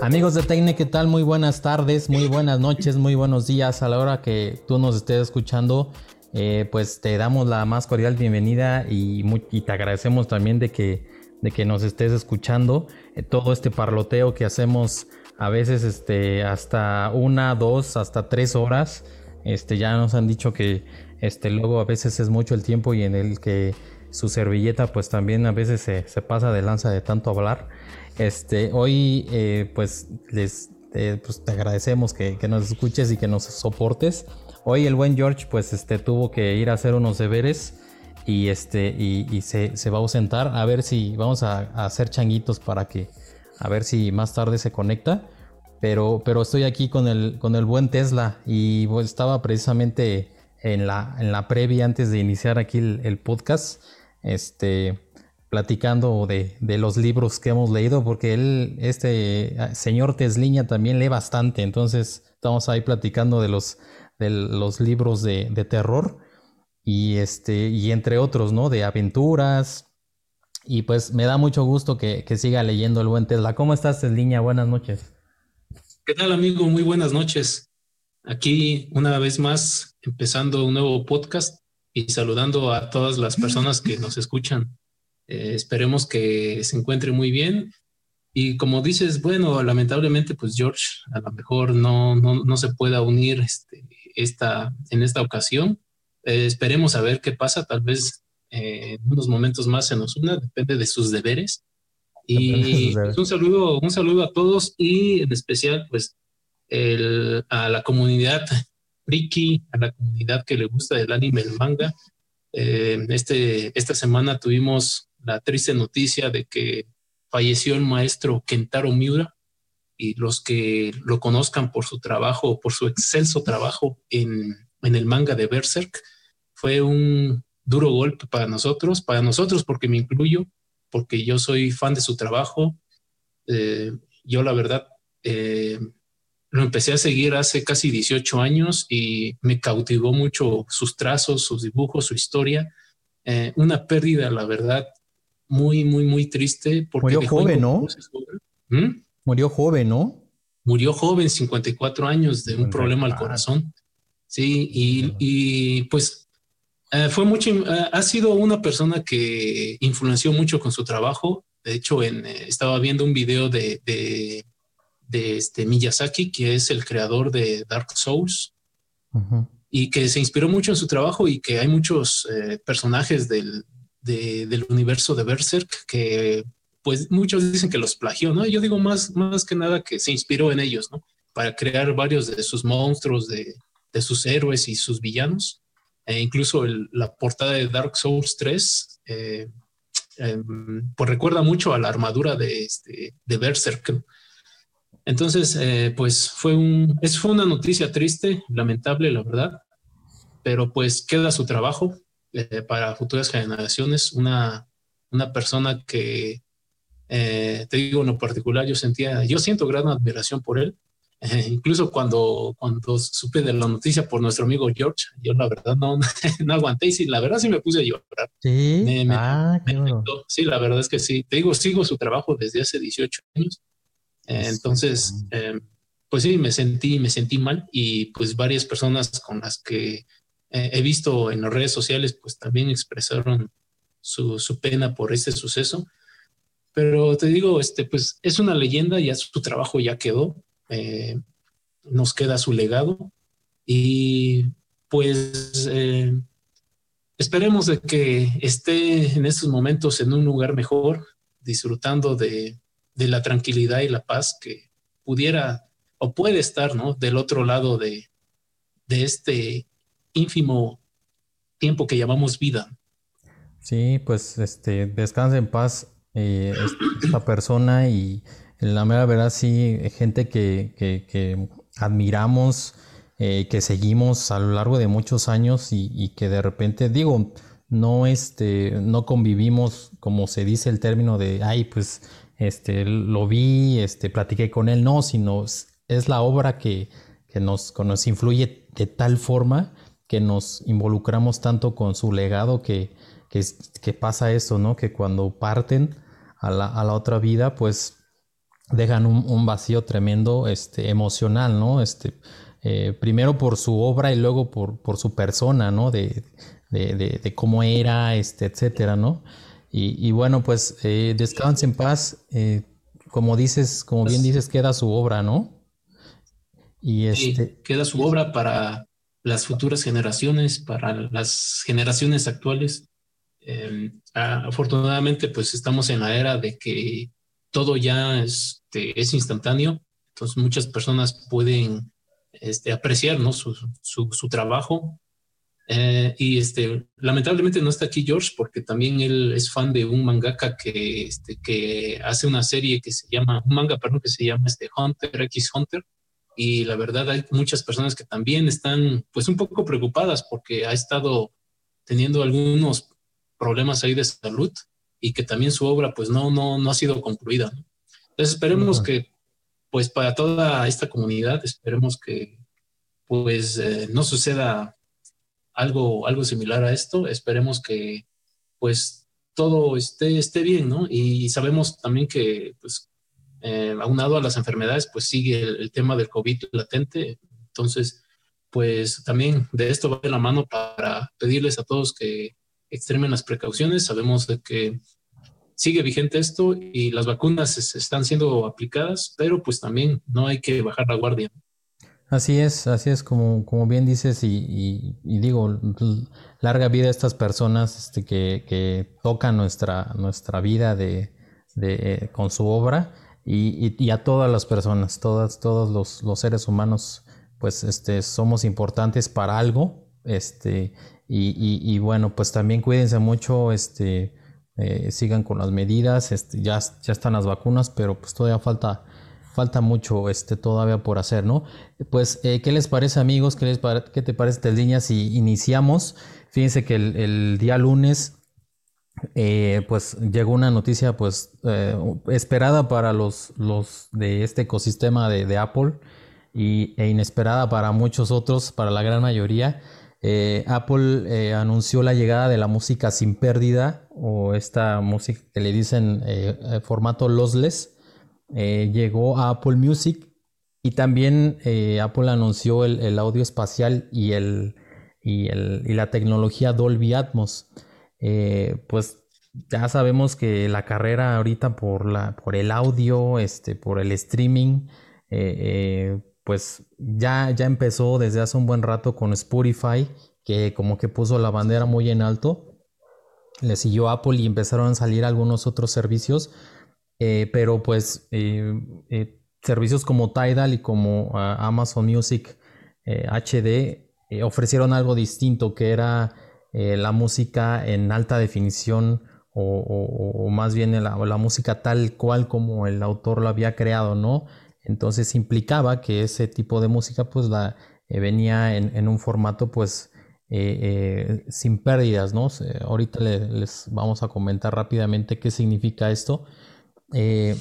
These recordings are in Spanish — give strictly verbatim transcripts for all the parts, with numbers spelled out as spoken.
Amigos de Tecne, ¿qué tal? Muy buenas tardes, muy buenas noches, muy buenos días a la hora que tú nos estés escuchando. Eh, pues te damos la más cordial bienvenida y, muy, y te agradecemos también de que, de que nos estés escuchando. Eh, todo este parloteo que hacemos a veces este, hasta una, dos, hasta tres horas. Este, ya nos han dicho que este, luego a veces es mucho el tiempo y en el que su servilleta pues también a veces se, se pasa de lanza de tanto hablar. Este, hoy eh, pues les eh, pues te agradecemos que, que nos escuches y que nos soportes. Hoy el buen George pues este, tuvo que ir a hacer unos deberes y, este, y, y se, se va a ausentar. A ver si vamos a, a hacer changuitos para que a ver si más tarde se conecta. Pero, pero estoy aquí con el, con el buen Tesla y pues, estaba precisamente en la, en la previa antes de iniciar aquí el, el podcast. Este... platicando de, de los libros que hemos leído, porque él, este señor Tesliña también lee bastante, entonces estamos ahí platicando de los, de los libros de, de terror y, este, y entre otros, ¿no? De aventuras, y pues me da mucho gusto que, que siga leyendo el buen Tesla. ¿Cómo estás, Tesliña? Buenas noches. ¿Qué tal, amigo? Muy buenas noches. Aquí una vez más empezando un nuevo podcast y saludando a todas las personas que nos escuchan. Eh, esperemos que se encuentre muy bien. Y como dices, bueno, lamentablemente, pues George a lo mejor no, no, no se pueda unir este, esta, en esta ocasión. Eh, esperemos a ver qué pasa. Tal vez eh, en unos momentos más se nos una, depende de sus deberes. Y pues un saludo, un saludo a todos y en especial, pues, el, a la comunidad friki, a la comunidad que le gusta el anime, el manga. Eh, este, esta semana tuvimos la triste noticia de que falleció el maestro Kentaro Miura y los que lo conozcan por su trabajo, por su excelso trabajo en, en el manga de Berserk, fue un duro golpe para nosotros, para nosotros porque me incluyo, porque yo soy fan de su trabajo. Eh, yo la verdad eh, lo empecé a seguir hace casi dieciocho años y me cautivó mucho sus trazos, sus dibujos, su historia. Eh, una pérdida, la verdad, muy, muy, muy triste porque Murió dejó joven, ¿no? inconclusas su obra. ¿Mm? Murió joven, ¿no? Murió joven, cincuenta y cuatro años, de un problema al cincuenta y cuatro. corazón. Sí, y, y pues eh, fue mucho, eh, ha sido una persona que influenció mucho con su trabajo. De hecho, en, eh, estaba viendo un video de, de, de este Miyazaki, que es el creador de Dark Souls, Uh-huh. y que se inspiró mucho en su trabajo y que hay muchos eh, personajes del, de, del universo de Berserk que pues muchos dicen que los plagió, ¿no? Yo digo más, más que nada que se inspiró en ellos, ¿no? Para crear varios de sus monstruos, de, de sus héroes y sus villanos. E incluso el, la portada de Dark Souls tres, eh, eh, pues recuerda mucho a la armadura de, este, de Berserk. Entonces, eh, pues fue, un, es, fue una noticia triste, lamentable, la verdad, pero pues queda su trabajo eh, para futuras generaciones. Una, una persona que, eh, te digo, en lo particular, yo sentía, yo siento gran admiración por él. Eh, incluso cuando, cuando supe de la noticia por nuestro amigo George, yo la verdad no, no aguanté y sí, la verdad sí me puse a llorar. Sí, Me, me, ah, me qué bueno. afectó. Sí, la verdad es que sí. Te digo, sigo su trabajo desde hace dieciocho años. Eh, dieciocho entonces, años. eh, pues sí, me sentí, me sentí mal y pues varias personas con las que eh, he visto en las redes sociales, pues también expresaron su, su pena por este suceso. Pero te digo, este, pues es una leyenda, ya su trabajo ya quedó, eh, nos queda su legado y pues eh, esperemos de que esté en estos momentos en un lugar mejor, disfrutando de, de la tranquilidad y la paz que pudiera o puede estar, ¿no? Del otro lado de, de este ínfimo tiempo que llamamos vida. Sí, pues este, descansa en paz eh, es- esta persona y la mera verdad sí, gente que, que, que admiramos, eh, que seguimos a lo largo de muchos años y, y que de repente, digo, no, este, no convivimos como se dice el término de, ay, pues este, lo vi, este, platiqué con él, no, sino es, es la obra que, que nos, que nos influye de tal forma que nos involucramos tanto con su legado que que, que pasa eso, ¿no? Que cuando parten a la, a la otra vida, pues dejan un, un vacío tremendo, este, emocional, ¿no? Este, eh, primero por su obra y luego por, por su persona, ¿no? De, de, de, de cómo era, este, etcétera, ¿no? Y, y bueno, pues eh, descanse en paz. Eh, como dices, como bien Pues, dices, queda su obra, ¿no? Y sí, este, queda su obra para las futuras generaciones, para las generaciones actuales. Eh, afortunadamente, pues estamos en la era de que todo ya este, es instantáneo, entonces muchas personas pueden este, apreciar, ¿no? su, su, su trabajo. Eh, y este, lamentablemente no está aquí George porque también él es fan de un mangaka que, este, que hace una serie que se llama, un manga, perdón, que se llama este Hunter X Hunter. Y la verdad hay muchas personas que también están pues un poco preocupadas porque ha estado teniendo algunos problemas ahí de salud y que también su obra pues no, no, no ha sido concluida, ¿no? Entonces esperemos híjole. que pues para toda esta comunidad, esperemos que pues eh, no suceda algo, algo similar a esto. Esperemos que pues todo esté, esté bien, ¿no? Y sabemos también que pues eh, aunado a las enfermedades pues sigue el, el tema del COVID latente. Entonces pues también de esto va de la mano para pedirles a todos que extremen las precauciones. Sabemos de que sigue vigente esto y las vacunas es, están siendo aplicadas, pero pues también no hay que bajar la guardia. Así es, así es como, como bien dices y, y- y digo, l- larga vida a estas personas este, que, que tocan nuestra, nuestra vida de, de, eh, con su obra y, y- y a todas las personas, todas, todos los, los seres humanos, pues este, somos importantes para algo, este, y, y- y bueno, pues también cuídense mucho, este, eh, sigan con las medidas, este, ya, ya están las vacunas, pero pues todavía falta, falta mucho este, todavía por hacer, ¿no? Pues, eh, ¿qué les parece, amigos? ¿Qué, les pare- qué te parece, Teldiña, si iniciamos? Fíjense que el, el día lunes, eh, pues, llegó una noticia, pues, eh, esperada para los, los de este ecosistema de, de Apple y, e inesperada para muchos otros, para la gran mayoría. Eh, Apple eh, anunció la llegada de la música sin pérdida o esta música que le dicen eh, eh, formato lossless. Eh, llegó a Apple Music y también eh, Apple anunció el, el audio espacial y, el, y, el, y la tecnología Dolby Atmos. Eh, pues ya sabemos que la carrera ahorita por, la, por el audio, este, por el streaming, eh, eh, pues ya, ya empezó desde hace un buen rato con Spotify, que como que puso la bandera muy en alto. Le siguió Apple y empezaron a salir algunos otros servicios, eh, pero pues eh, eh, servicios como Tidal y como uh, Amazon Music eh, H D eh, ofrecieron algo distinto que era eh, la música en alta definición o, o- o más bien la, la música tal cual como el autor lo había creado, ¿no? Entonces implicaba que ese tipo de música pues la eh, venía en, en un formato pues eh, eh, sin pérdidas, ¿no? Se- ahorita le- les vamos a comentar rápidamente qué significa esto. Eh,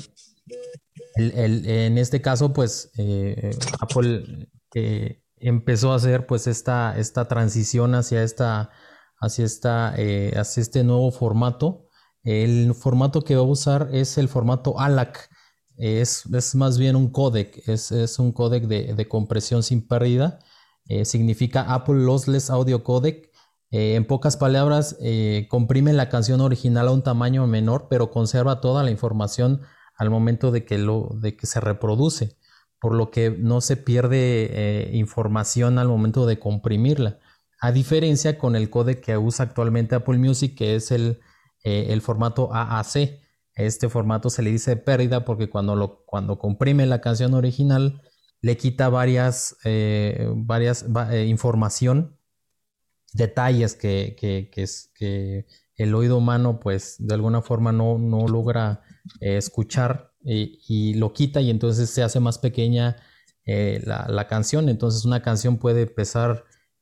el- el- en este caso, pues eh, Apple eh, empezó a hacer pues esta, esta transición hacia esta, hacia esta, eh, hacia este nuevo formato. El formato que va a usar es el formato A L A C. Es, es más bien un códec, es, es un códec de, de compresión sin pérdida. Eh, significa Apple Lossless Audio Codec. Eh, en pocas palabras, eh, comprime la canción original a un tamaño menor, pero conserva toda la información al momento de que, lo, de que se reproduce, por lo que no se pierde eh, información al momento de comprimirla. A diferencia con el códec que usa actualmente Apple Music, que es el, eh, el formato A A C. Este formato se le dice pérdida porque cuando, lo, cuando comprime la canción original le quita varias, eh, varias va, eh, información, detalles que, que, que, es, que el oído humano pues de alguna forma no, no logra eh, escuchar y, y, lo quita y entonces se hace más pequeña eh, la, la, canción. Entonces una canción puede pesar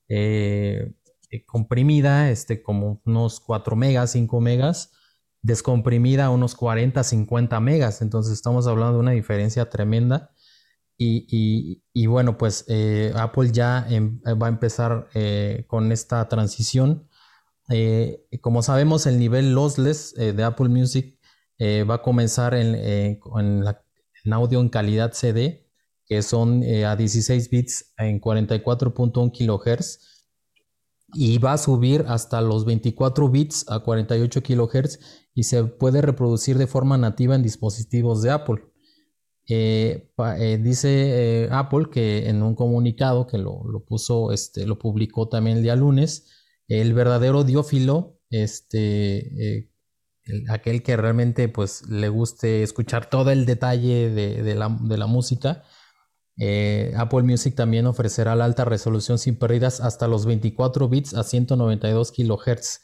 eh, eh, comprimida este, como unos cuatro megas, cinco megas, descomprimida a unos cuarenta, cincuenta megas. Entonces estamos hablando de una diferencia tremenda. Y, y- y bueno, pues eh, Apple ya em- va a empezar eh, con esta transición. Eh, como sabemos, el nivel lossless eh, de Apple Music eh, va a comenzar en, eh, en la- en audio en calidad C D, que son eh, a dieciséis bits en cuarenta y cuatro punto uno kilohertz, y va a subir hasta los veinticuatro bits a cuarenta y ocho kilohertz y se puede reproducir de forma nativa en dispositivos de Apple. Eh, pa, eh, dice eh, Apple que en un comunicado que lo, lo puso, este, lo publicó también el día lunes, el verdadero audiófilo, este, eh, el, aquel que realmente pues le guste escuchar todo el detalle de, de, la, de la música, eh, Apple Music también ofrecerá la alta resolución sin pérdidas hasta los veinticuatro bits a ciento noventa y dos kilohertz.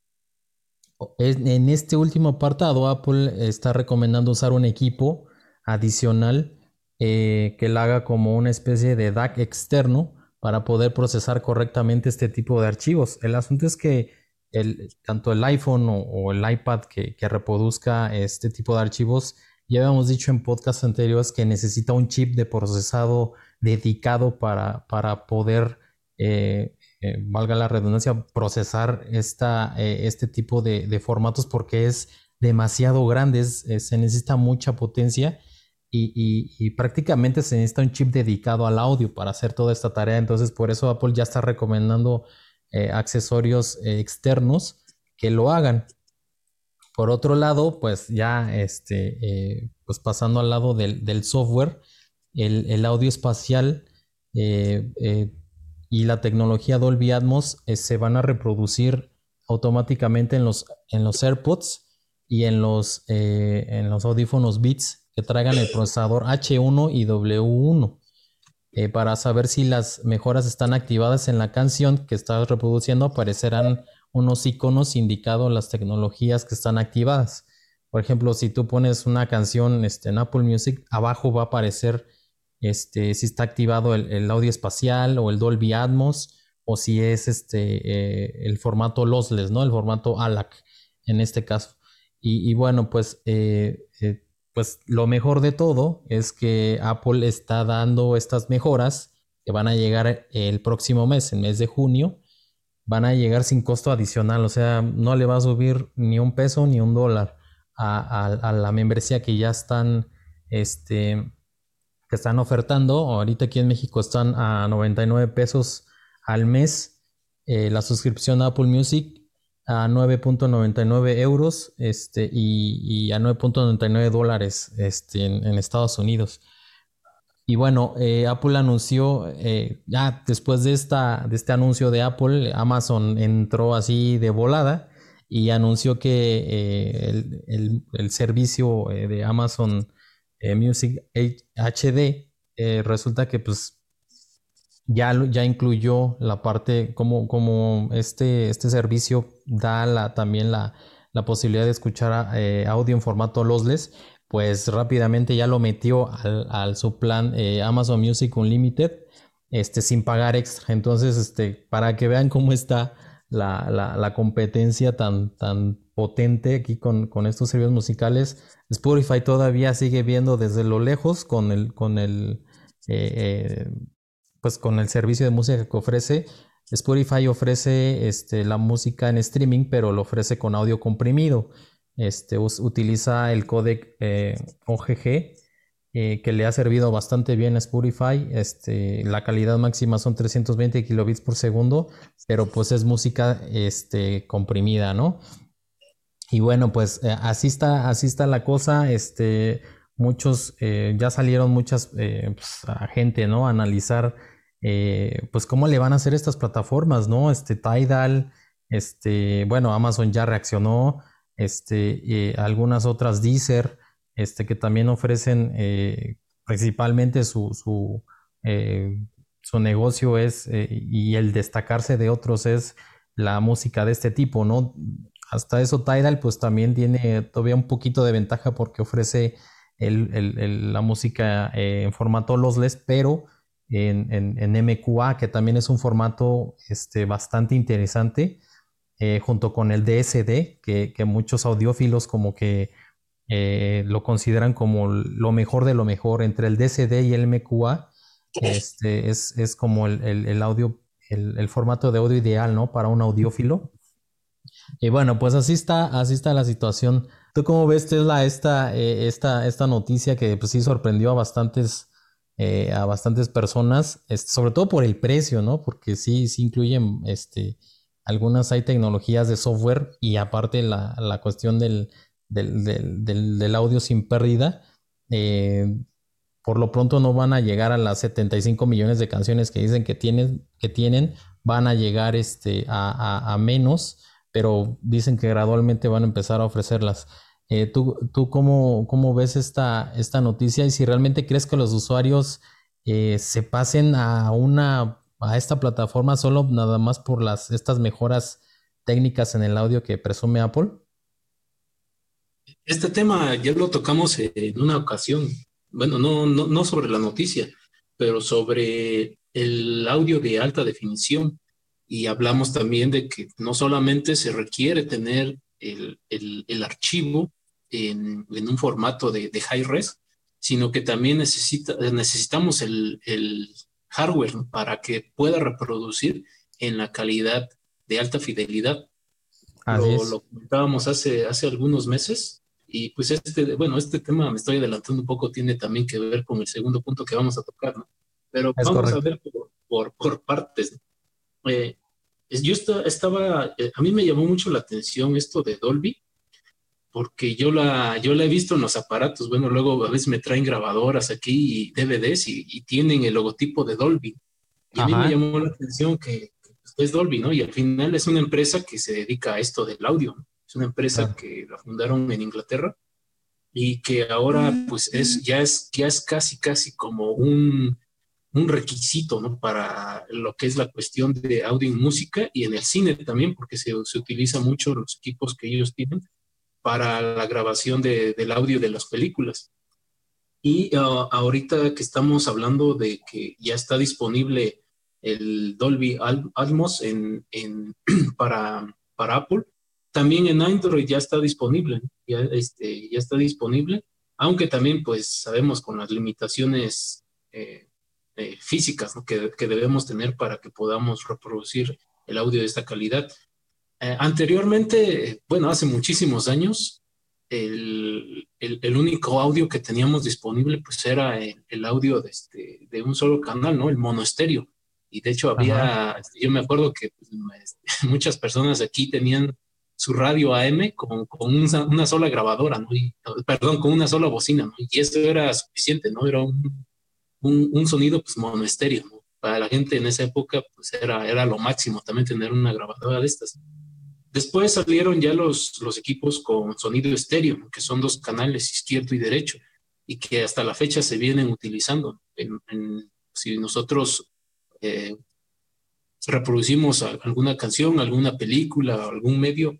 En este último apartado, Apple está recomendando usar un equipo adicional eh, que la haga como una especie de D A C externo para poder procesar correctamente este tipo de archivos. El asunto es que el, tanto el iPhone o, o el iPad que, que reproduzca este tipo de archivos, ya habíamos dicho en podcasts anteriores que necesita un chip de procesado dedicado para, para poder eh, eh, valga la redundancia, procesar esta, eh, este tipo de, de, formatos porque es demasiado grande, es, eh, se necesita mucha potencia y, y, y prácticamente se necesita un chip dedicado al audio para hacer toda esta tarea. Entonces, por eso Apple ya está recomendando eh, accesorios eh, externos que lo hagan. Por otro lado, pues ya este, eh, pues pasando al lado del, del software, el, el audio espacial eh, eh, y la tecnología Dolby Atmos eh, se van a reproducir automáticamente en los, en los AirPods y en los, eh, en los audífonos Beats que traigan el procesador H uno y W uno eh, para saber si las mejoras están activadas en la canción que estás reproduciendo. Aparecerán unos iconos indicando las tecnologías que están activadas. Por ejemplo, si tú pones una canción este, en Apple Music, abajo va a aparecer este, si está activado el, el audio espacial o el Dolby Atmos, o si es este, eh, el formato lossless, ¿no? El formato A L A C en este caso. Y, y bueno, pues, eh, eh, pues lo mejor de todo es que Apple está dando estas mejoras que van a llegar el próximo mes, en mes de junio, van a llegar sin costo adicional, o sea, no le va a subir ni un peso ni un dólar a, a, a la membresía que ya están, este, que están ofertando. Ahorita aquí en México están a noventa y nueve pesos al mes, eh, la suscripción a Apple Music a nueve punto noventa y nueve euros este, y, y a nueve punto noventa y nueve dólares este, en, en Estados Unidos. Y bueno, eh, Apple anunció, eh, ya después de, esta, de este anuncio de Apple, Amazon entró así de volada y anunció que eh, el, el, el servicio eh, de Amazon eh, Music H D eh, resulta que pues ya, ya incluyó la parte, como, como este, este servicio da la, también la, la posibilidad de escuchar eh, audio en formato lossless, pues rápidamente ya lo metió al, al su plan eh, Amazon Music Unlimited, este, sin pagar extra. Entonces, este, para que vean cómo está la, la, la competencia tan, tan potente aquí con, con estos servicios musicales, Spotify todavía sigue viendo desde lo lejos con el, con el eh, eh, pues con el servicio de música que ofrece. Spotify ofrece este, la música en streaming, pero lo ofrece con audio comprimido. Este, us, utiliza el códec eh, O G G, eh, que le ha servido bastante bien a Spotify. Este, la calidad máxima son trescientos veinte kilobits por segundo, pero pues es música este, comprimida, ¿no? Y bueno, pues eh, así está, así está la cosa. Este, muchos, eh, ya salieron muchas eh, pues, a gente, ¿no? A analizar, eh, pues cómo le van a hacer estas plataformas, ¿no? Este Tidal, este, bueno, Amazon ya reaccionó, este, eh, algunas otras Deezer, este, que también ofrecen, eh, principalmente su, su, eh, su negocio es, eh, y el destacarse de otros es la música de este tipo, ¿no? Hasta eso Tidal pues también tiene todavía un poquito de ventaja porque ofrece el, el, el, la música eh, en formato lossless, pero en, en, en M Q A, que también es un formato este, bastante interesante, eh, junto con el D S D, que, que muchos audiófilos como que eh, lo consideran como lo mejor de lo mejor. Entre el D S D y el M Q A, este, es, es como el, el, el audio, el, el formato de audio ideal, ¿no? Para un audiófilo. Y bueno, pues así está, así está la situación ¿Tú cómo ves, Tesla, esta, eh, esta, esta noticia que pues sí sorprendió a bastantes, eh, a bastantes personas, este, sobre todo por el precio, ¿no? Porque sí, sí incluyen este, algunas hay tecnologías de software y aparte la, la cuestión del, del, del, del, del audio sin pérdida. eh, por lo pronto no van a llegar a las setenta y cinco millones de canciones que dicen que tienen, que tienen van a llegar este, a, a, a menos, pero dicen que gradualmente van a empezar a ofrecerlas. Eh, ¿tú, tú cómo, cómo ves esta, esta noticia y si realmente crees que los usuarios eh, se pasen a una a esta plataforma solo nada más por las estas mejoras técnicas en el audio que presume Apple? Este tema ya lo tocamos en una ocasión, bueno, no, no, no sobre la noticia, pero sobre el audio de alta definición. Y hablamos también de que no solamente se requiere tener el, el, el archivo en, en, un formato de, de high res, sino que también necesita, necesitamos el, el hardware, ¿no?, para que pueda reproducir en la calidad de alta fidelidad. Así Lo, es. lo comentábamos hace, hace algunos meses y pues este, bueno, este tema me estoy adelantando un poco, tiene también que ver con el segundo punto que vamos a tocar, ¿no? Pero Es vamos a correcto. ver por, por, por partes, ¿no? Eh, yo está, estaba, eh, a mí me llamó mucho la atención esto de Dolby, porque yo la, yo la he visto en los aparatos, bueno, luego a veces me traen grabadoras aquí y D V Ds y, y tienen el logotipo de Dolby. Y a mí me Ajá. llamó la atención que, que es Dolby, ¿no? Y al final es una empresa que se dedica a esto del audio, ¿no? Es una empresa Claro. que la fundaron en Inglaterra y que ahora pues es, ya, es, ya es casi, casi como un, un requisito, ¿no?, para lo que es la cuestión de audio y música y en el cine también, porque se, se utiliza mucho los equipos que ellos tienen para la grabación de, del audio de las películas. Y uh, ahorita que estamos hablando de que ya está disponible el Dolby Atmos en, en, para, para Apple, también en Android ya está disponible, ¿no? ya, este, ya está disponible, aunque también pues sabemos con las limitaciones eh, eh, físicas, ¿no?, que, que debemos tener para que podamos reproducir el audio de esta calidad. Eh, anteriormente, bueno, hace muchísimos años, el, el, el, único audio que teníamos disponible pues era el, el audio de, este, de un solo canal, ¿no?, el monoestéreo. Y de hecho Ajá. había, yo me acuerdo que pues, muchas personas aquí tenían su radio A M con, con una, una, sola grabadora, ¿no? Y, perdón, con una sola bocina, ¿no? Y eso era suficiente, ¿no? Era un, un, un sonido pues monoestéreo, ¿no? Para la gente en esa época pues era, era lo máximo también tener una grabadora de estas. Después salieron ya los, los equipos con sonido estéreo, que son dos canales, izquierdo y derecho, y que hasta la fecha se vienen utilizando. En, en, si nosotros eh, reproducimos alguna canción, alguna película, algún medio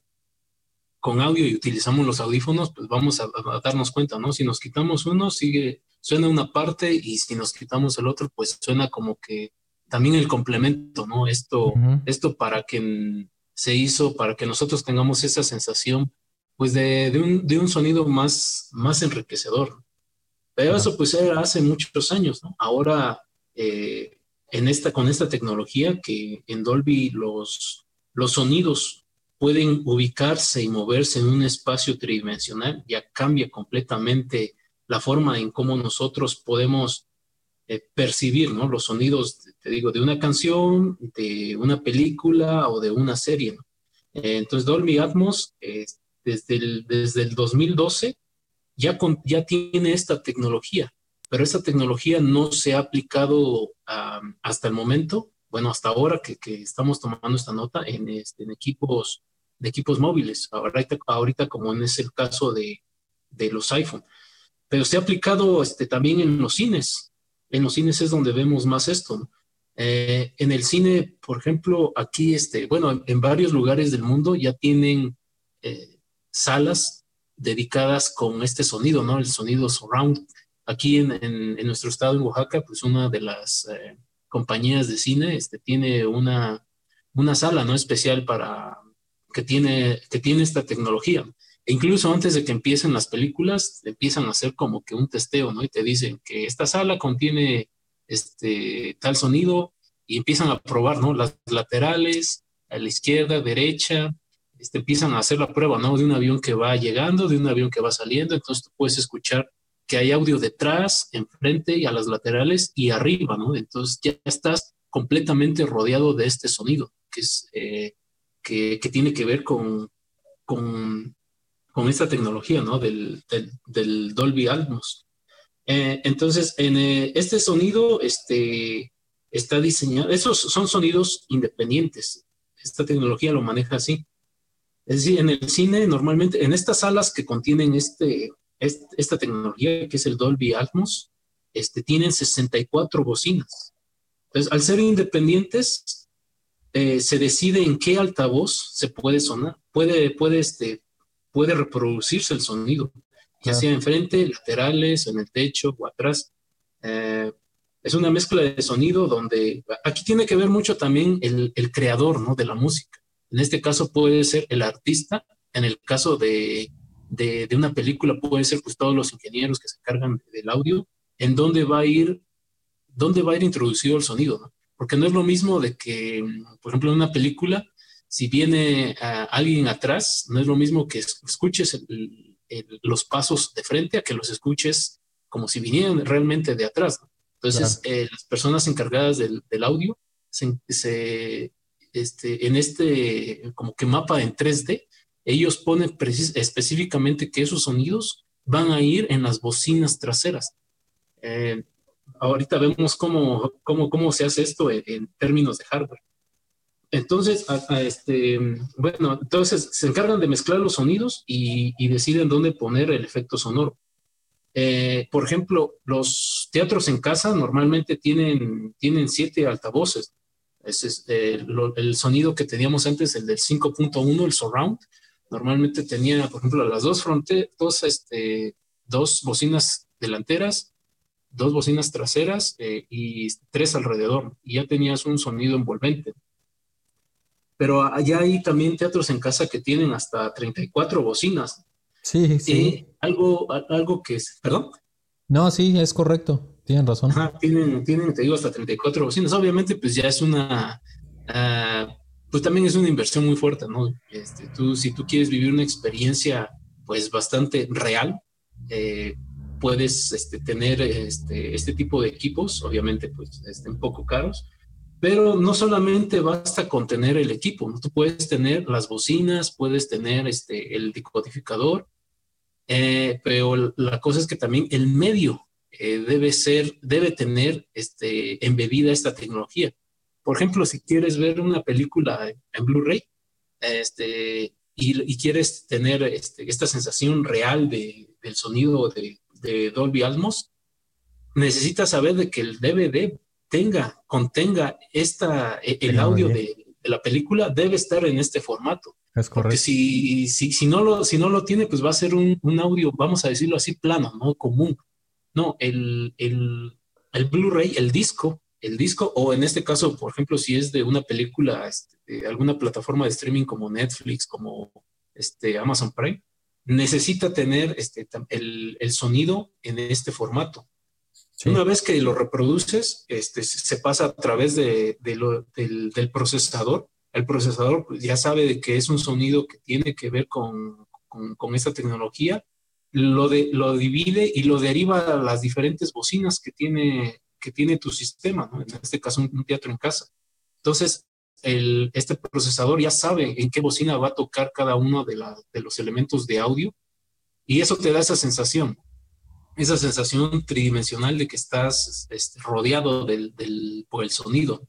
con audio y utilizamos los audífonos, pues vamos a, a darnos cuenta, ¿no? Si nos quitamos uno, sigue, suena una parte, y si nos quitamos el otro, pues suena como que también el complemento, ¿no? Esto, Uh-huh. esto para que se hizo, para que nosotros tengamos esa sensación, pues de, de, un, de un sonido más, más enriquecedor. Pero Claro. eso pues era hace muchos años, ¿no? Ahora, eh, en esta, con esta tecnología que en Dolby los, los sonidos pueden ubicarse y moverse en un espacio tridimensional, ya cambia completamente la forma en cómo nosotros podemos eh, percibir, ¿no?, los sonidos, te digo, de una canción, de una película o de una serie, ¿no? Eh, entonces Dolby Atmos, eh, desde, el, desde el dos mil doce, ya, con, ya tiene esta tecnología, pero esta tecnología no se ha aplicado um, hasta el momento, bueno, hasta ahora que, que estamos tomando esta nota en, este, en equipos, de equipos móviles, ahorita, ahorita como es el caso de, de los iPhone, pero se ha aplicado este, también en los cines. En los cines es donde vemos más esto, ¿no? Eh, en el cine, por ejemplo, aquí, este, bueno, en, en varios lugares del mundo ya tienen eh, salas dedicadas con este sonido, ¿no? El sonido surround. Aquí en, en, en nuestro estado, en Oaxaca, pues una de las eh, compañías de cine este, tiene una, una sala, ¿no?, especial para que tiene, que tiene esta tecnología. E incluso antes de que empiecen las películas, empiezan a hacer como que un testeo, ¿no? Y te dicen que esta sala contiene este, tal sonido y empiezan a probar, ¿no?, las laterales, a la izquierda, derecha, este, empiezan a hacer la prueba, ¿no? De un avión que va llegando, de un avión que va saliendo, entonces tú puedes escuchar que hay audio detrás, enfrente y a las laterales y arriba, ¿no? Entonces ya estás completamente rodeado de este sonido, que, es, eh, que, que tiene que ver con, con, con esta tecnología, ¿no? Del, del, del Dolby Atmos. Eh, entonces, en eh, este sonido este, está diseñado, esos son sonidos independientes. Esta tecnología lo maneja así. Es decir, en el cine, normalmente, en estas salas que contienen este, este, esta tecnología, que es el Dolby Atmos, este, tienen sesenta y cuatro bocinas. Entonces, al ser independientes, eh, se decide en qué altavoz se puede sonar, puede, puede, este, puede reproducirse el sonido, ya Claro. sea enfrente, laterales, en el techo o atrás. Eh, es una mezcla de sonido donde aquí tiene que ver mucho también el, el creador, ¿no? De la música. En este caso puede ser el artista, en el caso de, de, de una película puede ser pues todos los ingenieros que se encargan del audio, en dónde va a ir, dónde va a ir introducido el sonido, ¿no? Porque no es lo mismo de que, por ejemplo, en una película, si viene uh, alguien atrás, no es lo mismo que escuches el, el, los pasos de frente a que los escuches como si vinieran realmente de atrás, ¿no? Entonces, Claro. eh, las personas encargadas del, del audio, se, se, este, en este como que mapa en tres D, ellos ponen precis, específicamente que esos sonidos van a ir en las bocinas traseras. Eh, ahorita vemos cómo, cómo, cómo se hace esto en, en términos de hardware. Entonces, a, a este, bueno, entonces se encargan de mezclar los sonidos y, y deciden dónde poner el efecto sonoro. Eh, por ejemplo, los teatros en casa normalmente tienen, tienen siete altavoces. Ese es eh, lo, el sonido que teníamos antes, el del cinco punto uno, el surround. Normalmente tenía, por ejemplo, las dos fronteras, dos, este, dos bocinas delanteras, dos bocinas traseras eh, y tres alrededor. Y ya tenías un sonido envolvente. Pero allá hay también teatros en casa que tienen hasta treinta y cuatro bocinas. Sí, sí. Eh, algo, algo que es, perdón. No, sí, es correcto. Tienen razón. Ajá, tienen, tienen, te digo, hasta treinta y cuatro bocinas. Obviamente, pues ya es una, uh, pues también es una inversión muy fuerte, ¿no? Este, tú, si tú quieres vivir una experiencia, pues bastante real, eh, puedes este, tener este, este tipo de equipos, obviamente, pues este, un poco caros, pero no solamente basta con tener el equipo, ¿no? Tú puedes tener las bocinas, puedes tener este, el decodificador, eh, pero la cosa es que también el medio eh, debe ser, debe tener este, embebida esta tecnología. Por ejemplo, si quieres ver una película en Blu-ray este, y, y quieres tener este, esta sensación real de, del sonido de, de Dolby Atmos, necesitas saber de que el D V D tenga, contenga esta, el audio Tecnología. de, de la película debe estar en este formato. Es Porque correcto. si, si, si, no lo, si no lo tiene, pues va a ser un, un audio, vamos a decirlo así, plano, ¿no? Común. No, el, el, el Blu-ray, el disco, el disco, o en este caso, por ejemplo, si es de una película, este, de alguna plataforma de streaming como Netflix, como este, Amazon Prime, necesita tener este, el, el sonido en este formato. Una Sí. vez que lo reproduces, este, se pasa a través de, de lo, del, del procesador. El procesador pues, ya sabe de que es un sonido que tiene que ver con, con, con esta tecnología, lo, de, lo divide y lo deriva a las diferentes bocinas que tiene, que tiene tu sistema, ¿no? En este caso un, un teatro en casa. Entonces, el, este procesador ya sabe en qué bocina va a tocar cada uno de, la, de los elementos de audio y eso te da esa sensación esa sensación tridimensional de que estás este, rodeado del, del, por el sonido.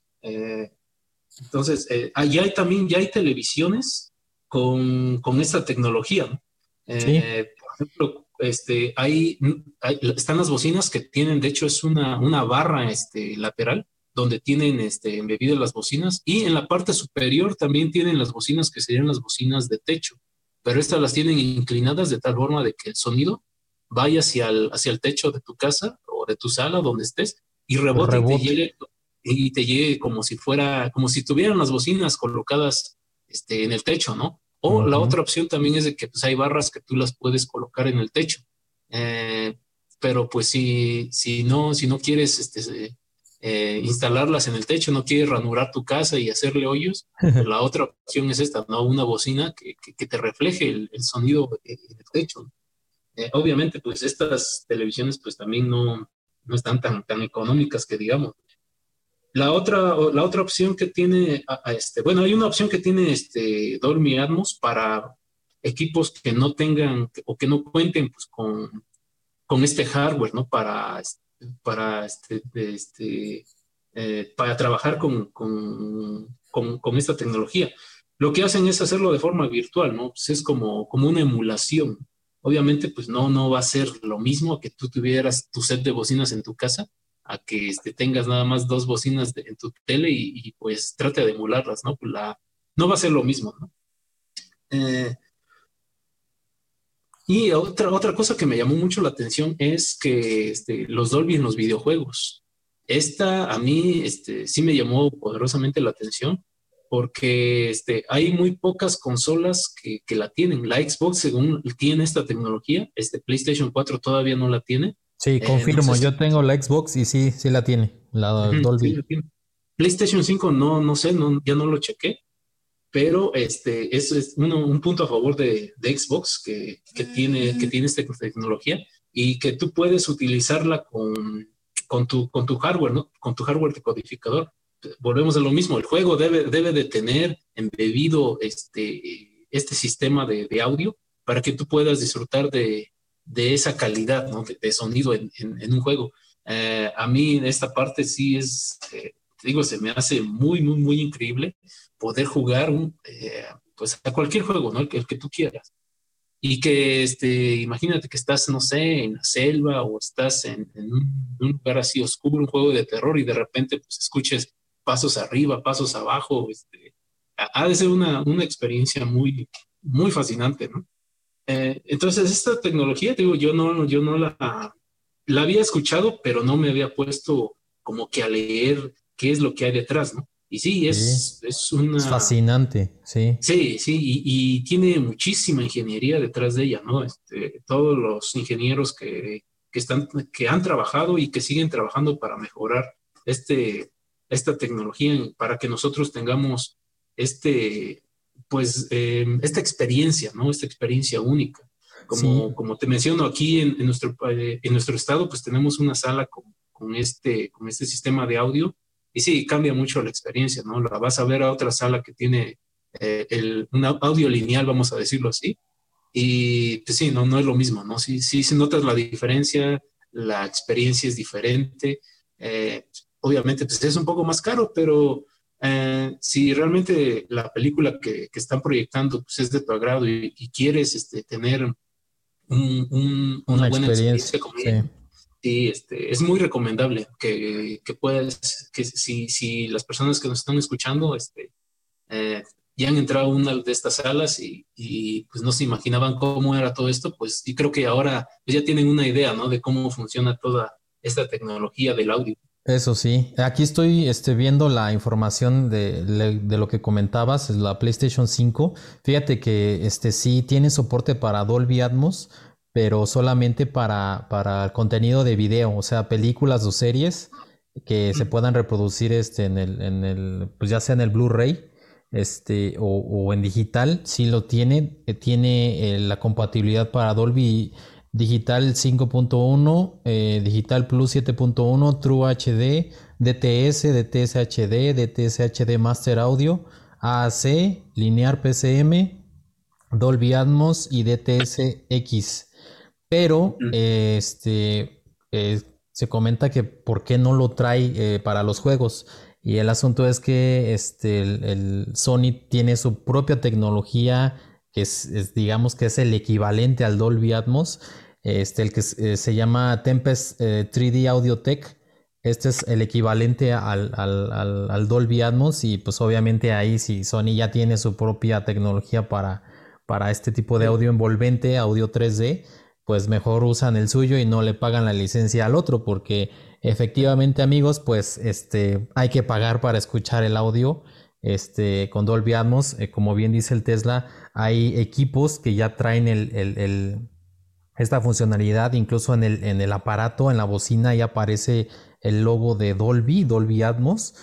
Eh, entonces, eh, ya hay también, ya hay televisiones con, con esta tecnología, ¿no? Sí. Eh, por ejemplo, este, hay, hay, están las bocinas que tienen, de hecho, es una, una barra este, lateral donde tienen este, embebidas las bocinas y en la parte superior también tienen las bocinas que serían las bocinas de techo, pero estas las tienen inclinadas de tal forma de que el sonido vaya hacia el, hacia el techo de tu casa o de tu sala donde estés y El rebote y te rebote. llegue y te llegue como si fuera, como si tuvieran las bocinas colocadas este, en el techo, ¿no? O la Ujú. otra opción también es de que pues, hay barras que tú las puedes colocar en el techo. Eh, pero pues si, si, no, si no quieres este, eh, instalarlas en el techo, no quieres ranurar tu casa y hacerle hoyos, pues la otra opción es esta, ¿no? Una bocina que, que, que te refleje el, el sonido en el techo. Eh, obviamente, pues estas televisiones pues también no, no están tan, tan económicas que digamos. La otra, la otra opción que tiene, a- a este, bueno, hay una opción que tiene este Dolby Atmos para equipos que no tengan o que no cuenten pues, con, con este hardware, ¿no? Para, para, este, de este, eh, para trabajar con, con, con, con esta tecnología. Lo que hacen es hacerlo de forma virtual, ¿no? Pues es como, como una emulación. Obviamente, pues no, no va a ser lo mismo que tú tuvieras tu set de bocinas en tu casa, a que este, tengas nada más dos bocinas de- en tu tele y, y, pues trate de emularlas, ¿no? Pues la, no va a ser lo mismo, ¿no? Eh, y otra, otra cosa que me llamó mucho la atención es que este, los Dolby en los videojuegos. Esta a mí este, sí me llamó poderosamente la atención porque este, hay muy pocas consolas que, que la tienen. La Xbox, según tiene esta tecnología, este PlayStation cuatro todavía no la tiene. Sí, Eh, no confirmo, sé si... yo tengo la Xbox y sí, sí la tiene, la Ujú, sí, Dolby. la tiene. PlayStation cinco no, no sé, no, ya no lo chequé, pero este, eso es uno, un punto a favor de, de Xbox que, que, tiene, que tiene esta tecnología y que tú puedes utilizarla con, con, tu, con tu hardware, ¿no? Con tu hardware decodificador. Volvemos a lo mismo, el juego debe, debe de tener embebido este, este sistema de, de audio para que tú puedas disfrutar de, de esa calidad, ¿no? de, de sonido en, en, en, un juego. Eh, a mí esta parte sí es, eh, digo, se me hace muy, muy, muy increíble poder jugar un, eh, pues a cualquier juego, ¿no? El que, el que tú quieras. Y que, este, imagínate que estás, no sé, en la selva o estás en, en un, un, lugar así oscuro, un juego de terror y de repente pues escuches pasos arriba, pasos abajo, este, ha, ha de ser una, una experiencia muy, muy fascinante, ¿no? Eh, entonces, esta tecnología, digo, yo no, yo no la, la había escuchado, pero no me había puesto como que a leer qué es lo que hay detrás, ¿no? Y sí, Sí, es, es es una, fascinante, sí. sí, sí, y, y tiene muchísima ingeniería detrás de ella, ¿no? Este, todos los ingenieros que, que están, que han trabajado y que siguen trabajando para mejorar este, esta tecnología, para que nosotros tengamos este, pues, eh, esta experiencia, ¿no? Esta experiencia única. Sí, Como, como te menciono, aquí en, en nuestro, eh, en nuestro estado, pues tenemos una sala con, con, este, con este sistema de audio y sí, cambia mucho la experiencia, ¿no? La vas a ver a otra sala que tiene eh, el, un audio lineal, vamos a decirlo así, y pues sí, no, no es lo mismo, ¿no? Sí, sí, sí notas la diferencia, la experiencia es diferente, eh, obviamente pues es un poco más caro, pero eh, si realmente la película que, que, están proyectando pues es de tu agrado y, y quieres este, tener un, un, una una buena experiencia, experiencia con sí. ella, sí, este, es muy recomendable que, que puedas, que si, si las personas que nos están escuchando, este, eh, ya han entrado a una de estas salas y, y, pues no se imaginaban cómo era todo esto, pues y creo que ahora pues ya tienen una idea, ¿no? De cómo funciona toda esta tecnología del audio. Eso sí, aquí estoy este, viendo la información de, de, de lo que comentabas, es la PlayStation cinco. Fíjate que este, sí tiene soporte para Dolby Atmos, pero solamente para, para el contenido de video, o sea, películas o series que se puedan reproducir este, en el, en el, pues ya sea en el Blu-ray este, o, o en digital, sí lo tiene, eh, tiene eh, la compatibilidad para Dolby Digital cinco punto uno, eh, Digital Plus siete punto uno, True H D, D T S, D T S H D, D T S H D Master Audio, A A C, Linear P C M, Dolby Atmos y D T S X. Pero eh, este eh, se comenta que por qué no lo trae eh, para los juegos. Y el asunto es que este, el, el Sony tiene su propia tecnología que es, es, digamos que es el equivalente al Dolby Atmos, este, el que eh, se llama Tempest eh, tres D Audio Tech. Este es el equivalente al, al, al, al Dolby Atmos y pues obviamente ahí si Sony ya tiene su propia tecnología para, para este tipo de audio envolvente, audio tres D, pues mejor usan el suyo y no le pagan la licencia al otro porque efectivamente amigos pues este hay que pagar para escuchar el audio este con Dolby Atmos, eh, como bien dice el Tesla hay equipos que ya traen el, el, el esta funcionalidad, incluso en el, en el aparato, en la bocina, ya aparece el logo de Dolby, Dolby Atmos.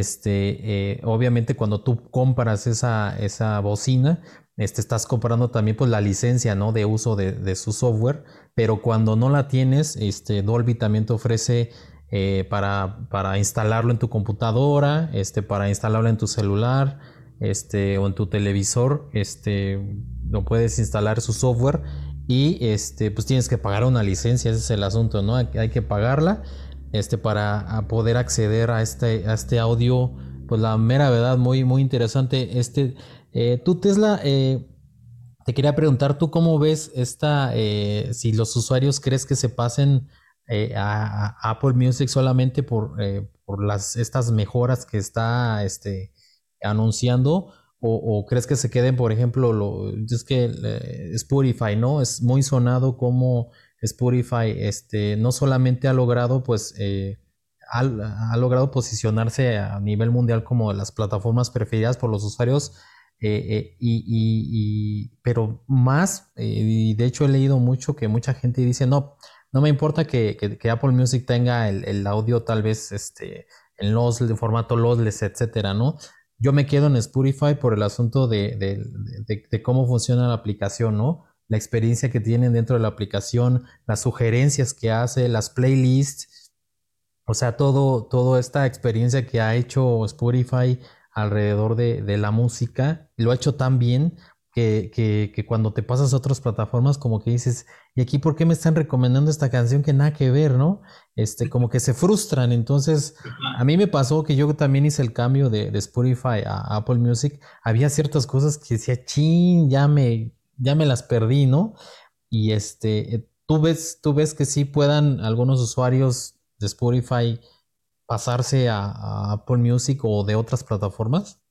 Este, eh, obviamente cuando tú compras esa, esa bocina, este, estás comprando también pues la licencia, ¿no? De uso de, de su software, pero cuando no la tienes, este, Dolby también te ofrece eh, para, para instalarlo en tu computadora, este, para instalarlo en tu celular, este, o en tu televisor, este, lo puedes instalar su software y este, pues tienes que pagar una licencia, ese es el asunto, ¿no? Hay, hay que pagarla este, para poder acceder a este, a este audio, pues la mera verdad, muy, muy interesante. Este, eh, tú, Tesla, eh, te quería preguntar, ¿tú cómo ves esta, eh, si los usuarios crees que se pasen eh, a, a Apple Music solamente por, eh, por las, estas mejoras que está este, anunciando? O, o crees que se queden, por ejemplo, lo, es que eh, Spotify, ¿no? Es muy sonado como Spotify este, no solamente ha logrado, pues, eh, ha, ha logrado posicionarse a nivel mundial como las plataformas preferidas por los usuarios, eh, eh, y, y- y- pero más, eh, y de hecho he leído mucho que mucha gente dice, no, no me importa que, que- que Apple Music tenga el, el audio tal vez este, en los, en formato lossless, etcétera, ¿no? Yo me quedo en Spotify por el asunto de, de- de- de cómo funciona la aplicación, ¿no? La experiencia que tienen dentro de la aplicación, las sugerencias que hace, las playlists, o sea, todo, toda esta experiencia que ha hecho Spotify alrededor de, de la música, lo ha hecho tan bien que, que, que cuando te pasas a otras plataformas, como que dices, ¿y aquí por qué me están recomendando esta canción que nada que ver, ¿no? Este, como que se frustran. Entonces, a mí me pasó que yo también hice el cambio de, de Spotify a Apple Music. Había ciertas cosas que decía, chin, ya me, ya me las perdí, ¿no? Y este, eh, ¿tú ves, tú ves que sí puedan algunos usuarios de Spotify pasarse a, a Apple Music o de otras plataformas?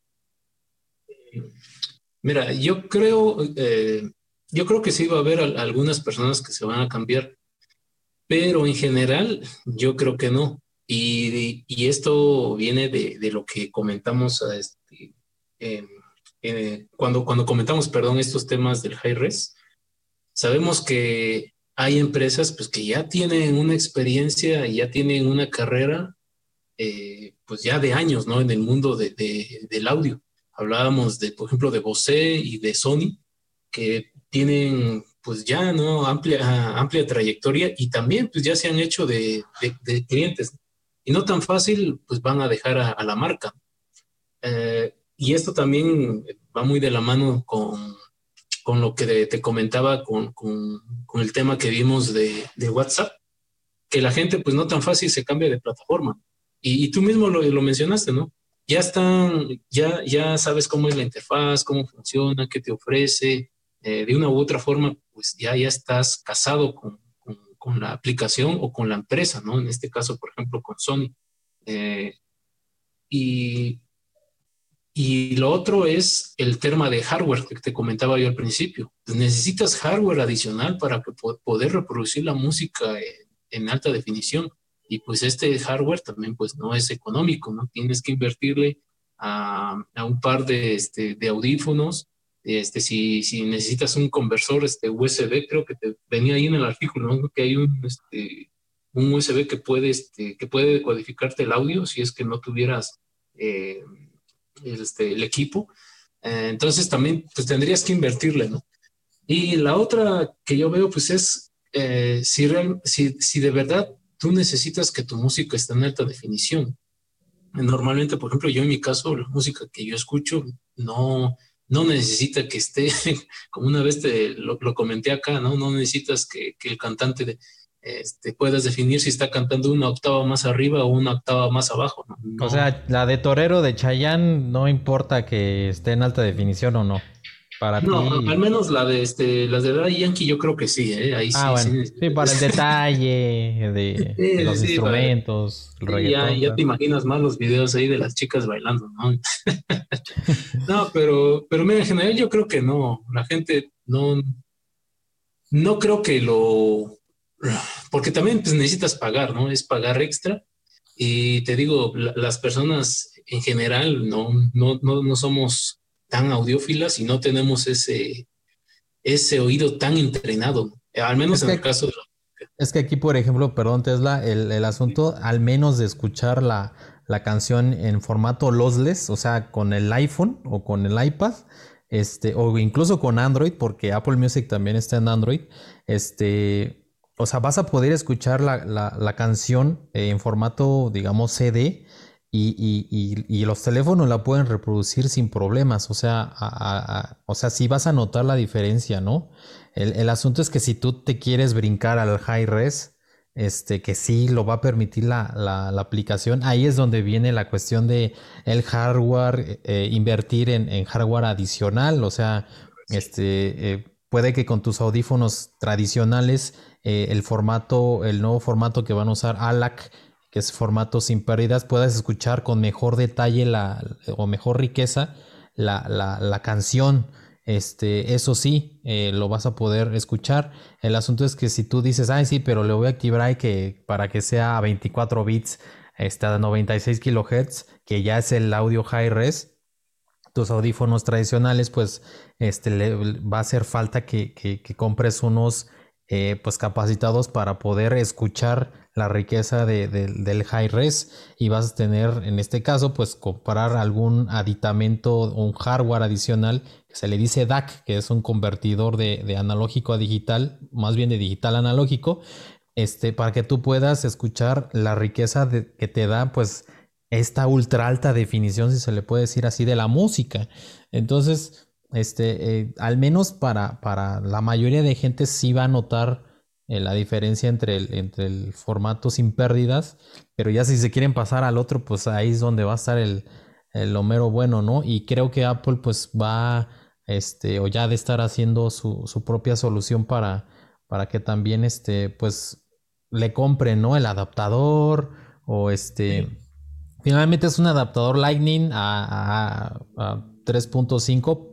Mira, yo creo, eh, yo creo que sí va a haber al- algunas personas que se van a cambiar, pero en general yo creo que no. Y, y esto viene de, de lo que comentamos a este, en- eh, cuando, cuando comentamos, perdón, estos temas del high res. Sabemos que hay empresas pues, que ya tienen una experiencia, ya tienen una carrera, eh, pues ya de años, ¿no? En el mundo de, de- del audio. Hablábamos de, por ejemplo, de Bose y de Sony, que tienen pues ya, ¿no? Amplia, amplia trayectoria y también pues ya se han hecho de, de- de clientes. Y no tan fácil, pues van a dejar a, a la marca. Eh, y esto también va muy de la mano con con lo que te comentaba con, con, con el tema que vimos de, de, WhatsApp, que la gente pues no tan fácil se cambia de plataforma. Y, y tú mismo lo, lo, mencionaste, ¿no? Ya están, ya, ya sabes cómo es la interfaz, cómo funciona, qué te ofrece. Eh, de una u otra forma, pues ya, ya estás casado con, con, con, la aplicación o con la empresa, ¿no? En este caso, por ejemplo, con Sony. Eh, y, y lo otro es el tema de hardware que te comentaba yo al principio. Necesitas hardware adicional para que po poder reproducir la música en, en, alta definición. Y pues este hardware también pues no es económico, ¿no? Tienes que invertirle a, a un par de, este, de audífonos. Este, si, si necesitas un conversor este, U S B, creo que te venía ahí en el artículo, ¿no? Que hay un, este, un U S B que puede, este, que puede decodificarte el audio si es que no tuvieras... Eh, este, el equipo. Eh, entonces también pues, tendrías que invertirle, ¿no? Y la otra que yo veo pues es eh, si, real, si, si de verdad tú necesitas que tu música esté en alta definición. Normalmente, por ejemplo, yo en mi caso, la música que yo escucho no, no necesita que esté, como una vez te lo, lo comenté acá, ¿no? No necesitas que, que el cantante de, este, puedas definir si está cantando una octava más arriba o una octava más abajo, ¿no? O No, sea, la de Torero de Chayanne no importa que esté en alta definición o no. Para no, al ti. menos la de este, las de Daddy Yankee yo creo que sí, ¿eh? Ahí Ah, sí, bueno. sí. Sí, para el detalle de, de Sí, los sí, para- instrumentos, el sí, ya, reggaetón, ya claro. te imaginas más los videos ahí de las chicas bailando, ¿no? No, pero, pero mira, en general yo creo que no, la gente no, no creo que lo, porque también pues, necesitas pagar, ¿no? Es pagar extra. Y te digo, la- las personas en general no, no, no, no somos tan audiófilas y no tenemos ese, ese oído tan entrenado. al menos Es en que, el caso de... es que aquí, por ejemplo, perdón, Tesla, el, el asunto, al menos de escuchar la, la canción en formato lossless, o sea, con el iPhone o con el iPad, este, o incluso con Android, porque Apple Music también está en Android, este, o sea, vas a poder escuchar la, la, la canción eh, en formato, digamos, C D. Y, y, y, y los teléfonos la pueden reproducir sin problemas, o sea, a, a, a, o sea, sí vas a notar la diferencia, ¿no? El, el asunto es que si tú te quieres brincar al high res, este, que sí lo va a permitir la, la, la aplicación, ahí es donde viene la cuestión de el hardware, eh, invertir en, en hardware adicional, o sea, este, eh, puede que con tus audífonos tradicionales, eh, el formato, el nuevo formato que van a usar A L A C, que es formato sin pérdidas, puedas escuchar con mejor detalle la, o mejor riqueza la, la, la canción. Este, eso sí, eh, lo vas a poder escuchar. El asunto es que si tú dices, ay, sí, pero le voy a activar ahí que para que sea a veinticuatro bits, está a noventa y seis kilohertz, que ya es el audio high res, tus audífonos tradicionales, pues este, le, va a hacer falta que, que, que compres unos eh, pues capacitados para poder escuchar la riqueza de, de, del high res, y vas a tener en este caso pues comprar algún aditamento, un hardware adicional que se le dice D A C, que es un convertidor de, de analógico a digital, más bien de digital a analógico, este, para que tú puedas escuchar la riqueza de, que te da pues esta ultra alta definición, si se le puede decir así, de la música. Entonces, este, eh, al menos para, para la mayoría de gente sí va a notar eh, la diferencia entre el, entre el formato sin pérdidas, pero ya si se quieren pasar al otro, pues ahí es donde va a estar el, el lo mero bueno, ¿no? Y creo que Apple pues va, este, o ya de estar haciendo su, su propia solución para, para que también, este, pues le compren, ¿no? El adaptador o este... Sí. Finalmente es un adaptador Lightning a, a, a tres punto cinco,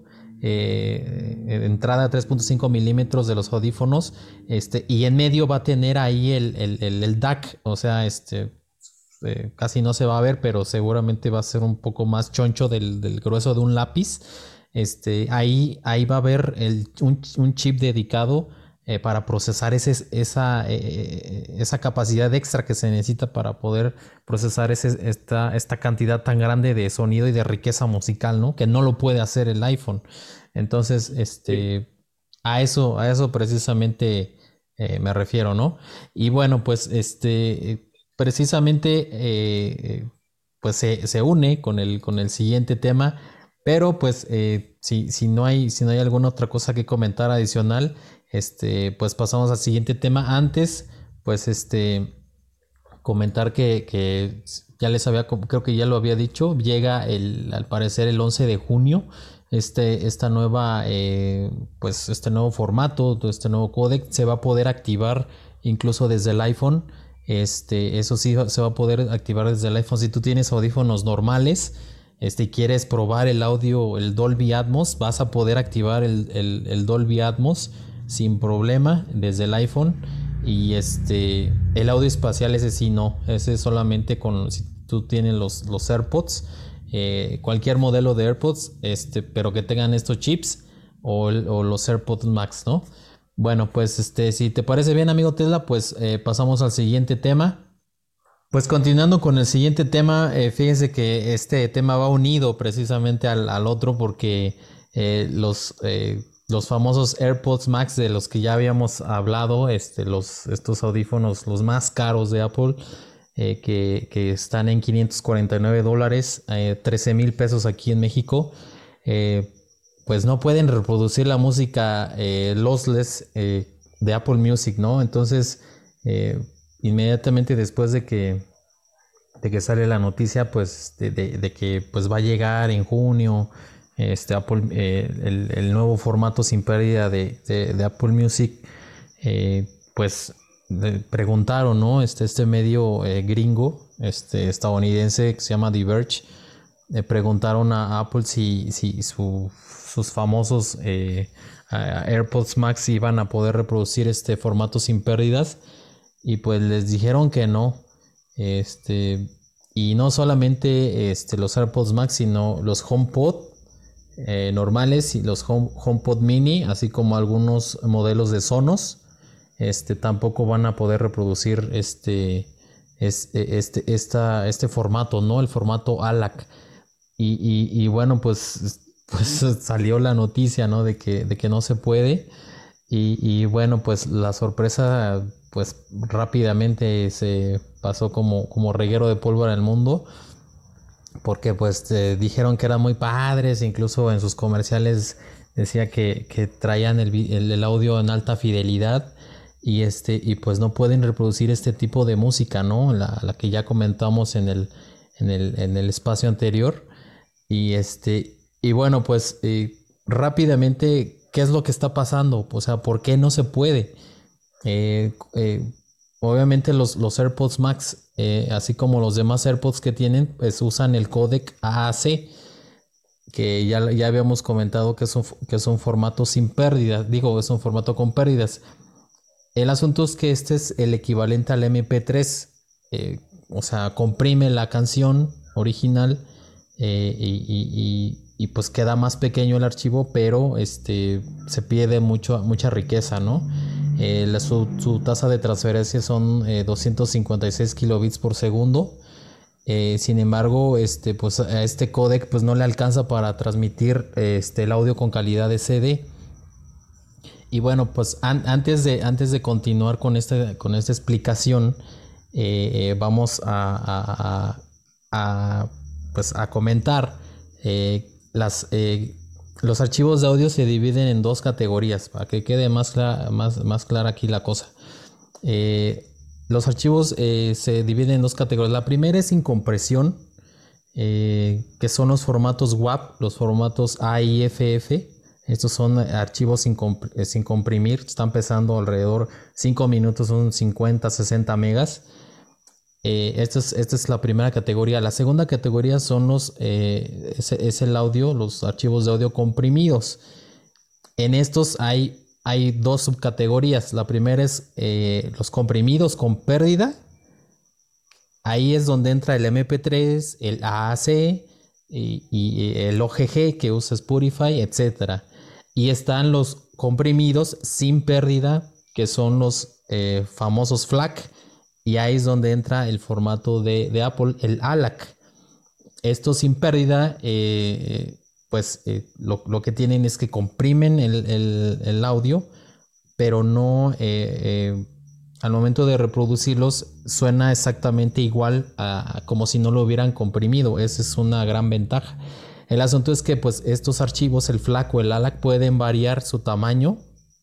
eh, entrada tres punto cinco milímetros de los audífonos, este, y en medio va a tener ahí el, el, el, el D A C, o sea, este, eh, casi no se va a ver, pero seguramente va a ser un poco más choncho del, del grueso de un lápiz. Este, ahí, ahí va a haber el, un, un chip dedicado eh, para procesar ese, esa, eh, esa capacidad extra que se necesita para poder procesar ese, esta, esta cantidad tan grande de sonido y de riqueza musical, ¿no? Que no lo puede hacer el iPhone. Entonces, Sí. este, a eso, a eso precisamente eh, me refiero, ¿no? Y bueno, pues este, precisamente, eh, pues se, se une con el, con el siguiente tema, pero pues eh, si, si no hay, si no hay alguna otra cosa que comentar adicional, este, pues pasamos al siguiente tema. Antes, pues este, comentar que, que ya les había, creo que ya lo había dicho, llega el, al parecer el once de junio, este, esta nueva, eh, pues este nuevo formato, este nuevo códec se va a poder activar incluso desde el iPhone. Este, eso sí se va a poder activar desde el iPhone. Si tú tienes audífonos normales, este, y quieres probar el audio, el Dolby Atmos, vas a poder activar el, el, el Dolby Atmos sin problema desde el iPhone. Y este, el audio espacial ese sí no, ese es solamente con, si tú tienes los, los AirPods, eh, cualquier modelo de AirPods, este, pero que tengan estos chips o, el, o los AirPods Max, ¿no? Bueno, pues este, si te parece bien, amigo Tesla, pues eh, pasamos al siguiente tema. Pues continuando con el siguiente tema, eh, fíjense que este tema va unido precisamente al, al otro porque eh, los, eh, los famosos AirPods Max de los que ya habíamos hablado, este, los, estos audífonos, los más caros de Apple, eh, que, que están en quinientos cuarenta y nueve dólares, eh, trece mil pesos aquí en México, eh, pues no pueden reproducir la música eh, lossless eh, de Apple Music, ¿no? Entonces, eh, inmediatamente después de que, de que sale la noticia, pues de, de, de que pues va a llegar en junio este Apple, eh, el, el nuevo formato sin pérdida de, de, de Apple Music, eh, pues de, preguntaron, ¿no? Este, este medio eh, gringo, este estadounidense que se llama Diverge, le preguntaron a Apple si, si su, sus famosos eh, AirPods Max iban a poder reproducir este formato sin pérdidas, y pues les dijeron que no. Este, y no solamente este, los AirPods Max, sino los HomePod eh, normales y los Home, HomePod Mini, así como algunos modelos de Sonos, este, tampoco van a poder reproducir este, este, este, esta, este formato, ¿no? El formato A L A C. Y, y, y bueno, pues, pues salió la noticia, ¿no? De que, de que no se puede. Y, y bueno, pues la sorpresa, pues rápidamente se pasó como, como reguero de pólvora en el mundo. Porque pues eh, dijeron que eran muy padres, incluso en sus comerciales decía que, que traían el, el, el audio en alta fidelidad. Y este y pues no pueden reproducir este tipo de música, ¿no? La, la que ya comentamos en el, en el, en el espacio anterior. Y este y bueno, pues eh, rápidamente, ¿qué es lo que está pasando? O sea, ¿por qué no se puede? Eh, eh, obviamente los, los AirPods Max, eh, así como los demás AirPods que tienen, pues usan el códec A A C, que ya, ya habíamos comentado que es, un, que es un formato sin pérdidas, digo, es un formato con pérdidas. El asunto es que este es el equivalente al eme pe tres, eh, o sea, comprime la canción original eh, y, y, y, y pues queda más pequeño el archivo, pero este, se pierde mucho, mucha riqueza, ¿no? Eh, la, su, su tasa de transferencia son eh, doscientos cincuenta y seis kilobits por segundo. Eh, sin embargo, este, pues, a este códec pues, no le alcanza para transmitir este, el audio con calidad de ce de. Y bueno, pues an, antes, de, antes de continuar con, este, con esta explicación, eh, eh, vamos a, a, a, a, pues, a comentar eh, las... Eh, los archivos de audio se dividen en dos categorías, para que quede más, clara, más, más clara aquí la cosa. Eh, los archivos eh, se dividen en dos categorías. La primera es sin compresión, eh, que son los formatos W A V, los formatos A I F F. Estos son archivos sin, comp sin comprimir, están pesando alrededor cinco minutos, son cincuenta, sesenta megas. Eh, esta, es, esta es la primera categoría. La segunda categoría son los, eh, es, es el audio, los archivos de audio comprimidos. En estos hay, hay dos subcategorías. La primera es eh, los comprimidos con pérdida. Ahí es donde entra el eme pe tres, el A A C y, y el o ge ge que usa Spotify, etcétera. Y están los comprimidos sin pérdida, que son los eh, famosos FLAC. Y ahí es donde entra el formato de, de Apple, el A L A C. Esto sin pérdida, eh, pues eh, lo, lo que tienen es que comprimen el, el, el audio, pero no, eh, eh, al momento de reproducirlos, suena exactamente igual a, a como si no lo hubieran comprimido. Esa es una gran ventaja. El asunto es que pues estos archivos, el FLAC o el A L A C, pueden variar su tamaño.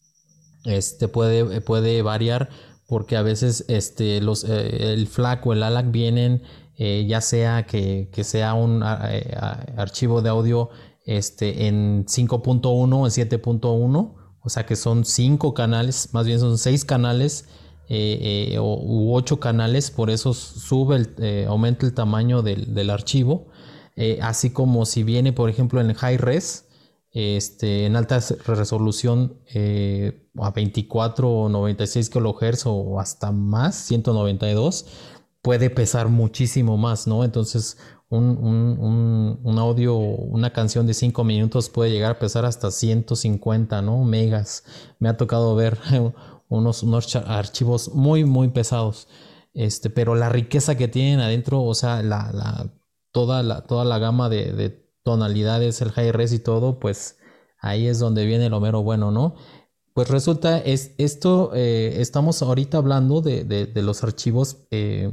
Este puede, puede variar porque a veces este, los, eh, el FLAC o el A L A C vienen eh, ya sea que, que sea un eh, archivo de audio este, en cinco punto uno o en siete punto uno, o sea que son cinco canales, más bien son seis canales eh, eh, o, u ocho canales, por eso sube, el, eh, aumenta el tamaño del, del archivo, eh, así como si viene por ejemplo en high res, Este, en alta resolución eh, a veinticuatro o noventa y seis kilohertz o hasta más, ciento noventa y dos, puede pesar muchísimo más, ¿no? Entonces un, un, un, un audio, una canción de cinco minutos puede llegar a pesar hasta ciento cincuenta, ¿no? Megas. Me ha tocado ver unos, unos archivos muy muy pesados, este, pero la riqueza que tienen adentro, o sea, la, la, toda, la, toda la gama de, de tonalidades, el high res y todo, pues ahí es donde viene lo mero bueno, ¿no? Pues resulta, es, esto, eh, estamos ahorita hablando de, de, de los archivos eh,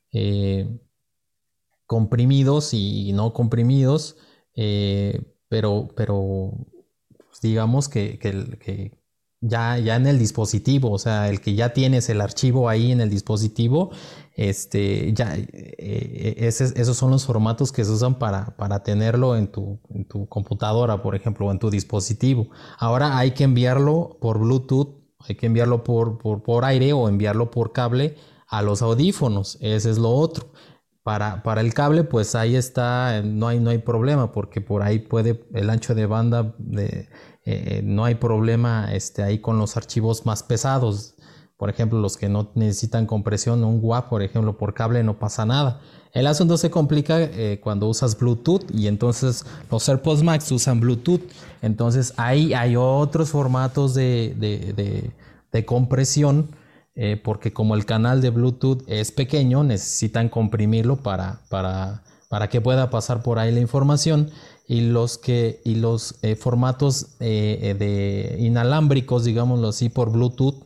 eh, comprimidos y no comprimidos, eh, pero, pero pues digamos que, que, que ya, ya en el dispositivo, o sea, el que ya tienes el archivo ahí en el dispositivo, este, ya, eh, ese, esos son los formatos que se usan para, para tenerlo en tu, en tu computadora, por ejemplo, o en tu dispositivo. Ahora hay que enviarlo por Bluetooth, hay que enviarlo por, por, por aire o enviarlo por cable a los audífonos, ese es lo otro. Para, para el cable, pues ahí está, no hay, no hay problema, porque por ahí puede el ancho de banda, de, eh, no hay problema este, ahí con los archivos más pesados. Por ejemplo, los que no necesitan compresión, un W A V, por ejemplo, por cable no pasa nada. El asunto se complica eh, cuando usas Bluetooth, y entonces los AirPods Max usan Bluetooth. Entonces ahí hay otros formatos de, de, de, de compresión, eh, porque como el canal de Bluetooth es pequeño, necesitan comprimirlo para, para, para que pueda pasar por ahí la información. Y los, que, y los eh, formatos eh, de inalámbricos, digámoslo así, por Bluetooth,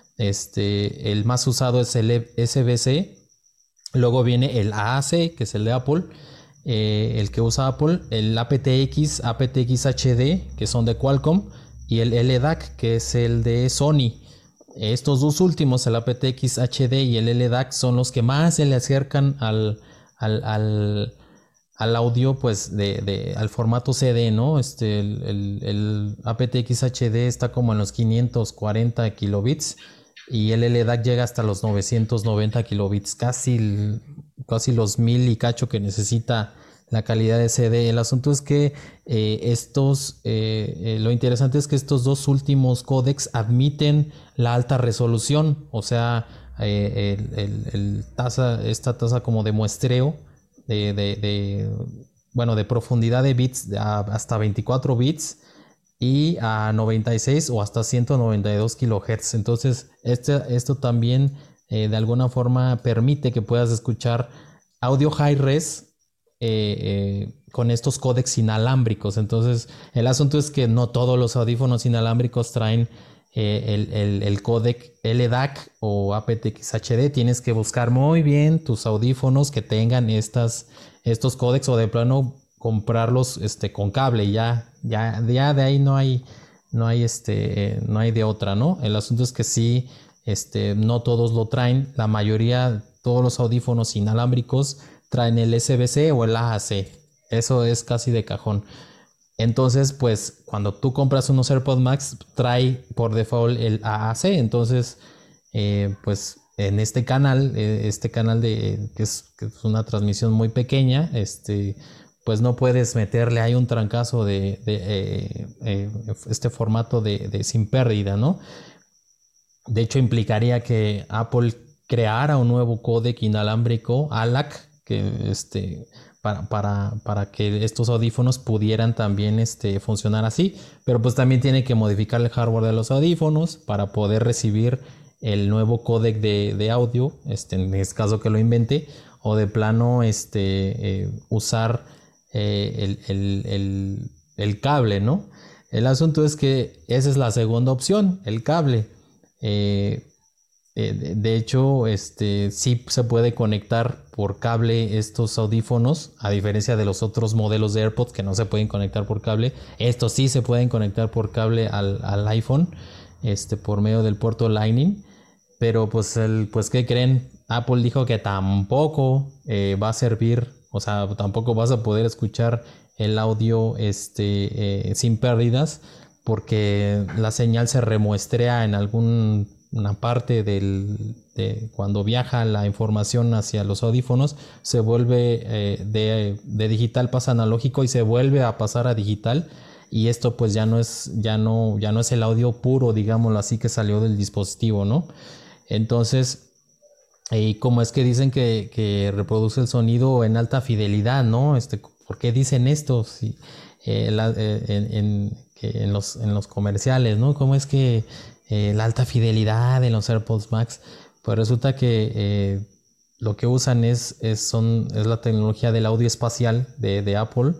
este, el más usado es el S B C. Luego viene el A A C, que es el de Apple, eh, el que usa Apple, el A P T X, A P T X H D, que son de Qualcomm, y el L D A C, que es el de Sony. Estos dos últimos, el A P T X H D y el L D A C, son los que más se le acercan al, al, al, al audio, pues de, de, al formato C D, ¿no? Este, el, el, el A P T X H D está como en los quinientos cuarenta kilobits y el L D A C llega hasta los novecientos noventa kilobits, casi, casi los mil y cacho que necesita la calidad de C D. El asunto es que eh, estos, eh, eh, lo interesante es que estos dos últimos códecs admiten la alta resolución, o sea, eh, el, el, el tasa, esta tasa como de muestreo, de, de, de, bueno, de profundidad de bits a, hasta veinticuatro bits y a noventa y seis o hasta ciento noventa y dos kilohertz. Entonces, este, esto también eh, de alguna forma permite que puedas escuchar audio high res Eh, eh, con estos códecs inalámbricos. Entonces el asunto es que no todos los audífonos inalámbricos traen eh, el, el, el códec L D A C o A P T X H D. Tienes que buscar muy bien tus audífonos que tengan estas, estos códecs, o de plano comprarlos este, con cable. Ya, ya, ya de ahí no hay, no hay, este, eh, no hay de otra, ¿no? El asunto es que sí, este, no todos lo traen. La mayoría, todos los audífonos inalámbricos traen el S B C o el A A C. Eso es casi de cajón. Entonces, pues, cuando tú compras unos AirPods Max, trae por default el A A C. Entonces, eh, pues, en este canal, eh, este canal de que es, que es una transmisión muy pequeña, este, pues no puedes meterle ahí un trancazo de, de eh, eh, este formato de, de sin pérdida, ¿no? De hecho, implicaría que Apple creara un nuevo códec inalámbrico, A L A C, que este para, para, para que estos audífonos pudieran también este, funcionar así, pero pues también tiene que modificar el hardware de los audífonos para poder recibir el nuevo códec de, de audio, este, en este caso que lo invente, o de plano este, eh, usar eh, el, el, el, el cable, ¿no? El asunto es que esa es la segunda opción, el cable. eh, De, de hecho, este, sí se puede conectar por cable estos audífonos, a diferencia de los otros modelos de AirPods que no se pueden conectar por cable. Estos sí se pueden conectar por cable al, al iPhone, este, por medio del puerto Lightning. Pero pues, el, pues ¿qué creen? Apple dijo que tampoco eh, va a servir, o sea, tampoco vas a poder escuchar el audio este, eh, sin pérdidas, porque la señal se remuestrea en algún una parte del, de cuando viaja la información hacia los audífonos, se vuelve eh, de, de digital, pasa analógico y se vuelve a pasar a digital, y esto pues ya no es ya no ya no es el audio puro, digámoslo así, que salió del dispositivo, ¿no? Entonces, y como es que dicen que, que reproduce el sonido en alta fidelidad, ¿no? Este, ¿por qué dicen esto? Si, eh, la, eh, en, en, que en los en los comerciales, ¿no? ¿Cómo es que Eh, la alta fidelidad de los AirPods Max? Pues resulta que eh, lo que usan es, es, son, es la tecnología del audio espacial de, de Apple,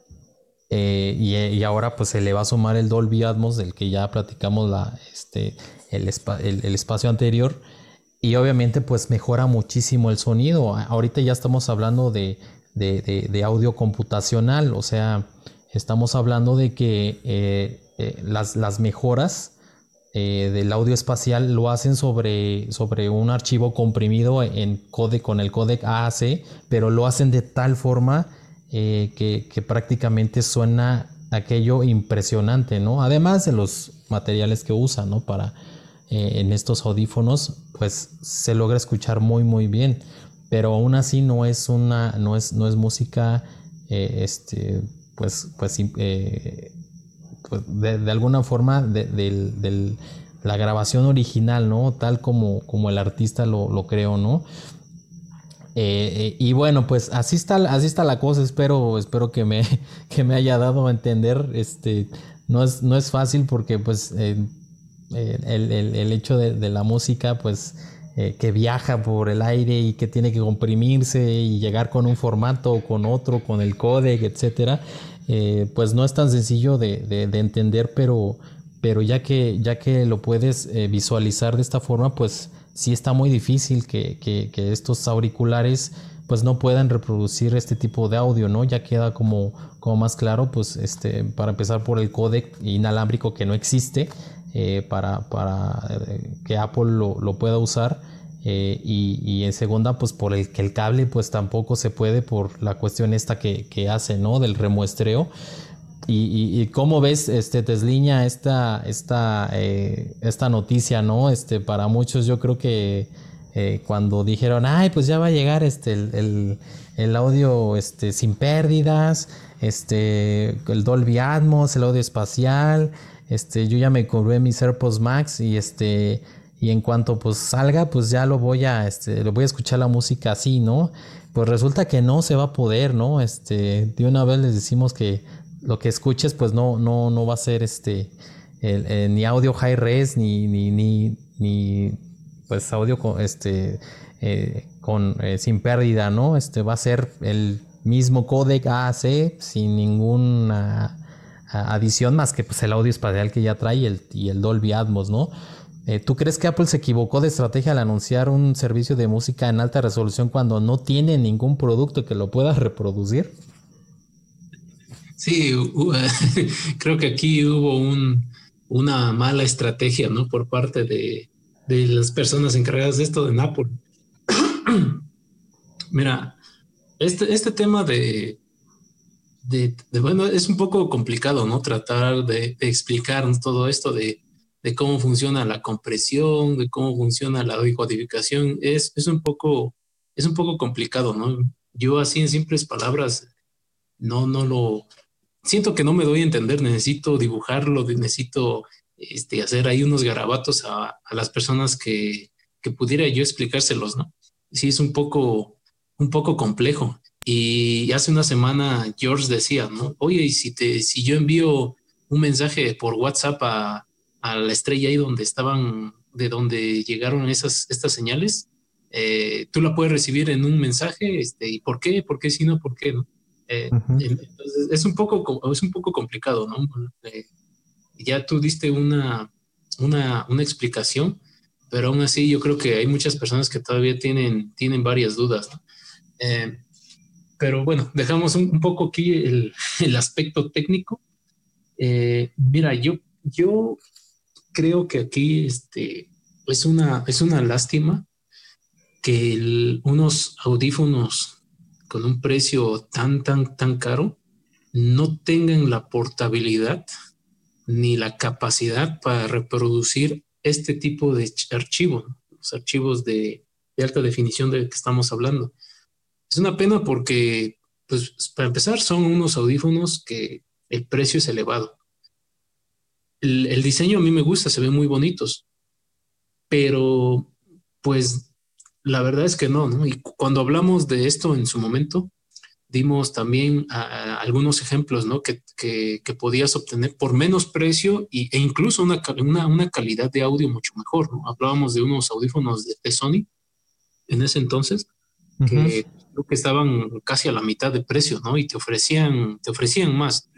eh, y, y ahora pues se le va a sumar el Dolby Atmos, del que ya platicamos la, este, el, espa, el, el espacio anterior, y obviamente pues mejora muchísimo el sonido. Ahorita ya estamos hablando de, de, de, de audio computacional, o sea, estamos hablando de que eh, eh, las, las mejoras Eh, del audio espacial lo hacen sobre, sobre un archivo comprimido en codec, con el códec A A C, pero lo hacen de tal forma eh, que, que prácticamente suena aquello impresionante, ¿no? Además de los materiales que usan, ¿no? Para eh, en estos audífonos, pues se logra escuchar muy muy bien, pero aún así no es una no es no es música eh, este pues pues eh, pues de, de alguna forma de, de, de la grabación original, ¿no? Tal como, como el artista lo, lo creó, ¿no? Eh, eh, y bueno, pues así está, así está la cosa. Espero, espero que me, que me haya dado a entender. Este, no es, no es fácil porque pues eh, eh, el, el, el hecho de, de la música, pues eh, que viaja por el aire y que tiene que comprimirse y llegar con un formato o con otro, con el códec, etcétera, eh, pues no es tan sencillo de, de, de entender, pero, pero ya que, ya que lo puedes eh, visualizar de esta forma, pues sí está muy difícil que, que, que estos auriculares pues no puedan reproducir este tipo de audio, ¿no? Ya queda como, como más claro, pues este, para empezar por el códec inalámbrico que no existe, eh, para, para eh, que Apple lo, lo pueda usar, eh, y, y en segunda, pues por el que el cable pues tampoco se puede por la cuestión esta que, que hace, ¿no? Del remuestreo. Y, y, y cómo ves, este, Tesliña, esta, esta, eh, esta noticia, ¿no? Este, para muchos yo creo que eh, cuando dijeron, ay, pues ya va a llegar este, el, el, el audio este, sin pérdidas, este, el Dolby Atmos, el audio espacial, este, yo ya me compré mis AirPods Max y este, y en cuanto pues salga, pues ya lo voy a, este, lo voy a escuchar la música así, ¿no? Pues resulta que no se va a poder, ¿no? Este, de una vez les decimos que lo que escuches pues no, no, no va a ser este el, el, ni audio high res ni, ni, ni, ni pues audio con, este, eh, con eh, sin pérdida, ¿no? Este va a ser el mismo códec A A C sin ninguna adición más que pues el audio espacial que ya trae y el, y el Dolby Atmos, ¿no? Eh, ¿Tú crees que Apple se equivocó de estrategia al anunciar un servicio de música en alta resolución cuando no tiene ningún producto que lo pueda reproducir? Sí, uh, creo que aquí hubo un, una mala estrategia, ¿no? Por parte de, de las personas encargadas de esto en Apple. Mira, este, este tema de, de, de, bueno, es un poco complicado, ¿no? Tratar de, de explicar todo esto de, de cómo funciona la compresión, de cómo funciona la decodificación. Es, es un poco, es un poco complicado, ¿no? Yo así en simples palabras no, no lo siento que no me doy a entender, necesito dibujarlo, necesito este, hacer ahí unos garabatos a, a las personas que, que pudiera yo explicárselos, ¿no? Sí, es un poco, un poco complejo. Y hace una semana George decía, ¿no? Oye, y si, te, si yo envío un mensaje por WhatsApp a, a la estrella ahí donde estaban, de donde llegaron esas, estas señales, eh, tú la puedes recibir en un mensaje, este, ¿y por qué? ¿Por qué si no? ¿Por qué no? Eh, Uh-huh. entonces es un poco, es un poco complicado, ¿no? Eh, ya tú diste una, una, una explicación, pero aún así yo creo que hay muchas personas que todavía tienen, tienen varias dudas, ¿no? Eh, pero bueno, dejamos un, un poco aquí el, el aspecto técnico. Eh, mira, yo, yo creo que aquí este, es, una, es una lástima que el, unos audífonos con un precio tan, tan, tan caro no tengan la portabilidad ni la capacidad para reproducir este tipo de archivos, los archivos de, de alta definición de que estamos hablando. Es una pena porque, pues, para empezar, son unos audífonos que el precio es elevado. El, el diseño a mí me gusta, se ven muy bonitos, pero pues la verdad es que no, ¿no? Y cuando hablamos de esto en su momento, dimos también a, a algunos ejemplos, ¿no? Que, que, que, podías obtener por menos precio y, e incluso una, una, una, calidad de audio mucho mejor, ¿no? Hablábamos de unos audífonos de, de Sony en ese entonces Uh-huh. que creo que estaban casi a la mitad de precio, ¿no? Y te ofrecían, te ofrecían más.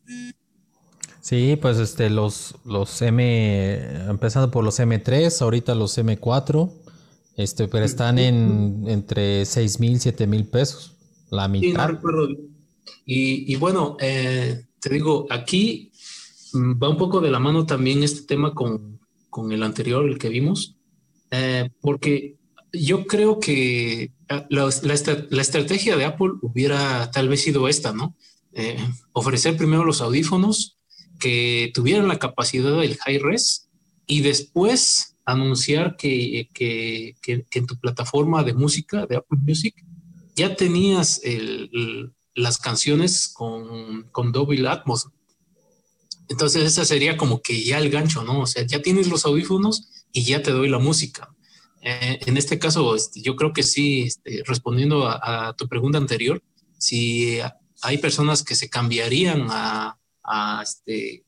Sí, pues este, los, los M, empezando por los M tres, ahorita los M cuatro, este, pero están en entre seis mil, siete mil pesos, la Sí, no mitad. recuerdo bien. Y, y bueno, eh, te digo, aquí va un poco de la mano también este tema con, con el anterior, el que vimos, eh, porque yo creo que la, la, la, estrategia de Apple hubiera tal vez sido esta, ¿no? Eh, ofrecer primero los audífonos que tuvieran la capacidad del high res y después anunciar que, que, que, que en tu plataforma de música, de Apple Music, ya tenías el, el, las canciones con, con Dolby Atmos. Entonces esa sería como que ya el gancho, ¿no? O sea, ya tienes los audífonos y ya te doy la música. Eh, en este caso, este, yo creo que sí, este, respondiendo a, a tu pregunta anterior, si hay personas que se cambiarían a, a, este,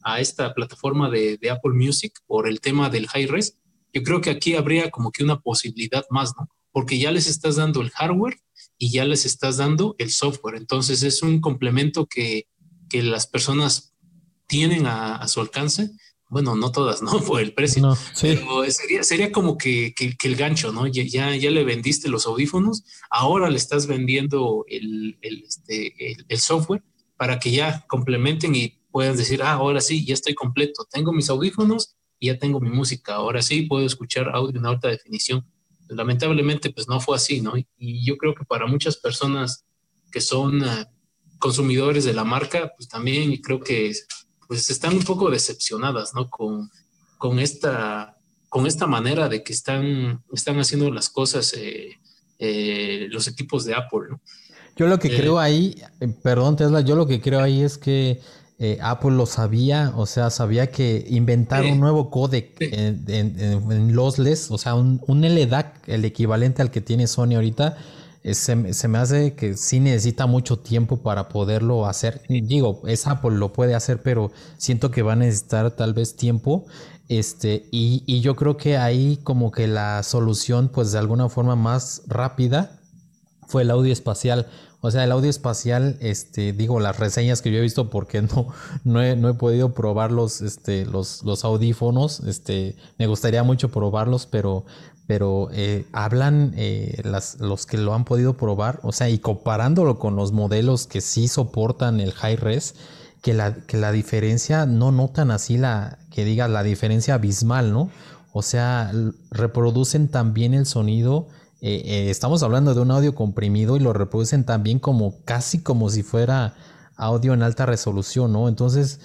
a esta plataforma de, de Apple Music por el tema del high res, yo creo que aquí habría como que una posibilidad más, ¿no? Porque ya les estás dando el hardware y ya les estás dando el software. Entonces es un complemento que, que las personas tienen a, a su alcance. Bueno, no todas, ¿no? Por el precio, No, sí. pero sería, sería como que, que, que el gancho, ¿no? Ya, ya, ya le vendiste los audífonos, ahora le estás vendiendo el, el, este, el, el software para que ya complementen y puedan decir, ah, ahora sí, ya estoy completo, tengo mis audífonos y ya tengo mi música, ahora sí puedo escuchar audio en alta definición. Lamentablemente, pues no fue así, ¿no? Y yo creo que para muchas personas que son uh, consumidores de la marca, pues también creo que pues están un poco decepcionadas, ¿no? Con, con, esta, con esta manera de que están, están haciendo las cosas eh, eh, los equipos de Apple, ¿no? Yo lo que Eh, creo ahí, eh, perdón Tesla, yo lo que creo ahí es que eh, Apple lo sabía, o sea, sabía que inventar un eh, nuevo códec eh, en, en, en, en lossless, o sea, un, un L D A C, el equivalente al que tiene Sony ahorita, eh, se, se me hace que sí necesita mucho tiempo para poderlo hacer. Digo, es Apple, lo puede hacer, pero siento que va a necesitar tal vez tiempo. Este, y, y yo creo que ahí como que la solución, pues de alguna forma más rápida, fue el audio espacial. O sea, el audio espacial, este, digo, las reseñas que yo he visto, porque no, no, he, no he podido probar los, este, los, los audífonos, este, me gustaría mucho probarlos, pero, pero eh, hablan eh, las, los que lo han podido probar, o sea, y comparándolo con los modelos que sí soportan el high res, que la, que la diferencia, no notan así la, que diga la diferencia abismal, ¿no? O sea, reproducen también el sonido. Eh, eh, estamos hablando de un audio comprimido y lo reproducen también como casi como si fuera audio en alta resolución, ¿no? Entonces,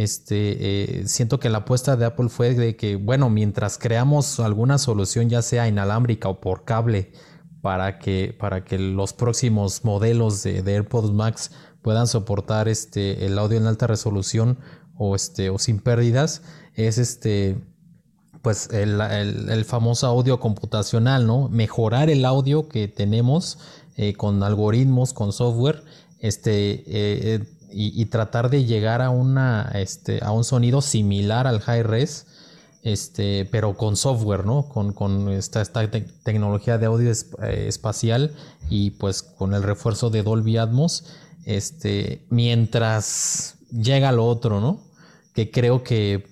este, eh, siento que la apuesta de Apple fue de que, bueno, mientras creamos alguna solución, ya sea inalámbrica o por cable, para que, para que los próximos modelos de, de AirPods Max puedan soportar este, el audio en alta resolución o, este, o sin pérdidas, es este pues el, el, el famoso audio computacional, ¿no? Mejorar el audio que tenemos eh, con algoritmos, con software, este, eh, y, y tratar de llegar a una, este, a un sonido similar al high res, este, pero con software, ¿no? Con, con esta, esta te tecnología de audio es, eh, espacial y pues con el refuerzo de Dolby Atmos, este, mientras llega lo otro, ¿no? Que creo que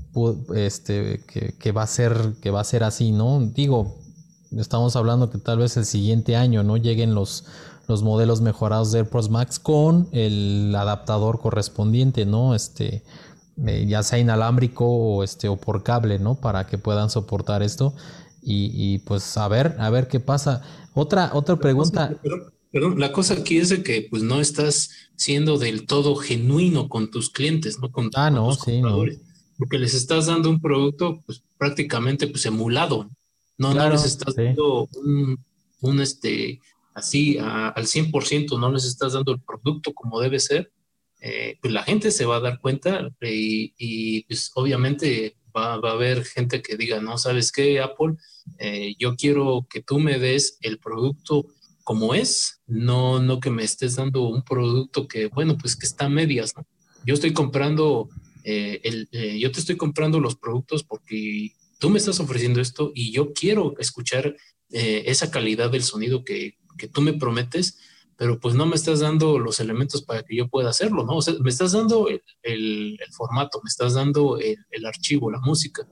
este que, que va a ser que va a ser así, ¿no? Digo, estamos hablando que tal vez el siguiente año no lleguen los los modelos mejorados de AirPods Max con el adaptador correspondiente, ¿no? Este eh, ya sea inalámbrico o este o por cable, ¿no? Para que puedan soportar esto y, y pues a ver a ver qué pasa. Otra otra la cosa, pregunta. perdón, perdón, la cosa aquí es de que pues no estás siendo del todo genuino con tus clientes, ¿no? Con, Ah, con no, tus sí, no. compradores, porque les estás dando un producto pues prácticamente pues emulado, no, no les Claro, estás sí. dando un, un este, así a- al cien por ciento, no les estás dando el producto como debe ser. Eh, pues la gente se va a dar cuenta eh, y, y, pues obviamente va, va a haber gente que diga, no, ¿sabes qué, Apple? Eh, yo quiero que tú me des el producto como es, no, no que me estés dando un producto que, bueno, pues que está a medias, ¿no? Yo estoy comprando, eh, el, eh, yo te estoy comprando los productos porque tú me estás ofreciendo esto y yo quiero escuchar eh, esa calidad del sonido que, que tú me prometes, pero pues no me estás dando los elementos para que yo pueda hacerlo, ¿no? O sea, me estás dando el, el, el formato, me estás dando el, el archivo, la música,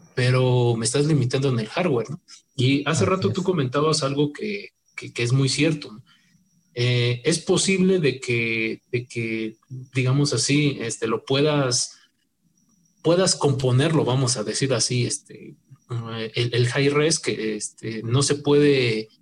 pero me estás limitando en el hardware, ¿no? Y hace Así rato tú es. comentabas algo que, que, que es muy cierto, ¿no? Eh, es posible de que, de que, digamos así, este, lo puedas, puedas componerlo, vamos a decir así, este, eh, el, el high res que este, no se puede eh,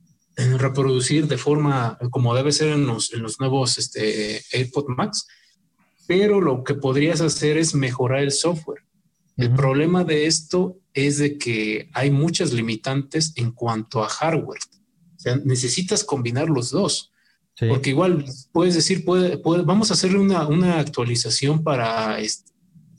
reproducir de forma como debe ser en los, en los nuevos este, AirPod Max, pero lo que podrías hacer es mejorar el software. El Ujú. problema de esto es de que hay muchas limitantes en cuanto a hardware. O sea, necesitas combinar los dos, Sí. porque igual puedes decir, puede, puede, vamos a hacerle una, una actualización para, este,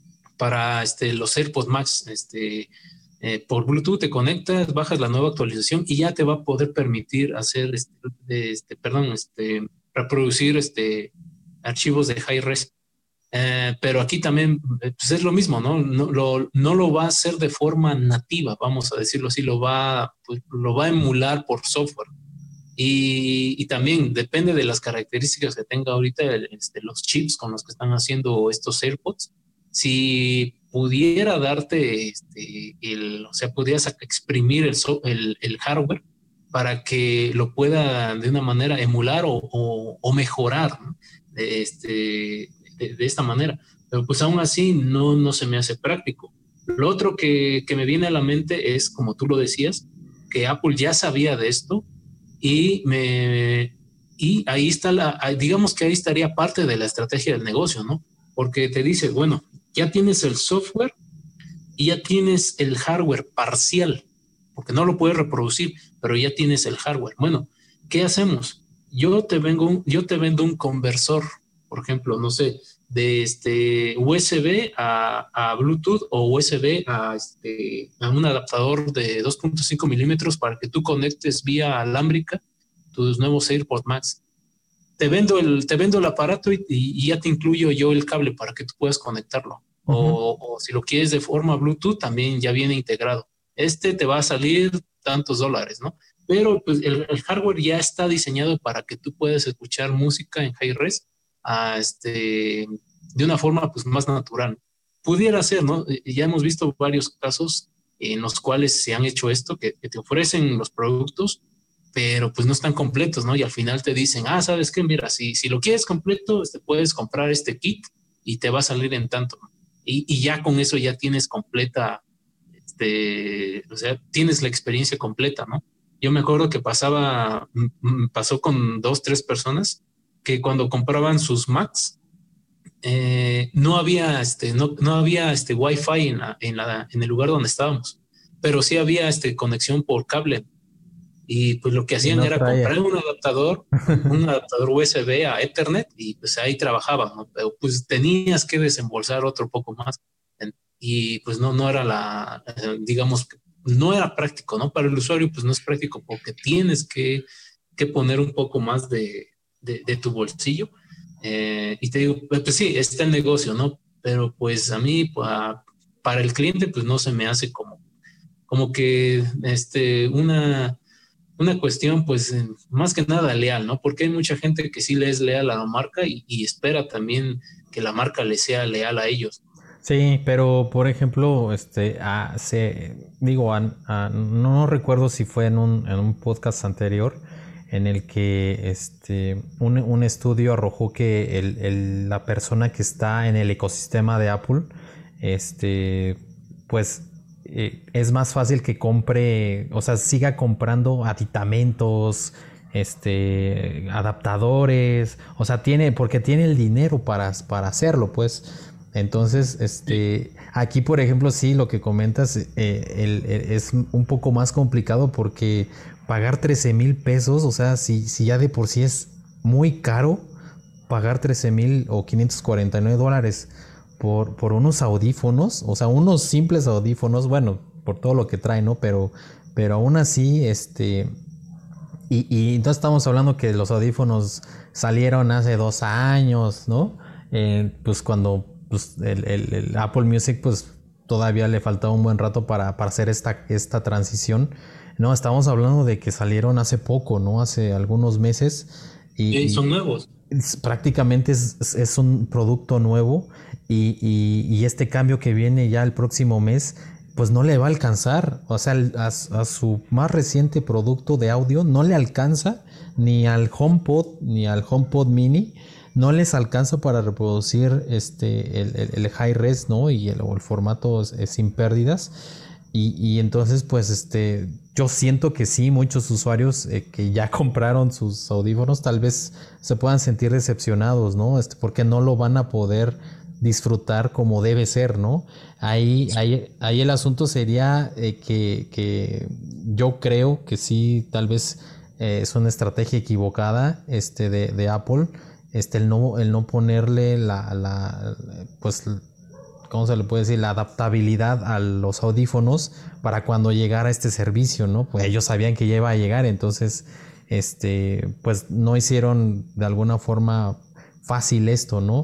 para este, los AirPods Max. Este, eh, por Bluetooth te conectas, bajas la nueva actualización y ya te va a poder permitir hacer, este, este perdón, este, reproducir este, archivos de high res. Eh, pero aquí también pues es lo mismo, ¿no? No lo, no lo va a hacer de forma nativa, vamos a decirlo así, lo va, pues, lo va a emular por software. Y, y también depende de las características que tenga ahorita el, este, los chips con los que están haciendo estos AirPods. Si pudiera darte, este, el, o sea, pudieras exprimir el, so, el, el hardware para que lo pueda de una manera emular o, o, o mejorar, ¿no? este, de, de, esta manera. Pero pues aún así no, no se me hace práctico. Lo otro que, que me viene a la mente es, como tú lo decías, que Apple ya sabía de esto y me y ahí está la, digamos que ahí estaría parte de la estrategia del negocio, ¿no? Porque te dice, bueno, ya tienes el software y ya tienes el hardware parcial, porque no lo puedes reproducir, pero ya tienes el hardware. Bueno, ¿qué hacemos? Yo te vengo, yo te vendo un conversor, por ejemplo, no sé, de este U S B a, a Bluetooth o U S B a, este, a un adaptador de dos punto cinco milímetros para que tú conectes vía alámbrica tus nuevos AirPods Max. Te vendo el, te vendo el aparato y, y ya te incluyo yo el cable para que tú puedas conectarlo. Uh-huh. O, o si lo quieres de forma Bluetooth, también ya viene integrado. Este te va a salir tantos dólares, ¿no? Pero pues, el, el hardware ya está diseñado para que tú puedas escuchar música en high res a este, de una forma pues, más natural. Pudiera ser, ¿no? Ya hemos visto varios casos en los cuales se han hecho esto, que, que te ofrecen los productos, pero pues no están completos, ¿no? Y al final te dicen, ah, ¿sabes qué? Mira, si, si lo quieres completo, este, puedes comprar este kit y te va a salir en tanto. Y, y ya con eso ya tienes completa, este, o sea, tienes la experiencia completa, ¿no? Yo me acuerdo que pasaba, pasó con dos, tres personas que cuando compraban sus Macs, eh, no había, este, no, no había este Wi-Fi en, la, en, la, en el lugar donde estábamos, pero sí había este, conexión por cable. Y pues lo que Y hacían no era comprar traía. un adaptador, un adaptador U S B a Ethernet y pues ahí trabajaban, ¿no? Pero pues tenías que desembolsar otro poco más y pues no, no era la, digamos, no era práctico, ¿no? Para el usuario pues no es práctico porque tienes que, que poner un poco más de, de, de tu bolsillo. Eh, y te digo, pues sí, está el negocio, ¿no? Pero pues a mí, pues, para el cliente pues no se me hace como, como que este, una una cuestión, pues, más que nada leal, ¿no? Porque hay mucha gente que sí le es leal a la marca y, y espera también que la marca le sea leal a ellos. Sí, pero por ejemplo, este, ah, se, digo, ah, ah, no recuerdo si fue en un, en un podcast anterior en el que este, un, un estudio arrojó que el, el, la persona que está en el ecosistema de Apple, este, pues eh, es más fácil que compre, o sea, siga comprando aditamentos, este, adaptadores, o sea, tiene, porque tiene el dinero para, para hacerlo, pues. Entonces, este, aquí por ejemplo, sí, lo que comentas eh, el, el, es un poco más complicado porque pagar trece mil pesos, o sea, si, si ya de por sí es muy caro, pagar trece mil o quinientos cuarenta y nueve dólares por, por unos audífonos, o sea, unos simples audífonos, bueno, por todo lo que trae, ¿no? Pero, pero aún así, este, y, y entonces estamos hablando que los audífonos salieron hace dos años, ¿no? Eh, pues cuando pues el, el, el Apple Music pues todavía le faltaba un buen rato para, para hacer esta, esta transición. No, estamos hablando de que salieron hace poco, ¿no? Hace algunos meses. Y, Y y son nuevos. es, prácticamente es, es un producto nuevo y, y, y este cambio que viene ya el próximo mes pues no le va a alcanzar, o sea, a, a su más reciente producto de audio no le alcanza ni al HomePod ni al HomePod Mini, no les alcanza para reproducir este el, el, el high res, ¿no? Y el, el formato es, es sin pérdidas. Y, y entonces pues este yo siento que sí, muchos usuarios eh, que ya compraron sus audífonos tal vez se puedan sentir decepcionados, ¿no? Este, porque no lo van a poder disfrutar como debe ser, ¿no? Ahí, ahí, ahí el asunto sería eh, que, que yo creo que sí, tal vez eh, es una estrategia equivocada este, de, de Apple, este, el, no, el no ponerle la, la, pues, ¿cómo se le puede decir? La adaptabilidad a los audífonos para cuando llegara este servicio, ¿no? Pues ellos sabían que ya iba a llegar, entonces, este, pues no hicieron de alguna forma fácil esto, ¿no?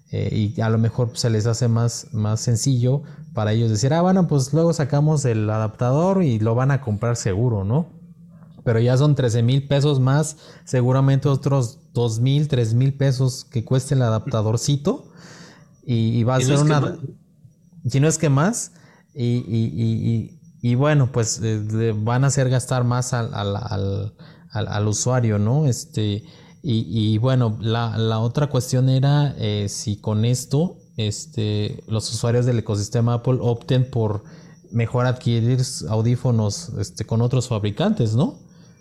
eh, y a lo mejor se les hace más, más sencillo para ellos decir, ah, bueno, pues luego sacamos el adaptador y lo van a comprar seguro, ¿no? Pero ya son trece mil pesos más, seguramente otros dos mil, tres mil pesos que cueste el adaptadorcito. Y, y va a ser una, si no es que más, y, y, y, y, y bueno, pues eh, van a hacer gastar más al, al, al, al, al usuario, ¿no? Este, y, y bueno, la, la otra cuestión era eh, si con esto este, los usuarios del ecosistema Apple opten por mejor adquirir audífonos este, con otros fabricantes, ¿no?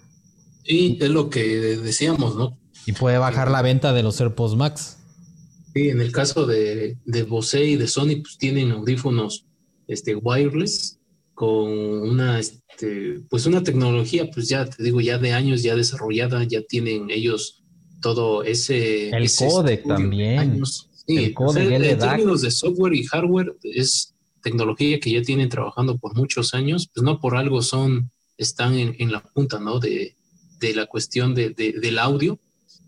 Sí, es lo que decíamos, ¿no? Y puede bajar Que, la venta de los AirPods Max. sí, en el caso de, de Bose y de Sony, pues tienen audífonos este, wireless con una, este, pues una tecnología, pues ya te digo, ya de años ya desarrollada, ya tienen ellos todo ese, El ese codec estudio de también. años. El Sí, o sea, codec en L D A C. términos de software y hardware, es tecnología que ya tienen trabajando por muchos años, pues no por algo son, están en, en la punta, ¿no? De, de la cuestión de, de, del audio.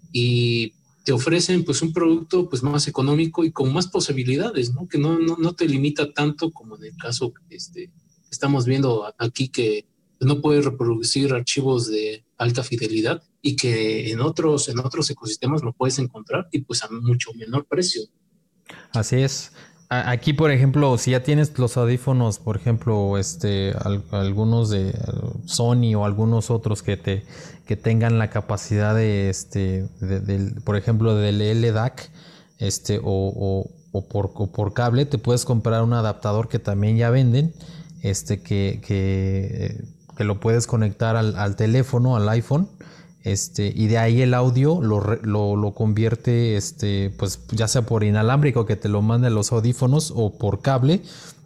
Y te ofrecen pues un producto pues más económico y con más posibilidades, ¿no? Que no, no, no te limita tanto como en el caso este, estamos viendo aquí que no puedes reproducir archivos de alta fidelidad y que en otros, en otros ecosistemas lo puedes encontrar y pues a mucho menor precio. Así es. A- Aquí, por ejemplo, si ya tienes los audífonos, por ejemplo, este, al- algunos de eh, Sony o algunos otros que te que tengan la capacidad de, este, de- del- por ejemplo, del L D A C, este, o, o- o por, o por cable, te puedes comprar un adaptador que también ya venden, este, que, que, que lo puedes conectar al, al teléfono, al iPhone. Este, y de ahí el audio lo, lo, lo convierte, este, pues ya sea por inalámbrico que te lo mande los audífonos o por cable,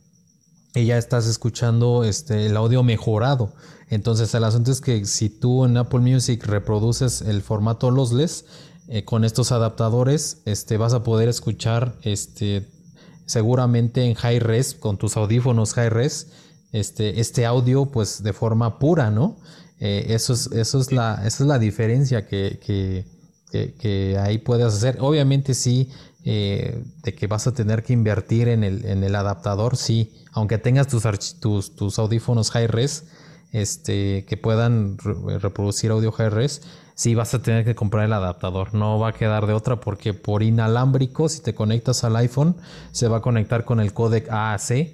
y ya estás escuchando este, el audio mejorado. Entonces el asunto es que si tú en Apple Music reproduces el formato lossless, eh, con estos adaptadores este, vas a poder escuchar este, seguramente en high res, con tus audífonos high res, este, este audio pues de forma pura, ¿no? Eh, eso, es, eso, es la, esa es la diferencia que, que, que, que ahí puedes hacer. Obviamente sí, eh, de que vas a tener que invertir en el, en el adaptador, sí, aunque tengas tus, tus, tus audífonos high res, este, que puedan re reproducir audio high res, sí vas a tener que comprar el adaptador, no va a quedar de otra, porque por inalámbrico, si te conectas al iPhone, se va a conectar con el códec A A C,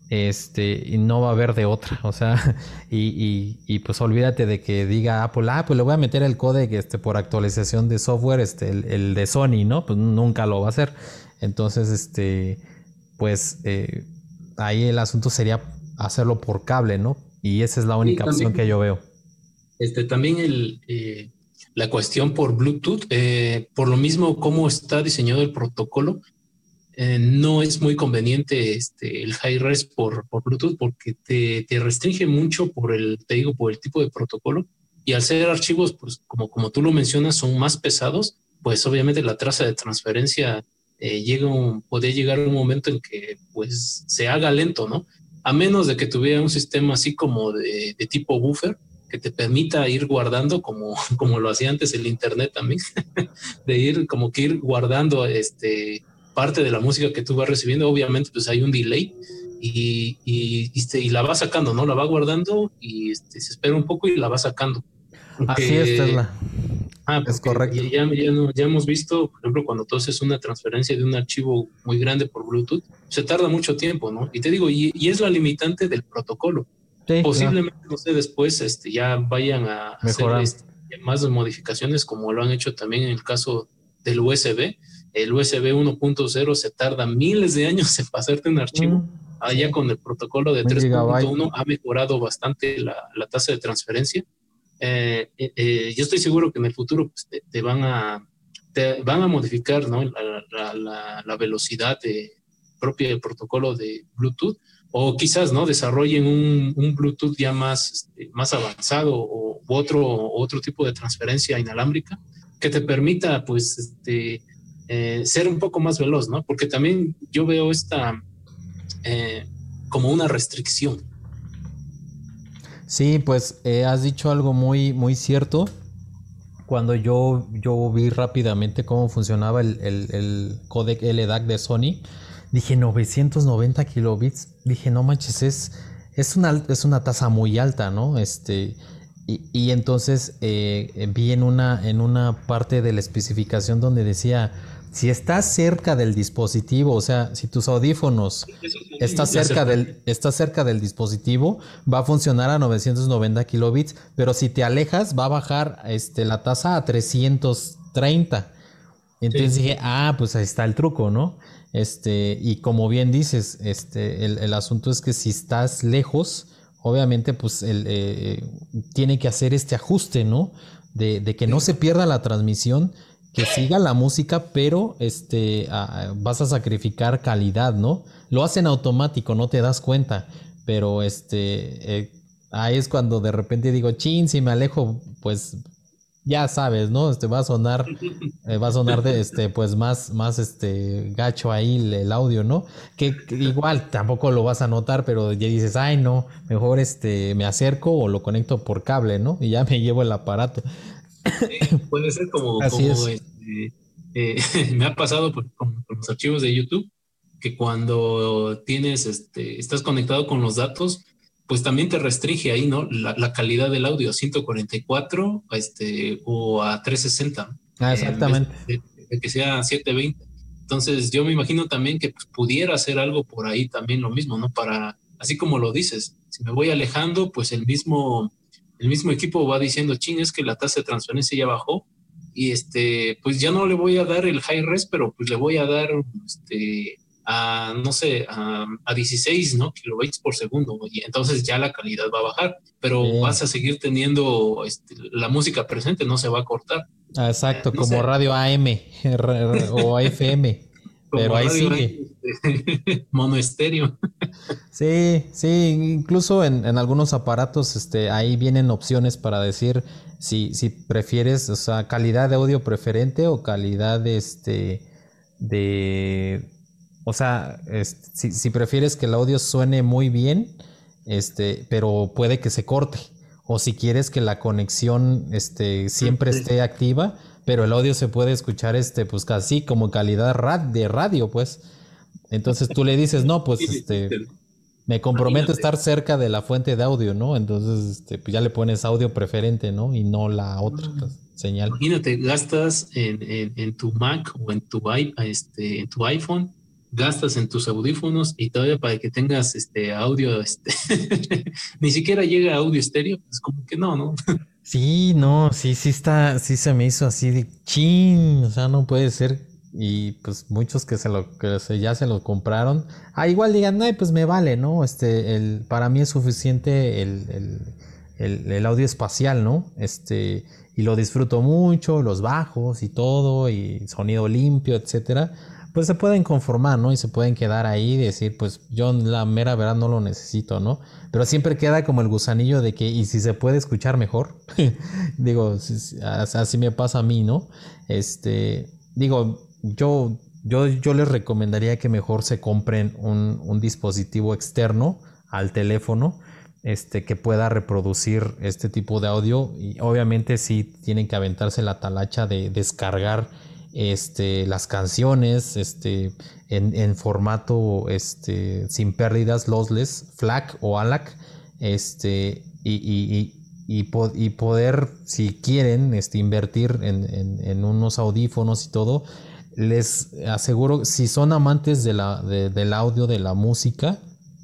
este, y no va a haber de otra, o sea, y, y, y pues olvídate de que diga Apple, ah, pues le voy a meter el códec este, por actualización de software, este, el, el de Sony, ¿no? Pues nunca lo va a hacer. Entonces, este, pues eh, ahí el asunto sería hacerlo por cable, ¿no? Y esa es la Y única opción que también, yo veo. este, también el, eh, la cuestión por Bluetooth, eh, por lo mismo cómo está diseñado el protocolo, eh, no es muy conveniente este, el high res por, por Bluetooth porque te, te, restringe mucho por el, te digo, por el tipo de protocolo. Y al ser archivos, pues como, como tú lo mencionas, son más pesados, pues obviamente la tasa de transferencia eh, llega un, puede llegar un momento en que pues se haga lento, ¿no? A menos de que tuviera un sistema así como de, de tipo buffer que te permita ir guardando como, como lo hacía antes el internet también, de ir como que ir guardando este parte de la música que tú vas recibiendo, obviamente pues hay un delay y, y, y, este, y la va sacando, ¿no? La va guardando y este, se espera un poco y la va sacando. Así es, Porque, Tesla. ah, Es porque correcto. ya, ya, no, ya hemos visto, por ejemplo, cuando tú haces una transferencia de un archivo muy grande por Bluetooth, se tarda mucho tiempo, ¿no? Y te digo, y, y es la limitante del protocolo. Sí, claro. Posiblemente, no sé, después este, ya vayan a hacer Mejorar. este, más modificaciones como lo han hecho también en el caso del U S B. El U S B uno punto cero se tarda miles de años en pasarte un archivo. Mm, Allá sí. con el protocolo de Un tres punto gigabyte. uno ha mejorado bastante la, la tasa de transferencia. Eh, eh, eh, yo estoy seguro que en el futuro pues, te, te, van a, te van a modificar, ¿no? la, la, la, la velocidad de, propia del protocolo de Bluetooth, o quizás no desarrollen un, un Bluetooth ya más, este, más avanzado o otro, otro tipo de transferencia inalámbrica que te permita pues este, eh, ser un poco más veloz, ¿no? Porque también yo veo esta eh, como una restricción. Sí, pues eh, has dicho algo muy, muy cierto. cuando yo, yo vi rápidamente cómo funcionaba el, el, el codec L D A C de Sony, dije novecientos noventa kilobits, dije no manches, es, es, una, es una tasa muy alta, ¿no? Este, y, y entonces eh, vi en una, en una parte de la especificación donde decía, si estás cerca del dispositivo, o sea, si tus audífonos estás cerca del, estás cerca del dispositivo, va a funcionar a novecientos noventa kilobits, pero si te alejas va a bajar este, la tasa a trescientos treinta. Entonces sí. Dije, ah, pues ahí está el truco, ¿no? Este, y como bien dices, este, el, el asunto es que si estás lejos, obviamente, pues el, eh, tiene que hacer este ajuste, ¿no? De, de que no se pierda la transmisión, que siga la música, pero este, a, vas a sacrificar calidad, ¿no? Lo hacen automático, no te das cuenta, pero este, eh, ahí es cuando de repente digo, chin, si me alejo, pues ya sabes, ¿no? Este va a sonar, eh, va a sonar de este, pues más, más este gacho ahí el, el audio, ¿no? Que, que igual tampoco lo vas a notar, pero ya dices, ay no, mejor este me acerco o lo conecto por cable, ¿no? Y ya me llevo el aparato. Sí, puede ser como, Así como es. este, eh, me ha pasado por, con, con los archivos de YouTube, que cuando tienes, este, estás conectado con los datos, pues también te restringe ahí, ¿no? La, la calidad del audio a ciento cuarenta y cuatro este, o a trescientos sesenta, Ah, eh, en vez exactamente. de, de que sea setecientos veinte. Entonces yo me imagino también que pues, pudiera hacer algo por ahí también lo mismo, ¿no? Para, así como lo dices, si me voy alejando, pues el mismo, el mismo equipo va diciendo, ching, es que la tasa de transferencia ya bajó y este, pues ya no le voy a dar el high res, pero pues le voy a dar este a, no sé, a, a dieciséis, ¿no? kilobytes por segundo, y entonces ya la calidad va a bajar, pero Sí. vas a seguir teniendo este, la música presente, no se va a cortar. Ah, Eh, exacto, no como sé, radio A M o F M, pero como ahí radio sigue. este, mono estéreo. Sí, sí, incluso en, en algunos aparatos este, ahí vienen opciones para decir si, si prefieres, o sea, calidad de audio preferente o calidad este, de, o sea, es- si, si prefieres que el audio suene muy bien, este, pero puede que se corte, o si quieres que la conexión este, siempre Sí. esté activa, pero el audio se puede escuchar este, pues casi como calidad rad de radio, pues. Entonces tú le dices, no, Sí, pues este difícil. me comprometo a Imagínate, estar cerca de la fuente de audio, ¿no? Entonces, este, pues ya le pones audio preferente, ¿no? Y no la otra la señal. imagínate, gastas en, en, en tu Mac o en tu, i- este, en tu iPhone, gastas en tus audífonos y todavía para que tengas este audio, este, ni siquiera llega audio estéreo, pues como que no, ¿no? Sí, no, sí, sí está, sí se me hizo así de chin, o sea, no puede ser. Y pues muchos que se lo, que se, ya se lo compraron, ah, igual digan, ay, pues me vale, ¿no? Este, el, para mí es suficiente el, el, el, el audio espacial, ¿no? Este, y lo disfruto mucho, los bajos y todo, y sonido limpio, etcétera. Pues se pueden conformar, ¿no? Y se pueden quedar ahí y decir, pues yo la mera verdad no lo necesito, ¿no? Pero siempre queda como el gusanillo de que, ¿y si se puede escuchar mejor? Digo, así me pasa a mí, ¿no? Este, digo, yo, yo, yo les recomendaría que mejor se compren un, un dispositivo externo al teléfono, este, que pueda reproducir este tipo de audio. Y obviamente sí tienen que aventarse la talacha de descargar este, las canciones este, en, en formato este, sin pérdidas, lossless, FLAC o ALAC, este, y, y, y y, po y, poder, si quieren, este, invertir en, en, en, unos audífonos y todo. Les aseguro, si son amantes de la, de, del audio, de la música,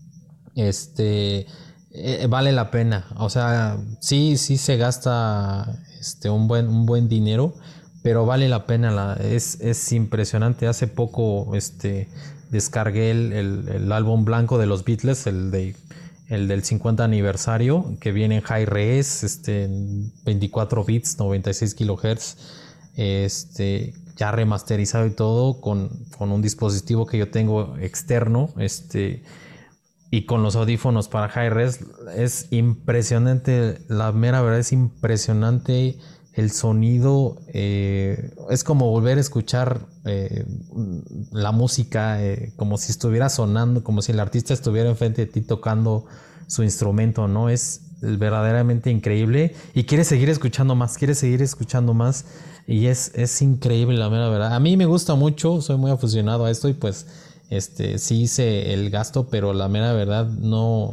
este, eh, vale la pena. O sea, sí, sí se gasta este, un, buen, un buen dinero, pero vale la pena. La, es, es impresionante. Hace poco este, descargué el, el, el álbum blanco de los Beatles, el de el del cincuenta aniversario, que viene en high res, este, en veinticuatro bits, noventa y seis kilohertz, este, ya remasterizado y todo, con, con un dispositivo que yo tengo externo, este, y con los audífonos para high res. Es impresionante, la mera verdad es impresionante el sonido. Eh, es como volver a escuchar eh, la música eh, como si estuviera sonando, como si el artista estuviera enfrente de ti tocando su instrumento, ¿no? Es verdaderamente increíble y quieres seguir escuchando más, quieres seguir escuchando más y es, es increíble la mera verdad. A mí me gusta mucho, soy muy aficionado a esto y pues este sí hice el gasto, pero la mera verdad no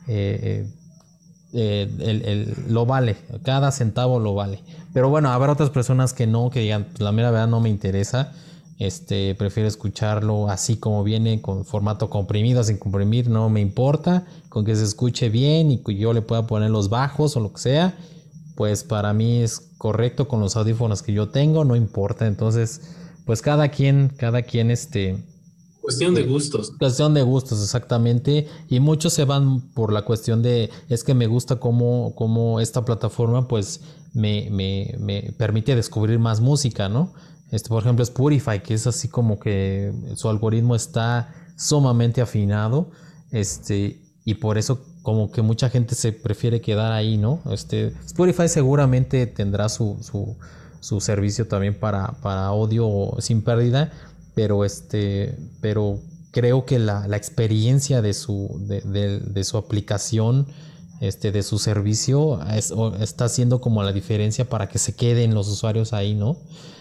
eh, eh, el, el, lo vale, cada centavo lo vale. Pero bueno, habrá otras personas que no, que digan, pues la mera verdad no me interesa. Este, prefiero escucharlo así como viene, con formato comprimido, sin comprimir, no me importa, con que se escuche bien y que yo le pueda poner los bajos o lo que sea, pues para mí es correcto con los audífonos que yo tengo, no importa. Entonces, pues cada quien, cada quien este... Cuestión de gustos. Cuestión de gustos, exactamente. Y muchos se van por la cuestión de, es que me gusta cómo, cómo esta plataforma pues me, me, me permite descubrir más música, ¿no? Este, por ejemplo, Spotify, que es así como que su algoritmo está sumamente afinado, este, y por eso como que mucha gente se prefiere quedar ahí, ¿no? Este, Spotify seguramente tendrá su, su, su servicio también para, para audio sin pérdida, pero este, pero creo que la, la experiencia de su, de, de, de su aplicación, este, de su servicio, es, está haciendo como la diferencia para que se queden los usuarios ahí, ¿no?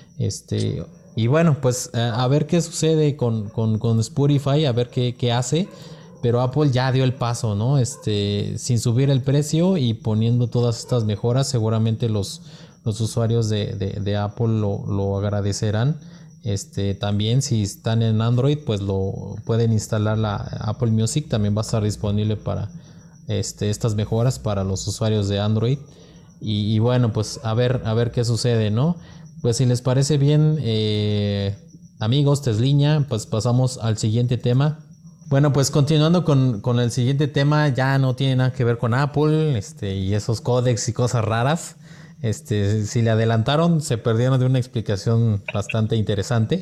Este, y bueno, pues a, a ver qué sucede con, con, con Spotify, a ver qué, qué hace. Pero Apple ya dio el paso, ¿no? Este, sin subir el precio y poniendo todas estas mejoras, seguramente los, los usuarios de, de, de Apple lo, lo agradecerán. Este, también si están en Android, pues lo pueden instalar la Apple Music, también va a estar disponible para este, estas mejoras para los usuarios de Android. Y, y bueno, pues a ver, a ver qué sucede, ¿no? Pues si les parece bien, eh, amigos, Tesliña, pues pasamos al siguiente tema. Bueno, pues continuando con, con el siguiente tema, ya no tiene nada que ver con Apple, este, y esos códecs y cosas raras. Este, si le adelantaron, se perdieron de una explicación bastante interesante.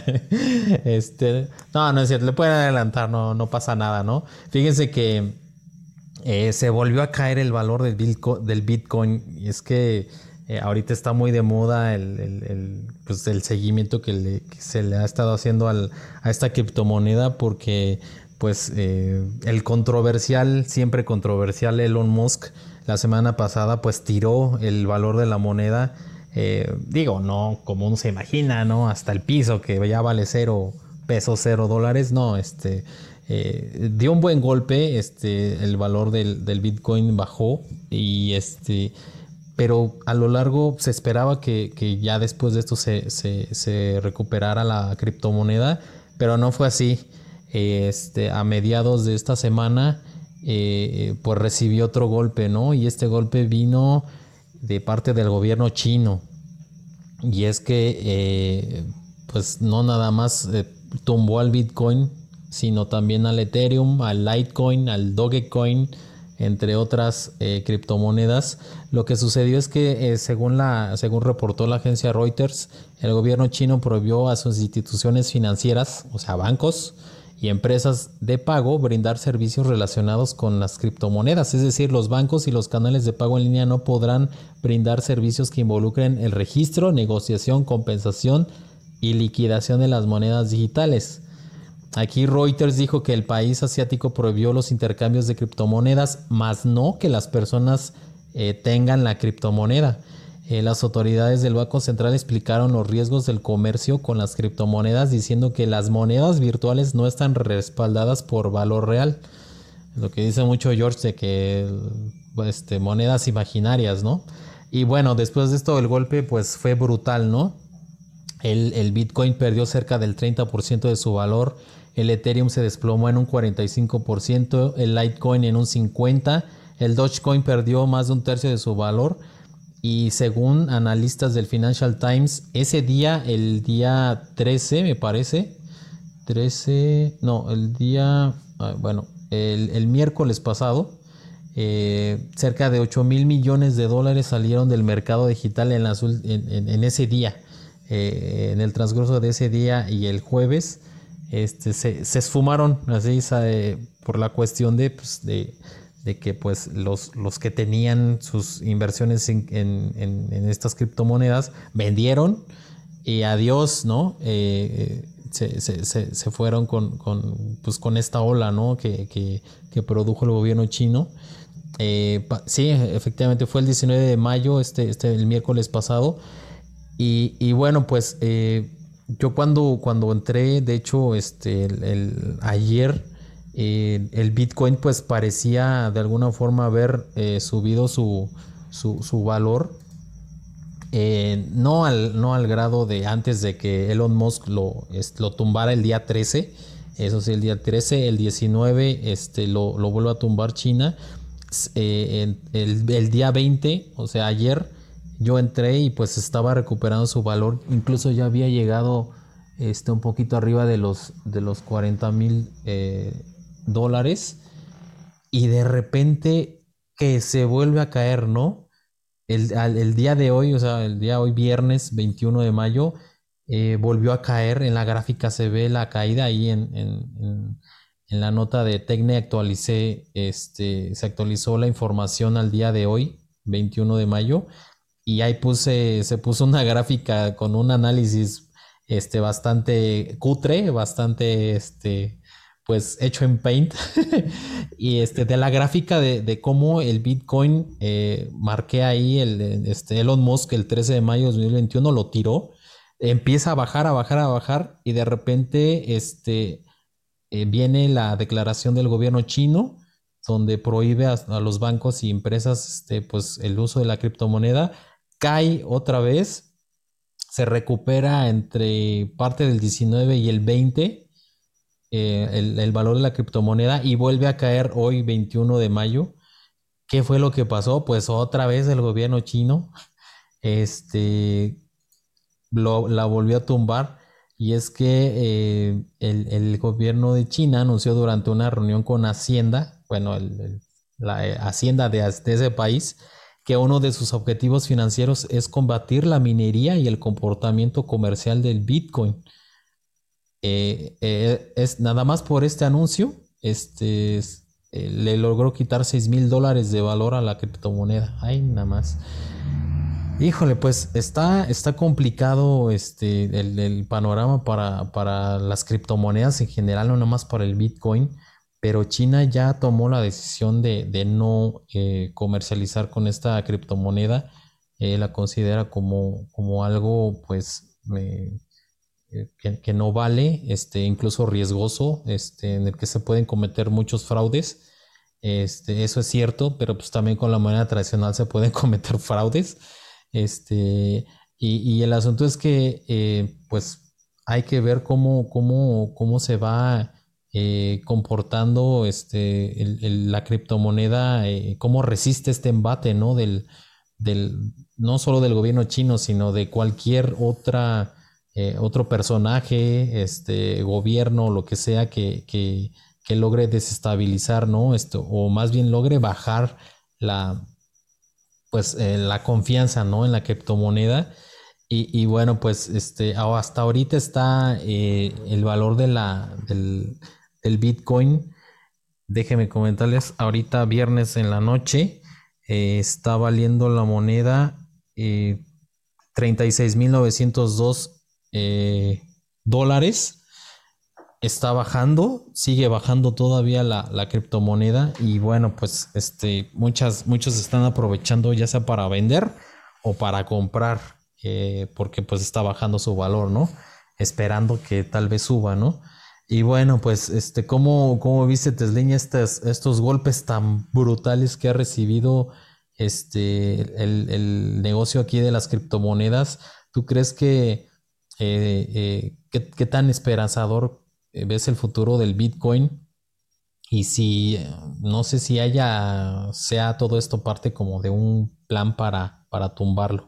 este, no, no es cierto, le pueden adelantar, no, no pasa nada, ¿no? Fíjense que eh, se volvió a caer el valor del Bitcoin, del Bitcoin y es que eh, ahorita está muy de moda el, el, el, pues el seguimiento que, le, que se le ha estado haciendo al, a esta criptomoneda porque pues eh, el controversial, siempre controversial Elon Musk la semana pasada pues tiró el valor de la moneda, eh, digo, no como uno se imagina, ¿no? Hasta el piso que ya vale cero pesos, cero dólares, no, este... Eh, dio un buen golpe, este, el valor del, del Bitcoin bajó y este, pero a lo largo se esperaba que, que ya después de esto se, se, se recuperara la criptomoneda, pero no fue así. Este, a mediados de esta semana, eh, pues recibió otro golpe, ¿no? Y este golpe vino de parte del gobierno chino. Y es que, eh, pues no nada más eh, tumbó al Bitcoin, sino también al Ethereum, al Litecoin, al Dogecoin, entre otras eh, criptomonedas. Lo que sucedió es que eh, según, la, según reportó la agencia Reuters, el gobierno chino prohibió a sus instituciones financieras, o sea bancos y empresas de pago, brindar servicios relacionados con las criptomonedas. Es decir, los bancos y los canales de pago en línea no podrán brindar servicios que involucren el registro, negociación, compensación y liquidación de las monedas digitales. Aquí Reuters dijo que el país asiático prohibió los intercambios de criptomonedas, más no que las personas eh, tengan la criptomoneda. Eh, las autoridades del Banco Central explicaron los riesgos del comercio con las criptomonedas, diciendo que las monedas virtuales no están respaldadas por valor real. Lo que dice mucho George de que este, monedas imaginarias, ¿no? Y bueno, después de esto el golpe pues fue brutal, ¿no? El, el Bitcoin perdió cerca del treinta por ciento de su valor. El Ethereum se desplomó en un cuarenta y cinco por ciento, el Litecoin en un cincuenta por ciento, el Dogecoin perdió más de un tercio de su valor y según analistas del Financial Times, ese día, el día trece me parece, trece, no, el día, bueno, el, el miércoles pasado, eh, cerca de ocho mil millones de dólares salieron del mercado digital en, las, en, en, en ese día, eh, en el transcurso de ese día y el jueves. Este, se, se esfumaron así sabe, por la cuestión de, pues, de, de que pues, los, los que tenían sus inversiones en, en, en, en estas criptomonedas vendieron y adiós, ¿no? Eh, se, se, se, se fueron con, con, pues, con esta ola, ¿no? que, que, que produjo el gobierno chino. Eh, pa- sí, efectivamente fue el diecinueve de mayo, este, este, el miércoles pasado. Y, y bueno, pues eh, yo cuando, cuando entré, de hecho, este, el, el- ayer eh, el Bitcoin pues parecía de alguna forma haber eh, subido su, su, su valor. Eh, no, al, no al grado de antes de que Elon Musk lo, es, lo tumbara el día trece. Eso sí, el día trece, el diecinueve este, lo, lo vuelve a tumbar China. Eh, el, el día veinte, o sea, ayer, yo entré y pues estaba recuperando su valor. Incluso ya había llegado este, un poquito arriba de los, de los cuarenta mil eh, dólares. Y de repente que se vuelve a caer, ¿no? El, al- el día de hoy, o sea, el día de hoy viernes veintiuno de mayo, eh, volvió a caer. En la gráfica se ve la caída ahí en, en, en- en la nota de Tecne actualicé, este, se actualizó la información al día de hoy, veintiuno de mayo, y ahí puse, se puso una gráfica con un análisis este, bastante cutre, bastante este, pues hecho en Paint. Y este, de la gráfica de, de cómo el Bitcoin, eh, marqué ahí el, este, Elon Musk el trece de mayo de dos mil veintiuno lo tiró, empieza a bajar, a bajar, a bajar, y de repente este, eh, viene la declaración del gobierno chino donde prohíbe a, a los bancos y empresas este, pues, el uso de la criptomoneda, cae otra vez, se recupera entre parte del diecinueve y el veinte, eh, el, el valor de la criptomoneda, y vuelve a caer hoy veintiuno de mayo. ¿Qué fue lo que pasó? Pues otra vez el gobierno chino este, lo, la volvió a tumbar. Y es que eh, el, el gobierno de China anunció durante una reunión con Hacienda, bueno, el, el- la eh, Hacienda de, de ese país, que uno de sus objetivos financieros es combatir la minería y el comportamiento comercial del Bitcoin. Eh, eh, es nada más por este anuncio, este es- eh, le logró quitar seis mil dólares de valor a la criptomoneda. Ay, nada más. Híjole, pues está, está complicado este, el, el panorama para, para las criptomonedas en general, no nomás para el Bitcoin, pero China ya tomó la decisión de, de no eh, comercializar con esta criptomoneda. Eh, la considera como, como algo pues eh, eh, que, que no vale, este, incluso riesgoso, este, en el que se pueden cometer muchos fraudes. Este, eso es cierto, pero pues también con la moneda tradicional se pueden cometer fraudes. Este, y, y el asunto es que eh, pues hay que ver cómo, cómo, cómo se va eh, comportando este, el- el- la criptomoneda, eh, cómo resiste este embate, ¿no? Del, del, no solo del gobierno chino, sino de cualquier otra eh, otro personaje, este gobierno, lo que sea que, que, que logre desestabilizar, ¿no? Esto, o más bien logre bajar la, pues, eh, la confianza, ¿no? En la criptomoneda. Y, y bueno, pues este, hasta ahorita está eh, el valor de la, del, del Bitcoin. Déjenme comentarles, ahorita viernes en la noche eh, está valiendo la moneda eh, treinta y seis mil novecientos dos eh, dólares. Está bajando, sigue bajando todavía la, la criptomoneda, y bueno, pues este, muchas, muchos están aprovechando ya sea para vender o para comprar, eh, porque pues está bajando su valor, ¿no? Esperando que tal vez suba, ¿no? Y bueno, pues este, ¿cómo, cómo viste, Tesliña, estos, estos golpes tan brutales que ha recibido este, el, el negocio aquí de las criptomonedas? ¿Tú crees que eh, eh, qué, qué tan esperanzador eh, ves el futuro del Bitcoin? Y si, eh, no sé si haya, sea todo esto parte como de un plan para, para tumbarlo.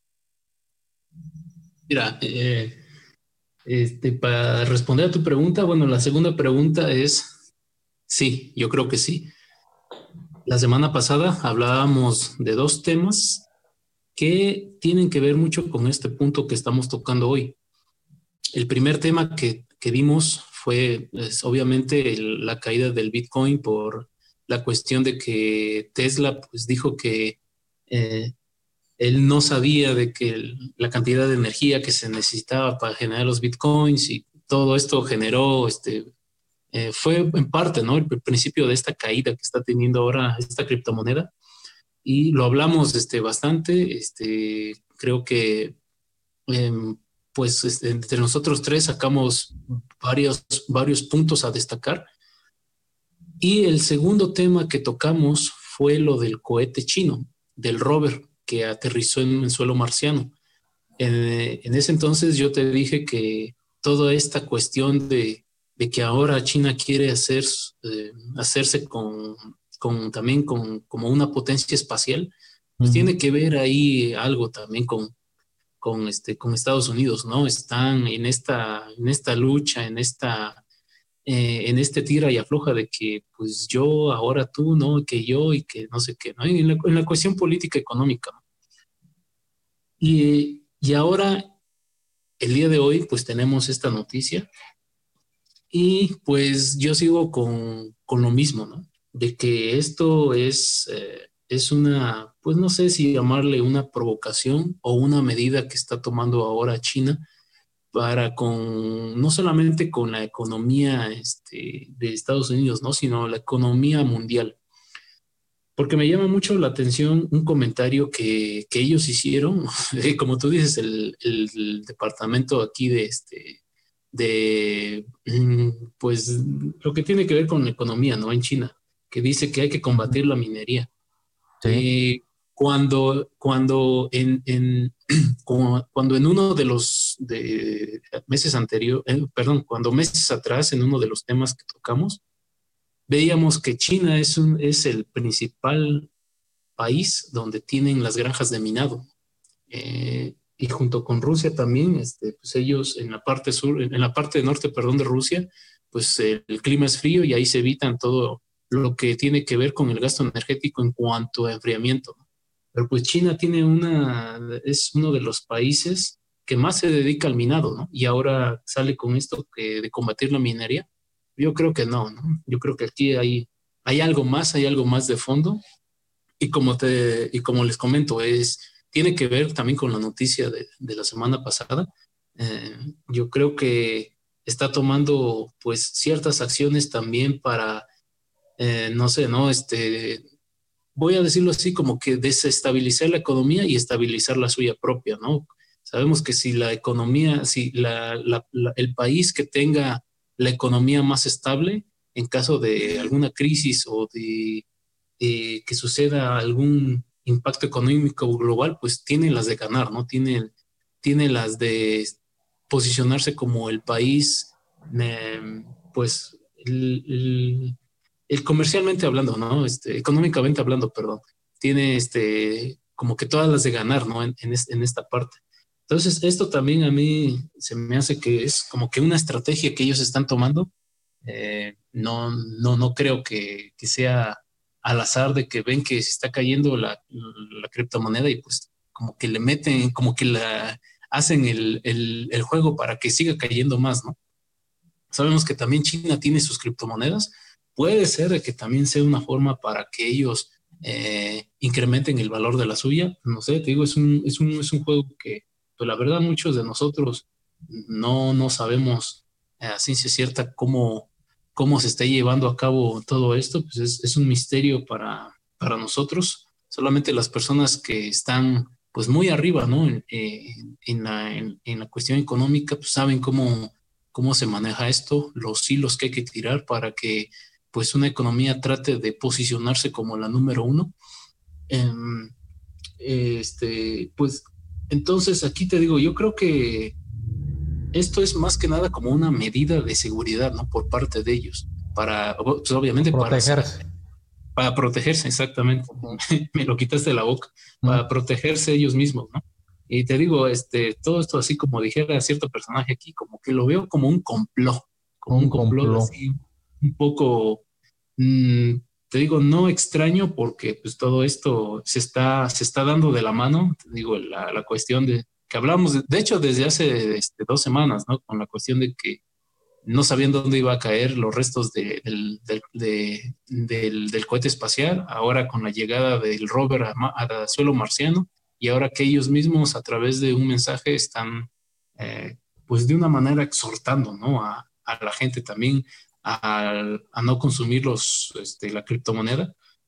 Mira, eh, este, para responder a tu pregunta, bueno, la segunda pregunta es sí, yo creo que sí. La semana pasada hablábamos de dos temas que tienen que ver mucho con este punto que estamos tocando hoy. El primer tema que, que vimos fue pues, obviamente el, la caída del Bitcoin por la cuestión de que Tesla pues, dijo que eh, él no sabía de que el, la cantidad de energía que se necesitaba para generar los Bitcoins y todo esto generó este, eh, fue en parte, ¿no? El principio de esta caída que está teniendo ahora esta criptomoneda. Y lo hablamos este, bastante. Este, creo que eh, pues este, entre nosotros tres sacamos varios, varios puntos a destacar. Y el segundo tema que tocamos fue lo del cohete chino, del rover que aterrizó en el suelo marciano. En, en ese entonces yo te dije que toda esta cuestión de, de que ahora China quiere hacer, eh, hacerse con, con también con, como una potencia espacial, pues Ujú. tiene que ver ahí algo también con, con, este, con Estados Unidos, ¿no? Están en esta, en esta lucha, en esta, eh, en este tira y afloja de que pues yo, ahora tú, ¿no? Que yo y que no sé qué, ¿no? En la, en la cuestión política económica, ¿no? Y, y ahora, el día de hoy, pues tenemos esta noticia y pues yo sigo con, con lo mismo, ¿no? De que esto es, eh, es una, pues no sé si llamarle una provocación o una medida que está tomando ahora China para con, no solamente con la economía este, de Estados Unidos, ¿no? Sino la economía mundial. Porque me llama mucho la atención un comentario que, que ellos hicieron, como tú dices, el, el, el departamento aquí de este, de, mm, pues, lo que tiene que ver con la economía, ¿no? En China, que dice que hay que Ujú. combatir la minería. Sí. Eh, cuando, cuando en, en, cuando en uno de los de meses anteriores, eh, perdón, cuando meses atrás, en uno de los temas que tocamos, veíamos que China es, un, es el principal país donde tienen las granjas de minado. Eh, y junto con Rusia también, este, pues ellos en la parte sur, en la parte norte, perdón, de Rusia, pues eh, el clima es frío y ahí se evitan todo lo que tiene que ver con el gasto energético en cuanto a enfriamiento. Pero pues China tiene una, es uno de los países que más se dedica al minado, ¿no? Y ahora sale con esto que de combatir la minería. Yo creo que no, ¿no? Yo creo que aquí hay, hay algo más, hay algo más de fondo y como, te, y como les comento, es, tiene que ver también con la noticia de, de la semana pasada. Eh, yo creo que está tomando pues ciertas acciones también para, eh, no sé, ¿no? Este, voy a decirlo así, como que desestabilizar la economía y estabilizar la suya propia, ¿no? Sabemos que si la economía, si la, la, la, el país que tenga la economía más estable, en caso de alguna crisis o de eh, que suceda algún impacto económico global, pues tiene las de ganar, ¿no? Tiene, tiene las de posicionarse como el país, eh, pues, el, el, el comercialmente hablando, ¿no? Este, económicamente hablando, perdón, tiene este, como que todas las de ganar, ¿no? En, en, es, en esta parte. Entonces, esto también a mí se me hace que es como que una estrategia que ellos están tomando. Eh, no, no, no creo que, que sea al azar de que ven que se está cayendo la, la criptomoneda y pues como que le meten, como que la hacen el, el, el juego para que siga cayendo más, ¿no? Sabemos que también China tiene sus criptomonedas. Puede ser de que también sea una forma para que ellos eh, incrementen el valor de la suya. No sé, te digo, es un, es un, es un juego que, pues la verdad, muchos de nosotros no, no sabemos eh, a ciencia cierta cómo, cómo se está llevando a cabo todo esto. Pues es, es un misterio para, para nosotros. Solamente las personas que están pues muy arriba, ¿no? En, eh, en, la, en, en la cuestión económica, pues saben cómo cómo se maneja esto, los hilos que hay que tirar para que pues una economía trate de posicionarse como la número uno. Um, este, pues entonces aquí te digo, yo creo que esto es más que nada como una medida de seguridad, ¿no? Por parte de ellos, para, pues obviamente para, Protegerse. para protegerse, exactamente. Ujú. Me lo quitaste de la boca, Mm. para protegerse ellos mismos, ¿no? Y te digo, este, todo esto así como dijera cierto personaje aquí, como que lo veo como un complot, como un Un complot complot. así, un poco, mmm, te digo, no extraño porque pues todo esto se está, se está dando de la mano, te digo, la, la cuestión de que hablamos, de, de hecho, desde hace este, dos semanas, ¿no? Con la cuestión de que no sabían dónde iba a caer los restos de, del, del, de, del, del, cohete espacial, ahora con la llegada del rover a, a suelo marciano, y ahora que ellos mismos a través de un mensaje están, eh, pues de una manera exhortando, ¿no? A, a la gente también. a, a no consumir los, este, la criptomoneda.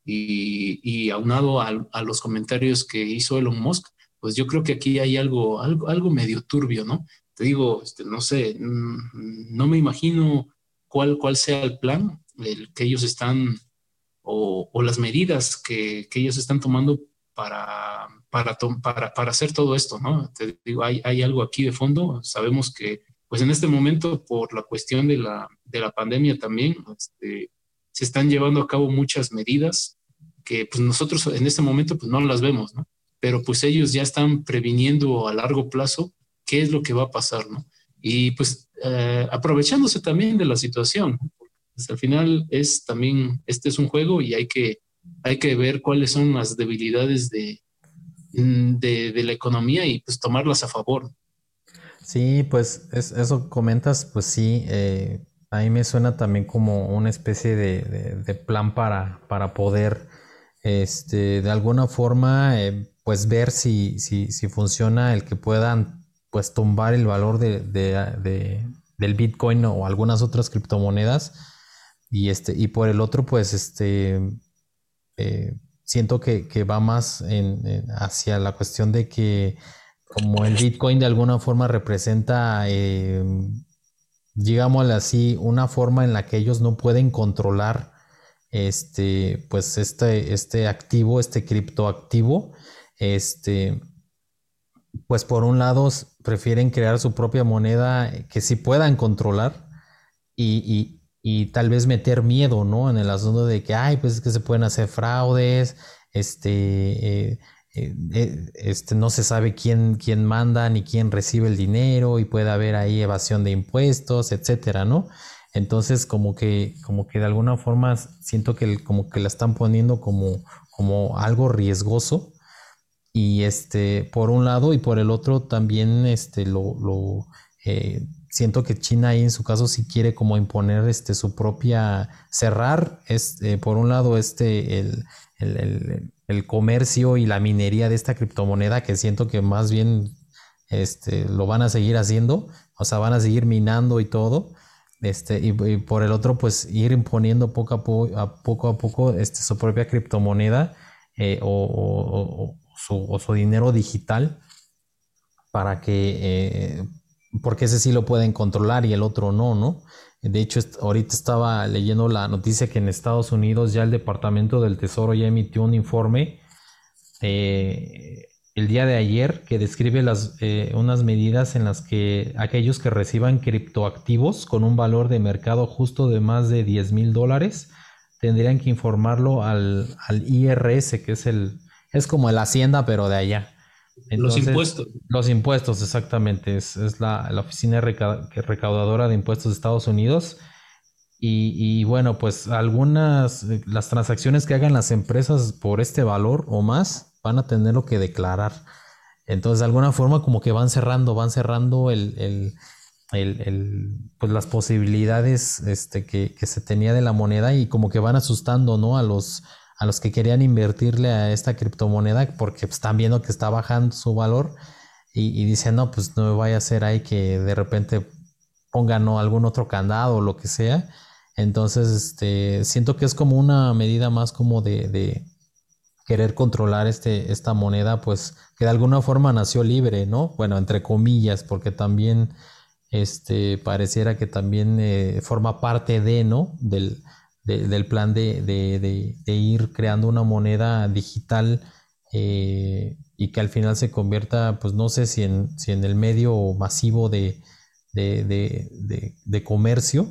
Y, y aunado a, a los comentarios que hizo Elon Musk, pues yo creo que aquí hay algo, algo, algo medio turbio, ¿no? Te digo, este, no sé, mm, no me imagino cuál, cuál sea el plan el que ellos están o, o las medidas que, que, ellos están tomando para, para, para, para hacer todo esto, ¿no? Te digo, hay, hay algo aquí de fondo. Sabemos que, pues en este momento, por la cuestión de la, de la pandemia también, este, se están llevando a cabo muchas medidas que pues nosotros en este momento pues no las vemos, ¿no? Pero pues ellos ya están previniendo a largo plazo qué es lo que va a pasar, ¿no? Y pues eh, aprovechándose también de la situación, pues, al final es también, este es un juego y hay que, hay que ver cuáles son las debilidades de, de, de la economía y pues tomarlas a favor. Sí, pues es, eso comentas, pues sí, eh, a mí me suena también como una especie de, de, de plan para, para poder, este, de alguna forma, eh, pues ver si, si, si funciona el que puedan, pues tumbar el valor de, de, de, del Bitcoin o algunas otras criptomonedas. Y este, y por el otro, pues, este, eh, siento que, que va más en, en hacia la cuestión de que como el Bitcoin de alguna forma representa, eh, digámosle así, una forma en la que ellos no pueden controlar este, pues este, este activo, este criptoactivo, este, pues por un lado prefieren crear su propia moneda que sí puedan controlar y, y, y tal vez meter miedo, ¿no? En el asunto de que, ay, pues es que se pueden hacer fraudes, este, eh, eh, este, no se sabe quién, quién manda ni quién recibe el dinero y puede haber ahí evasión de impuestos, etcétera, ¿no? Entonces, como que, como que de alguna forma siento que como que la están poniendo como, como algo riesgoso. Y este, por un lado, y por el otro también este, lo, lo eh, siento que China ahí en su caso sí quiere como imponer este, su propia, cerrar, este, por un lado, este, el, el, el, el comercio y la minería de esta criptomoneda, que siento que más bien este, lo van a seguir haciendo, o sea, van a seguir minando y todo. Este, y, y por el otro, pues ir imponiendo poco a, po a poco a poco este, su propia criptomoneda eh, o, o, o su, o su dinero digital para que, eh, porque ese sí lo pueden controlar y el otro no, ¿no? De hecho, ahorita estaba leyendo la noticia que en Estados Unidos ya el Departamento del Tesoro ya emitió un informe eh, el día de ayer que describe las, eh, unas medidas en las que aquellos que reciban criptoactivos con un valor de mercado justo de más de diez mil dólares tendrían que informarlo al, al I R S, que es el, es como el Hacienda, pero de allá. Los Entonces, impuestos. los impuestos, exactamente, es, es la, la oficina reca recaudadora de impuestos de Estados Unidos. Y, y bueno, pues algunas, las transacciones que hagan las empresas por este valor o más van a tener lo que declarar. Entonces, de alguna forma, como que van cerrando, van cerrando el, el, el, el pues las posibilidades este, que, que se tenía de la moneda y como que van asustando, ¿no? A los, a los que querían invertirle a esta criptomoneda porque pues, están viendo que está bajando su valor y, y dicen, no, pues no me vaya a hacer ahí que de repente pongan, ¿no?, algún otro candado o lo que sea. Entonces, este, siento que es como una medida más como de, de querer controlar este, esta moneda, pues que de alguna forma nació libre, ¿no? Bueno, entre comillas, porque también este, pareciera que también eh, forma parte de, ¿no? Del, de, del plan de, de, de, de, ir creando una moneda digital eh, y que al final se convierta, pues no sé si en, si en el medio masivo de, de, de, de, de comercio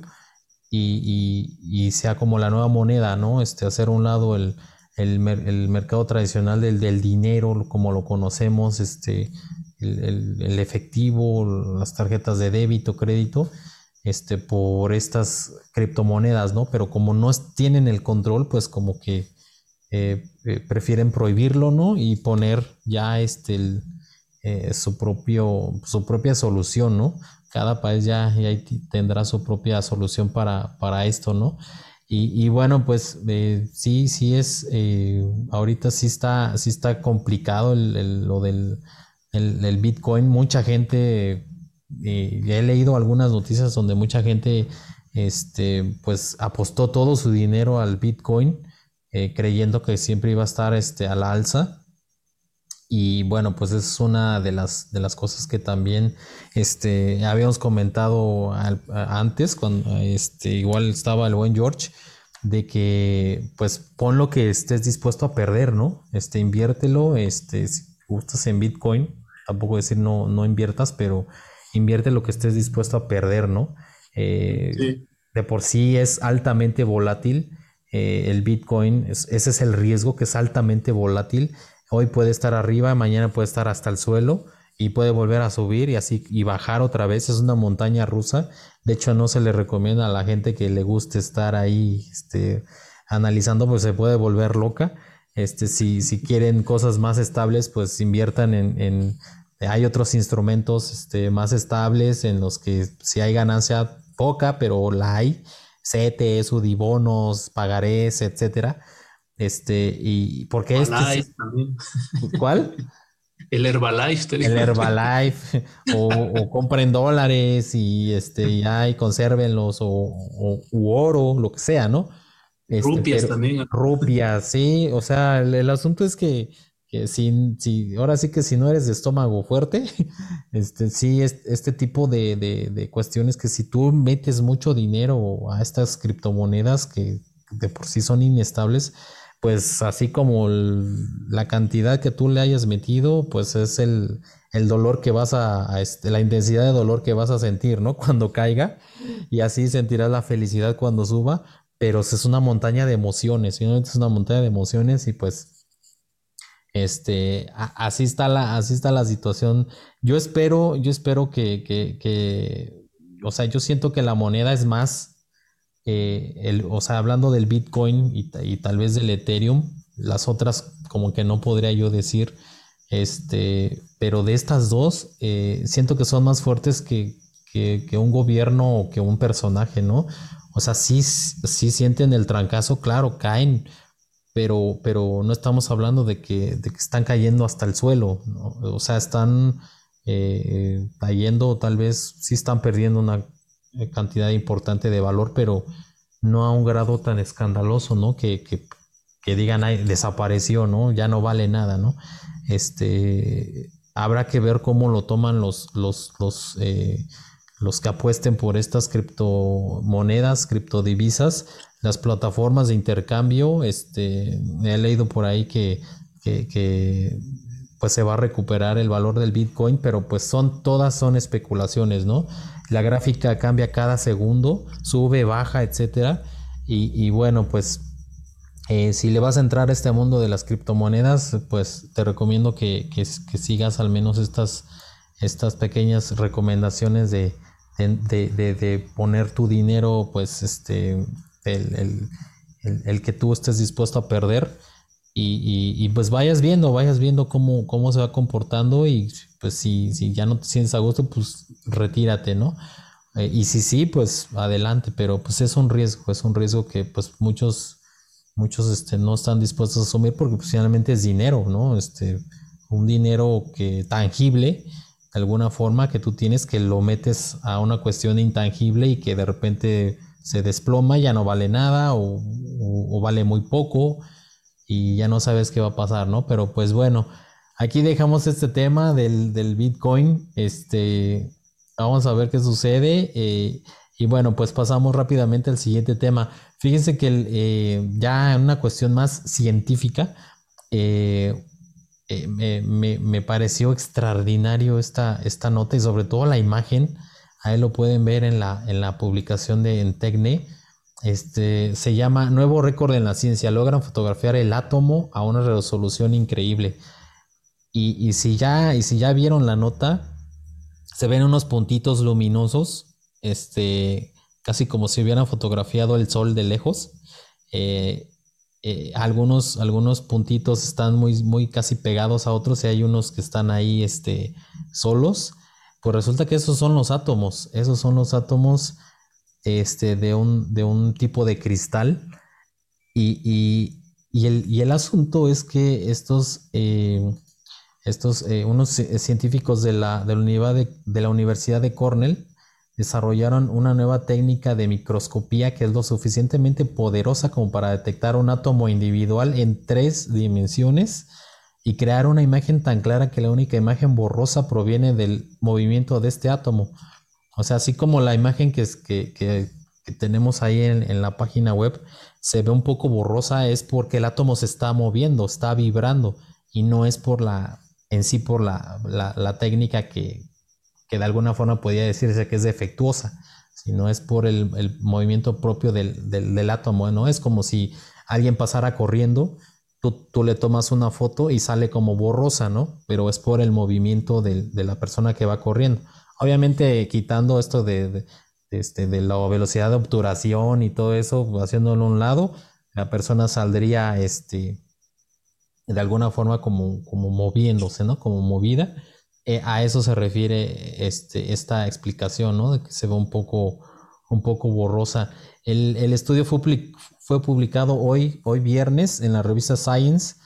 y, y, y sea como la nueva moneda, ¿no? Este, hacer a un lado el, el, el mercado tradicional del, del dinero, como lo conocemos, este, el, el, el efectivo, las tarjetas de débito, crédito, este, por estas criptomonedas, ¿no? Pero como no tienen el control, pues como que eh, eh, prefieren prohibirlo, ¿no? Y poner ya este, el, eh, su, propio, su propia solución, ¿no? Cada país ya, ya tendrá su propia solución para, para esto, ¿no? Y, y bueno, pues eh, sí, sí es, eh, ahorita sí está, sí está complicado el, el, lo del el, el Bitcoin. Mucha gente, eh, he leído algunas noticias donde mucha gente este, pues apostó todo su dinero al Bitcoin, eh, creyendo que siempre iba a estar este, a la alza. Y bueno, pues es una de las, de las cosas que también este, habíamos comentado al, a, antes, cuando este, igual estaba el buen George, de que pues pon lo que estés dispuesto a perder, ¿no? Este, inviértelo, este, si gustas en Bitcoin, tampoco decir no, no inviertas, pero invierte lo que estés dispuesto a perder, ¿no? Eh, Sí. de por sí es altamente volátil, eh, el Bitcoin, es, ese es el riesgo, que es altamente volátil. Hoy puede estar arriba, mañana puede estar hasta el suelo y puede volver a subir y así y bajar otra vez. Es una montaña rusa. De hecho, no se le recomienda a la gente que le guste estar ahí este, analizando, pues se puede volver loca. Este, si, si quieren cosas más estables, pues inviertan en, en hay otros instrumentos este, más estables en los que si hay ganancia poca, pero la hay. C E T S, Udibonos, pagarés, etcétera. Este, y porque este Herbalife es, también. ¿cuál? El Herbalife, te El digo. Herbalife, o, o compren dólares y este, ya y consérvenlos, o, o u oro, lo que sea, ¿no? Este, Rupias pero también. rupias, sí, o sea, el, el asunto es que, que si, si, ahora sí que si no eres de estómago fuerte, este, sí, es, este tipo de, de, de cuestiones que si tú metes mucho dinero a estas criptomonedas que de por sí son inestables, pues así como el- la cantidad que tú le hayas metido, pues es el, el dolor que vas a, a este, la intensidad de dolor que vas a sentir, ¿no? Cuando caiga, y así sentirás la felicidad cuando suba, pero es una montaña de emociones, finalmente es una montaña de emociones y pues este, a- así está la, así está la situación. Yo espero, yo espero que, que, que, o sea, yo siento que la moneda es más, eh, el, o sea, hablando del Bitcoin y, ta- y tal vez del Ethereum, las otras como que no podría yo decir, este, pero de estas dos, eh, siento que son más fuertes que, que, que un gobierno o que un personaje, ¿no? O sea, sí, sí sienten el trancazo, claro, caen, pero, pero no estamos hablando de que, de que están cayendo hasta el suelo, ¿no? O sea, están eh, cayendo, tal vez sí están perdiendo una eh, cantidad importante de valor, pero no a un grado tan escandaloso, ¿no? Que, que, que digan, ay, desapareció, ¿no? Ya no vale nada, ¿no? Este, habrá que ver cómo lo toman los, los, los, eh, los que apuesten por estas criptomonedas, criptodivisas, las plataformas de intercambio. Este, he leído por ahí que, que, que pues se va a recuperar el valor del Bitcoin, pero pues son todas son especulaciones, ¿no? La gráfica cambia cada segundo, sube, baja, etcétera. Y, y bueno, pues eh, si le vas a entrar a este mundo de las criptomonedas, pues te recomiendo que, que, que sigas al menos estas, estas pequeñas recomendaciones de, de, de, de, de poner tu dinero, pues este, el, el, el, el que tú estés dispuesto a perder. Y, y, y, pues vayas viendo, vayas viendo cómo, cómo se va comportando y pues si, si ya no te sientes a gusto, pues retírate, ¿no? Eh, y si sí, pues adelante, pero pues es un riesgo, es un riesgo que pues muchos, muchos este, no están dispuestos a asumir porque pues, finalmente es dinero, ¿no? Este, un dinero que tangible, de alguna forma que tú tienes que lo metes a una cuestión intangible y que de repente se desploma, ya no vale nada o, o, o vale muy poco y ya no sabes qué va a pasar, ¿no? Pero pues bueno, aquí dejamos este tema del, del Bitcoin, este, vamos a ver qué sucede, eh, y bueno, pues pasamos rápidamente al siguiente tema. Fíjense que el, eh, ya en una cuestión más científica, eh, eh, me, me, me pareció extraordinario esta, esta nota y sobre todo la imagen, ahí lo pueden ver en la, en la publicación de en Tecne. Este se llama Nuevo récord en la ciencia. Logran fotografiar el átomo a una resolución increíble. Y, y si ya, y si ya vieron la nota, se ven unos puntitos luminosos, este, casi como si hubieran fotografiado el sol de lejos. Eh, eh, algunos, algunos puntitos están muy, muy casi pegados a otros y hay unos que están ahí, este, solos. Pues resulta que esos son los átomos. Esos son los átomos este, de, un, de un tipo de cristal. Y, y, y, el, y el asunto es que estos, eh, estos eh, unos científicos de la, de, la de, de la Universidad de Cornell desarrollaron una nueva técnica de microscopía que es lo suficientemente poderosa como para detectar un átomo individual en tres dimensiones y crear una imagen tan clara que la única imagen borrosa proviene del movimiento de este átomo. O sea, así como la imagen que, es, que, que, que tenemos ahí en, en la página web se ve un poco borrosa, es porque el átomo se está moviendo, está vibrando, y no es por la en sí por la, la, la técnica que, que de alguna forma podría decirse que es defectuosa, sino es por el, el movimiento propio del, del, del átomo, ¿no? Es como si alguien pasara corriendo, tú, tú le tomas una foto y sale como borrosa, ¿no? Pero es por el movimiento del, de la persona que va corriendo. Obviamente quitando esto de, de, de, este, de la velocidad de obturación y todo eso, haciéndolo a un lado, la persona saldría este, de alguna forma como, como moviéndose, ¿no? Como movida. Eh, a eso se refiere este, esta explicación, ¿no? De que se ve un poco, un poco borrosa. El, el estudio fue, fue publicado hoy, hoy viernes en la revista Science.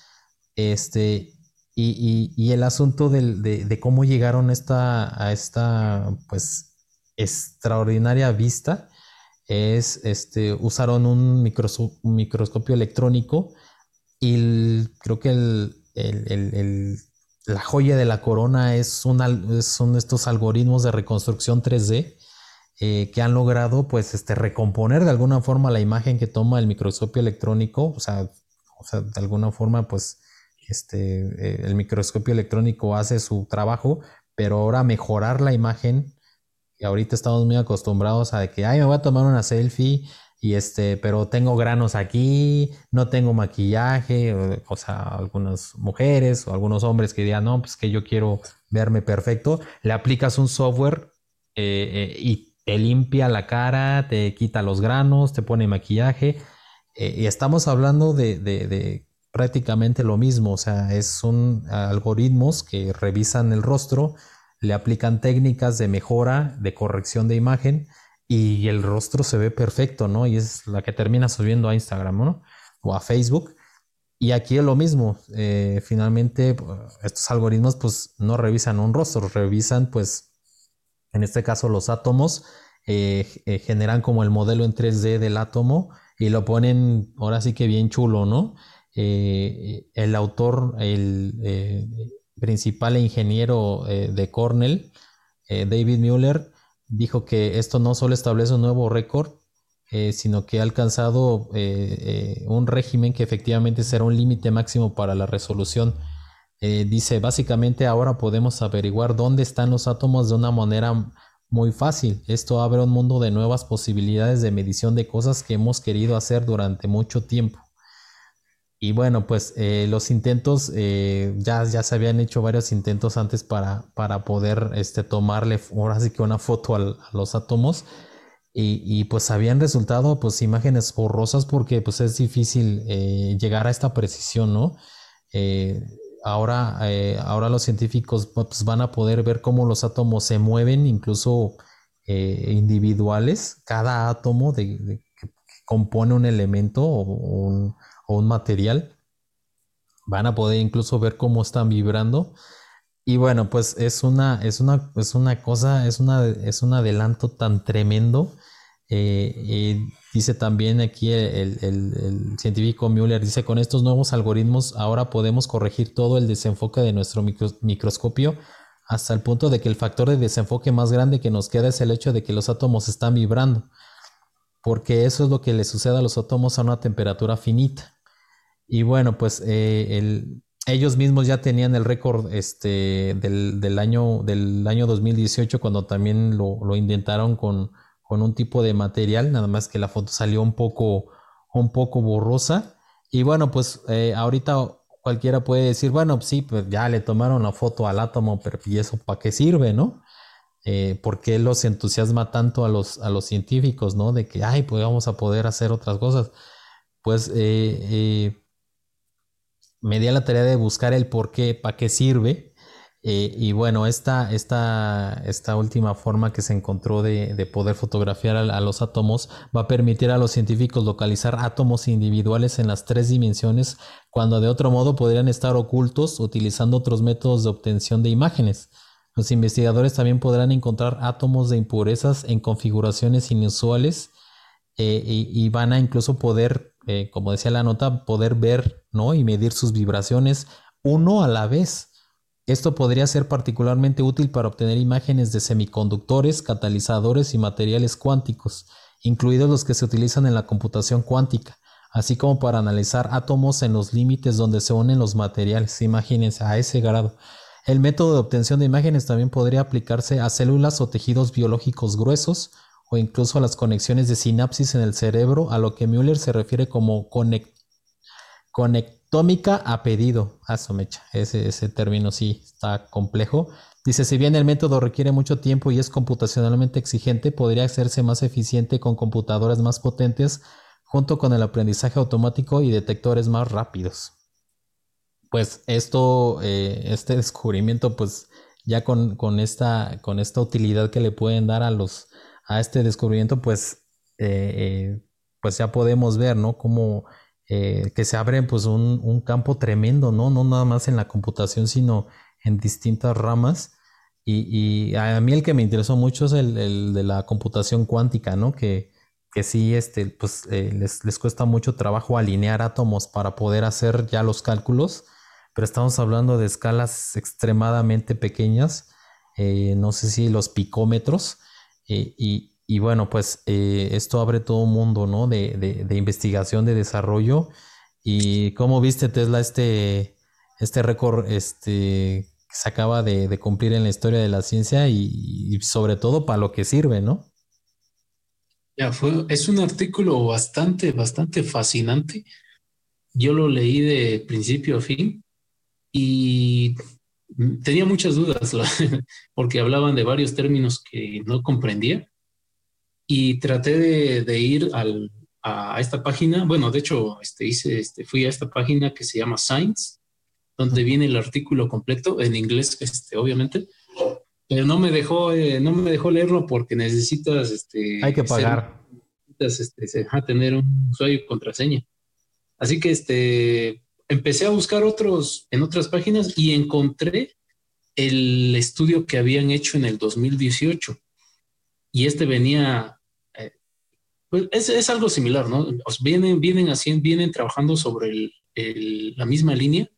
Este, y, y, y el asunto del, de, de cómo llegaron esta, a esta pues extraordinaria vista es, este, usaron un, micros, un microscopio electrónico y el, creo que el, el, el, el, la joya de la corona es una, son estos algoritmos de reconstrucción tres D eh, que han logrado pues este, recomponer de alguna forma la imagen que toma el microscopio electrónico, o sea, o sea de alguna forma pues este, eh, el microscopio electrónico hace su trabajo, pero ahora mejorar la imagen, y ahorita estamos muy acostumbrados a de que, ay, me voy a tomar una selfie y este, pero tengo granos aquí, no tengo maquillaje, o, o sea, algunas mujeres o algunos hombres que digan, no, pues que yo quiero verme perfecto, le aplicas un software eh, eh, y te limpia la cara, te quita los granos, te pone maquillaje, eh, y estamos hablando de, de, de prácticamente lo mismo, o sea, es son algoritmos que revisan el rostro, le aplican técnicas de mejora, de corrección de imagen y el rostro se ve perfecto, ¿no? Y es la que termina subiendo a Instagram, ¿no? O a Facebook. Y aquí es lo mismo, eh, finalmente estos algoritmos pues no revisan un rostro, revisan pues en este caso los átomos, eh, eh, generan como el modelo en tres D del átomo y lo ponen ahora sí que bien chulo, ¿no? Eh, el autor, el eh, principal ingeniero eh, de Cornell, eh, David Mueller, dijo que esto no solo establece un nuevo récord, eh, sino que ha alcanzado eh, eh, un régimen que efectivamente será un límite máximo para la resolución. Eh, dice, básicamente ahora podemos averiguar dónde están los átomos de una manera muy fácil. Esto abre un mundo de nuevas posibilidades de medición de cosas que hemos querido hacer durante mucho tiempo. Y bueno, pues eh, los intentos, eh, ya, ya se habían hecho varios intentos antes para, para poder este, tomarle ahora sí que una foto al, a los átomos y, y pues habían resultado pues imágenes borrosas porque pues es difícil eh, llegar a esta precisión, ¿no? Eh, ahora, eh, ahora los científicos pues, van a poder ver cómo los átomos se mueven, incluso eh, individuales, cada átomo de, de, que, que compone un elemento o un o un material, van a poder incluso ver cómo están vibrando y bueno, pues es una, es una, es una cosa, es, una, es un adelanto tan tremendo. Eh, eh, dice también aquí el, el, el científico Müller, dice, con estos nuevos algoritmos ahora podemos corregir todo el desenfoque de nuestro micro, microscopio hasta el punto de que el factor de desenfoque más grande que nos queda es el hecho de que los átomos están vibrando, porque eso es lo que le sucede a los átomos a una temperatura finita. Y bueno, pues eh, el, ellos mismos ya tenían el récord este, del, del, año, del año dos mil dieciocho cuando también lo, lo intentaron con, con un tipo de material, nada más que la foto salió un poco, un poco borrosa. Y bueno, pues eh, ahorita cualquiera puede decir, bueno, sí, pues ya le tomaron la foto al átomo, pero ¿y eso para qué sirve, no? Eh, ¿por qué los entusiasma tanto a los, a los científicos, no? De que, ay, pues vamos a poder hacer otras cosas. Pues eh, eh, me di a la tarea de buscar el por qué, para qué sirve. Eh, y bueno, esta, esta, esta última forma que se encontró de, de poder fotografiar a, a los átomos va a permitir a los científicos localizar átomos individuales en las tres dimensiones cuando de otro modo podrían estar ocultos utilizando otros métodos de obtención de imágenes. Los investigadores también podrán encontrar átomos de impurezas en configuraciones inusuales eh, y, y van a incluso poder, eh, como decía la nota, poder ver, ¿no? Y medir sus vibraciones uno a la vez. Esto podría ser particularmente útil para obtener imágenes de semiconductores, catalizadores y materiales cuánticos, incluidos los que se utilizan en la computación cuántica, así como para analizar átomos en los límites donde se unen los materiales. Imagínense, a ese grado. El método de obtención de imágenes también podría aplicarse a células o tejidos biológicos gruesos o incluso a las conexiones de sinapsis en el cerebro, a lo que Müller se refiere como conect conectómica a pedido. Ah, eso mecha. Ese, ese término sí está complejo. Dice, si bien el método requiere mucho tiempo y es computacionalmente exigente, podría hacerse más eficiente con computadoras más potentes junto con el aprendizaje automático y detectores más rápidos. Pues esto, eh, este descubrimiento, pues ya con, con, esta, con esta utilidad que le pueden dar a los a este descubrimiento, pues, eh, eh, pues ya podemos ver, ¿no? Como eh, que se abre pues un, un campo tremendo, ¿no? No nada más en la computación, sino en distintas ramas. Y, y a mí el que me interesó mucho es el, el de la computación cuántica, ¿no? Que, que sí, este, pues eh, les, les cuesta mucho trabajo alinear átomos para poder hacer ya los cálculos, pero estamos hablando de escalas extremadamente pequeñas, eh, no sé si los picómetros, eh, y, y, bueno, pues eh, esto abre todo un mundo, ¿no? De, de, de investigación, de desarrollo. Y cómo viste, Tesla, este, este récord este, que se acaba de, de cumplir en la historia de la ciencia y, y sobre todo para lo que sirve, ¿no? Ya fue, es un artículo bastante, bastante fascinante. Yo lo leí de principio a fin y tenía muchas dudas la- porque hablaban de varios términos que no comprendía y traté de, de ir al, a esta página. Bueno, de hecho, este, hice, este, fui a esta página que se llama Science, donde viene el artículo completo en inglés, este, obviamente, pero no me dejó, eh, no me dejó leerlo porque necesitas Hay que este, ser, pagar. necesitas, este, se- ajá, tener un usuario y contraseña. Así que este, empecé a buscar otros en otras páginas y encontré el estudio que habían hecho en el dos mil dieciocho y este venía, eh, pues es, es algo similar, ¿no? Os vienen, vienen, así, vienen trabajando sobre el, el, la misma línea.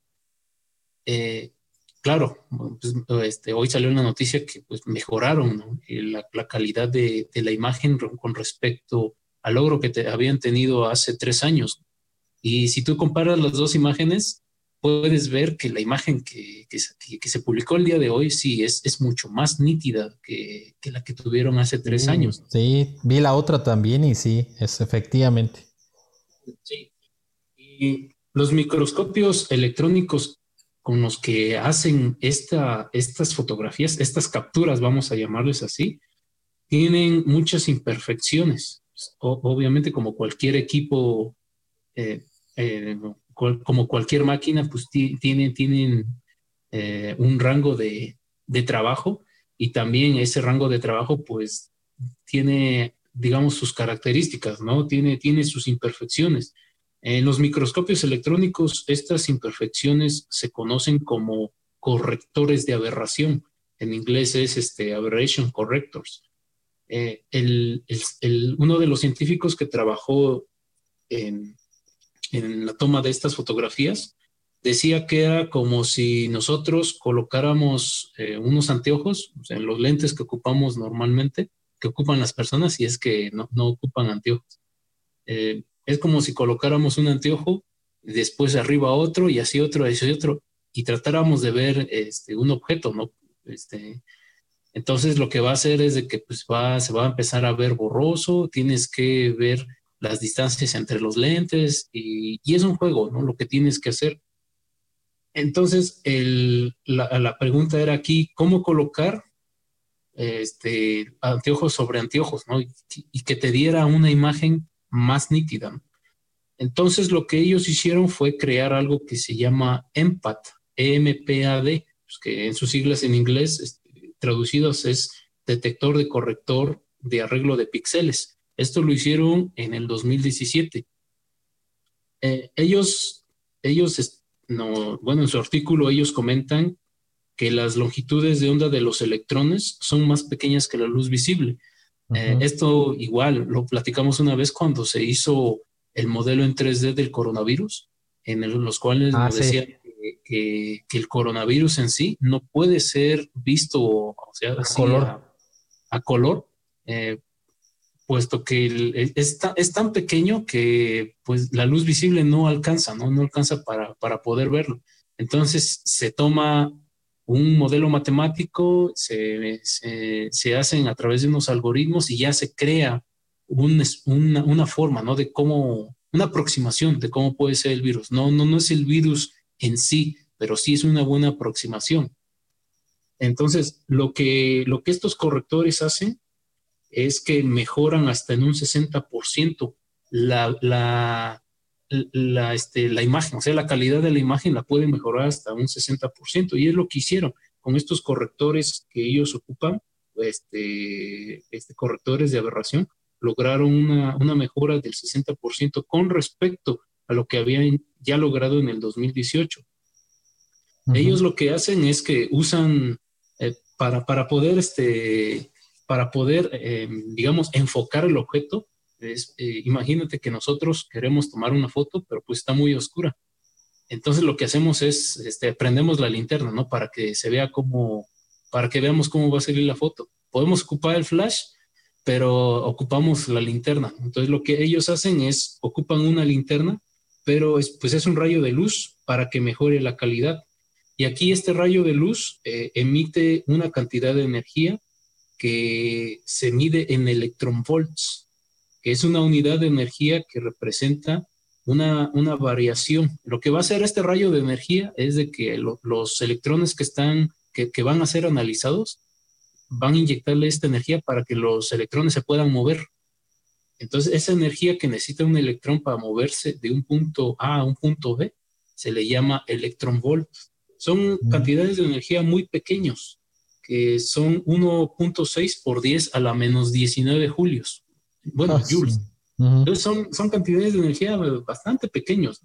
Eh, claro, pues, este, hoy salió una noticia que pues, mejoraron, ¿no? la, la, calidad de, de, la imagen con respecto al logro que te, habían tenido hace tres años. Y si tú comparas las dos imágenes, puedes ver que la imagen que, que, que se publicó el día de hoy sí es, es mucho más nítida que, que, la que tuvieron hace tres Sí, años. sí, vi la otra también y sí, es efectivamente. Sí. Y los microscopios electrónicos con los que hacen esta, estas fotografías, estas capturas, vamos a llamarles así, tienen muchas imperfecciones. O, obviamente, como cualquier equipo, eh, eh, cual, como cualquier máquina, pues tienen, tienen eh, un rango de, de trabajo y también ese rango de trabajo, pues tiene, digamos, sus características, ¿no? Tiene, tiene sus imperfecciones. En los microscopios electrónicos, estas imperfecciones se conocen como correctores de aberración. En inglés es este, aberration correctors. Eh, el, el, el, uno de los científicos que trabajó en, en la toma de estas fotografías decía que era como si nosotros colocáramos eh, unos anteojos, o sea, en los lentes que ocupamos normalmente, que ocupan las personas, y es que no, no ocupan anteojos. Eh, es como si colocáramos un anteojo, después arriba otro, y así otro, y así otro, y tratáramos de ver este, un objeto, ¿no? Este, entonces lo que va a hacer es de que pues va, se va a empezar a ver borroso, tienes que ver las distancias entre los lentes y, y es un juego, ¿no? Lo que tienes que hacer. Entonces, el, la, la, pregunta era aquí, ¿cómo colocar este, anteojos sobre anteojos, ¿no? Y, y, que te diera una imagen más nítida, ¿no? Entonces, lo que ellos hicieron fue crear algo que se llama EMPAD, E M P A D, pues que en sus siglas en inglés, este, traducidos es detector de corrector de arreglo de píxeles. Esto lo hicieron en el dos mil diecisiete. Eh, ellos, ellos, no, bueno, en su artículo ellos comentan que las longitudes de onda de los electrones son más pequeñas que la luz visible. Uh-huh. Eh, esto igual lo platicamos una vez cuando se hizo el modelo en tres D del coronavirus, en el, los cuales ah, nos sí. decían que, que, que el coronavirus en sí no puede ser visto, o sea, a así color, a, a color, eh, puesto que el, es, ta, es tan pequeño que pues la luz visible no alcanza, no, no alcanza para, para poder verlo. Entonces se toma un modelo matemático, se, se, se hacen a través de unos algoritmos y ya se crea un, una, una forma, ¿no? De cómo, una aproximación de cómo puede ser el virus. No, no, no es el virus en sí, pero sí es una buena aproximación. Entonces, lo que, lo que estos correctores hacen es que mejoran hasta en un sesenta por ciento la, la, la, este, la imagen, o sea, la calidad de la imagen la pueden mejorar hasta un sesenta por ciento, y es lo que hicieron con estos correctores que ellos ocupan, este, este, correctores de aberración, lograron una, una mejora del sesenta por ciento con respecto a lo que habían ya logrado en el dos mil dieciocho. Uh-huh. Ellos lo que hacen es que usan, eh, para, para poder, este, para poder eh, digamos, enfocar el objeto, es, eh, imagínate que nosotros queremos tomar una foto, pero pues está muy oscura. Entonces lo que hacemos es, este, prendemos la linterna, ¿no? Para que se vea cómo, para que veamos cómo va a salir la foto. Podemos ocupar el flash, pero ocupamos la linterna. Entonces lo que ellos hacen es, ocupan una linterna, pero es, pues es un rayo de luz para que mejore la calidad. Y aquí este rayo de luz eh, emite una cantidad de energía que se mide en electronvolts, que es una unidad de energía que representa una, una variación. Lo que va a hacer este rayo de energía es de que lo, los electrones que, están, que, que van a ser analizados van a inyectarle esta energía para que los electrones se puedan mover. Entonces, esa energía que necesita un electrón para moverse de un punto A a un punto B se le llama electronvolt. Son mm. cantidades de energía muy pequeños, que son uno punto seis por diez a la menos diecinueve julios. Bueno, ah, joules. Sí. Uh-huh. Entonces son, son cantidades de energía bastante pequeños.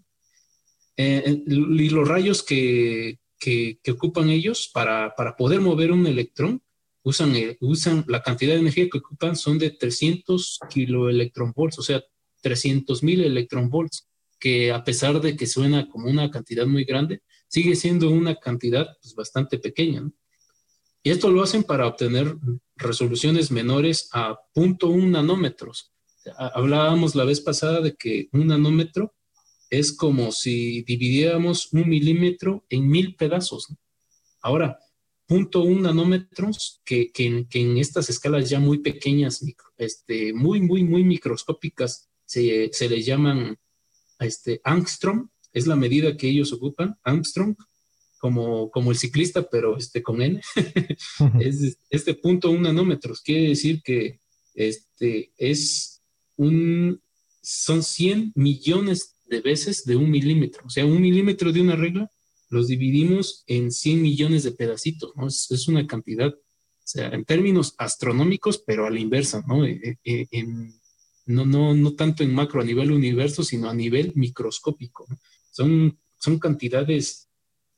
Eh, y los rayos que, que, que ocupan ellos para, para poder mover un electrón, usan, eh, usan la cantidad de energía que ocupan son de trescientos kiloelectronvolts, o sea, trescientos mil electronvolts, que a pesar de que suena como una cantidad muy grande, sigue siendo una cantidad pues, bastante pequeña, ¿no? Y esto lo hacen para obtener resoluciones menores a cero punto uno nanómetros. Hablábamos la vez pasada de que un nanómetro es como si dividiéramos un milímetro en mil pedazos, ¿no? Ahora, cero punto uno nanómetros, que, que, que en estas escalas ya muy pequeñas, micro, este, muy, muy, muy microscópicas, se, se les llaman este, angstrom, es la medida que ellos ocupan, angstrom, como, como el ciclista, pero este, con N, es este punto un nanómetros, quiere decir que este, es un, son cien millones de veces de un milímetro, o sea, un milímetro de una regla los dividimos en cien millones de pedacitos, ¿no? Es, es una cantidad, o sea, en términos astronómicos, pero a la inversa, ¿no? En, en, no, no, no tanto en macro a nivel universo, sino a nivel microscópico, ¿no? Son, son cantidades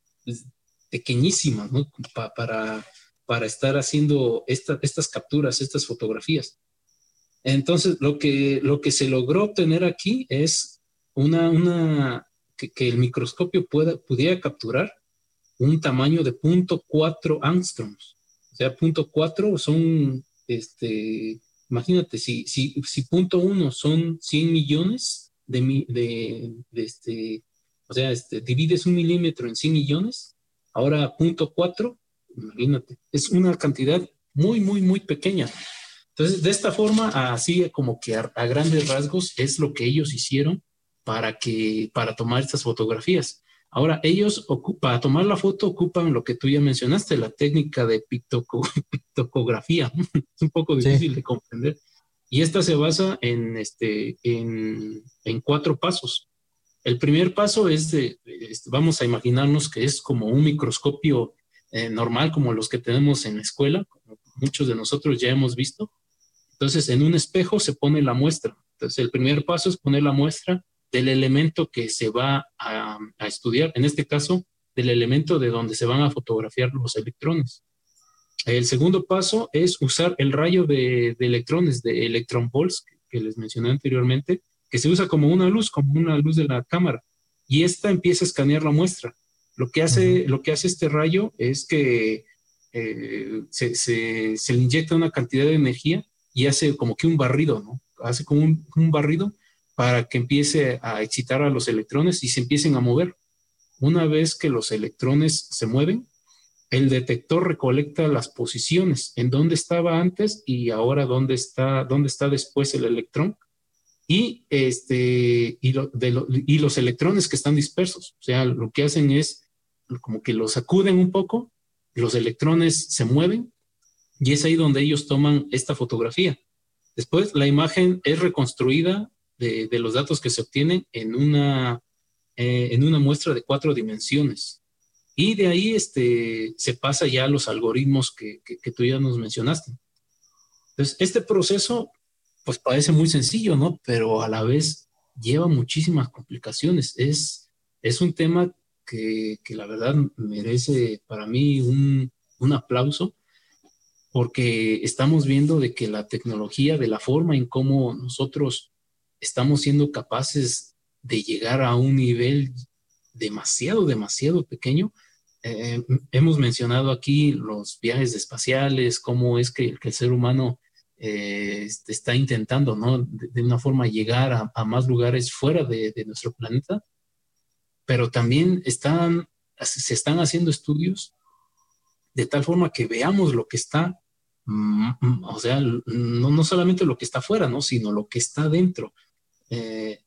pequeñísimas, ¿no? Pa, para, para estar haciendo esta, estas capturas, estas fotografías. Entonces, lo que, lo que se logró obtener aquí es una, una que, que el microscopio pueda, pudiera capturar un tamaño de cero punto cuatro angstroms. O sea, cero punto cuatro son, este, imagínate, si, si, si cero punto uno son cien millones de, de, de este, o sea, este, divides un milímetro en cien millones, ahora cero punto cuatro, imagínate, es una cantidad muy, muy, muy pequeña. Entonces, de esta forma, así como que a, a grandes rasgos, es lo que ellos hicieron para, que, para tomar estas fotografías. Ahora, ellos, para tomar la foto, ocupan lo que tú ya mencionaste, la técnica de pictoco, pictografía. Es un poco difícil sí. de comprender. Y esta se basa en, este, en, en cuatro pasos. El primer paso es, de, este, vamos a imaginarnos que es como un microscopio eh, normal, como los que tenemos en la escuela, como muchos de nosotros ya hemos visto. Entonces, en un espejo se pone la muestra. Entonces, el primer paso es poner la muestra del elemento que se va a, a estudiar, en este caso, del elemento de donde se van a fotografiar los electrones. El segundo paso es usar el rayo de, de electrones, de electron pulse, que, que les mencioné anteriormente, que se usa como una luz, como una luz de la cámara, y esta empieza a escanear la muestra. Lo que hace, uh-huh. lo que hace este rayo es que eh, se, se, se le inyecta una cantidad de energía y hace como que un barrido, ¿no? Hace como un, un barrido para que empiece a excitar a los electrones y se empiecen a mover. Una vez que los electrones se mueven, el detector recolecta las posiciones, en dónde estaba antes y ahora dónde está, dónde está después el electrón, y, este, y, lo, de lo, y los electrones que están dispersos. O sea, lo que hacen es como que los sacuden un poco, los electrones se mueven, y es ahí donde ellos toman esta fotografía. Después, la imagen es reconstruida de, de los datos que se obtienen en una, eh, en una muestra de cuatro dimensiones. Y de ahí este, se pasa ya a los algoritmos que, que, que tú ya nos mencionaste. Entonces, este proceso, pues parece muy sencillo, ¿no? Pero a la vez lleva muchísimas complicaciones. Es, es un tema que, que la verdad merece para mí un, un aplauso, porque estamos viendo de que la tecnología, de la forma en cómo nosotros estamos siendo capaces de llegar a un nivel demasiado, demasiado pequeño. Eh, hemos mencionado aquí los viajes espaciales, cómo es que, que el ser humano eh, está intentando, ¿no? de, de una forma llegar a, a más lugares fuera de, de nuestro planeta, pero también están, se están haciendo estudios de tal forma que veamos lo que está, mm, o sea, no, no solamente lo que está afuera, ¿no? Sino lo que está dentro. Eh,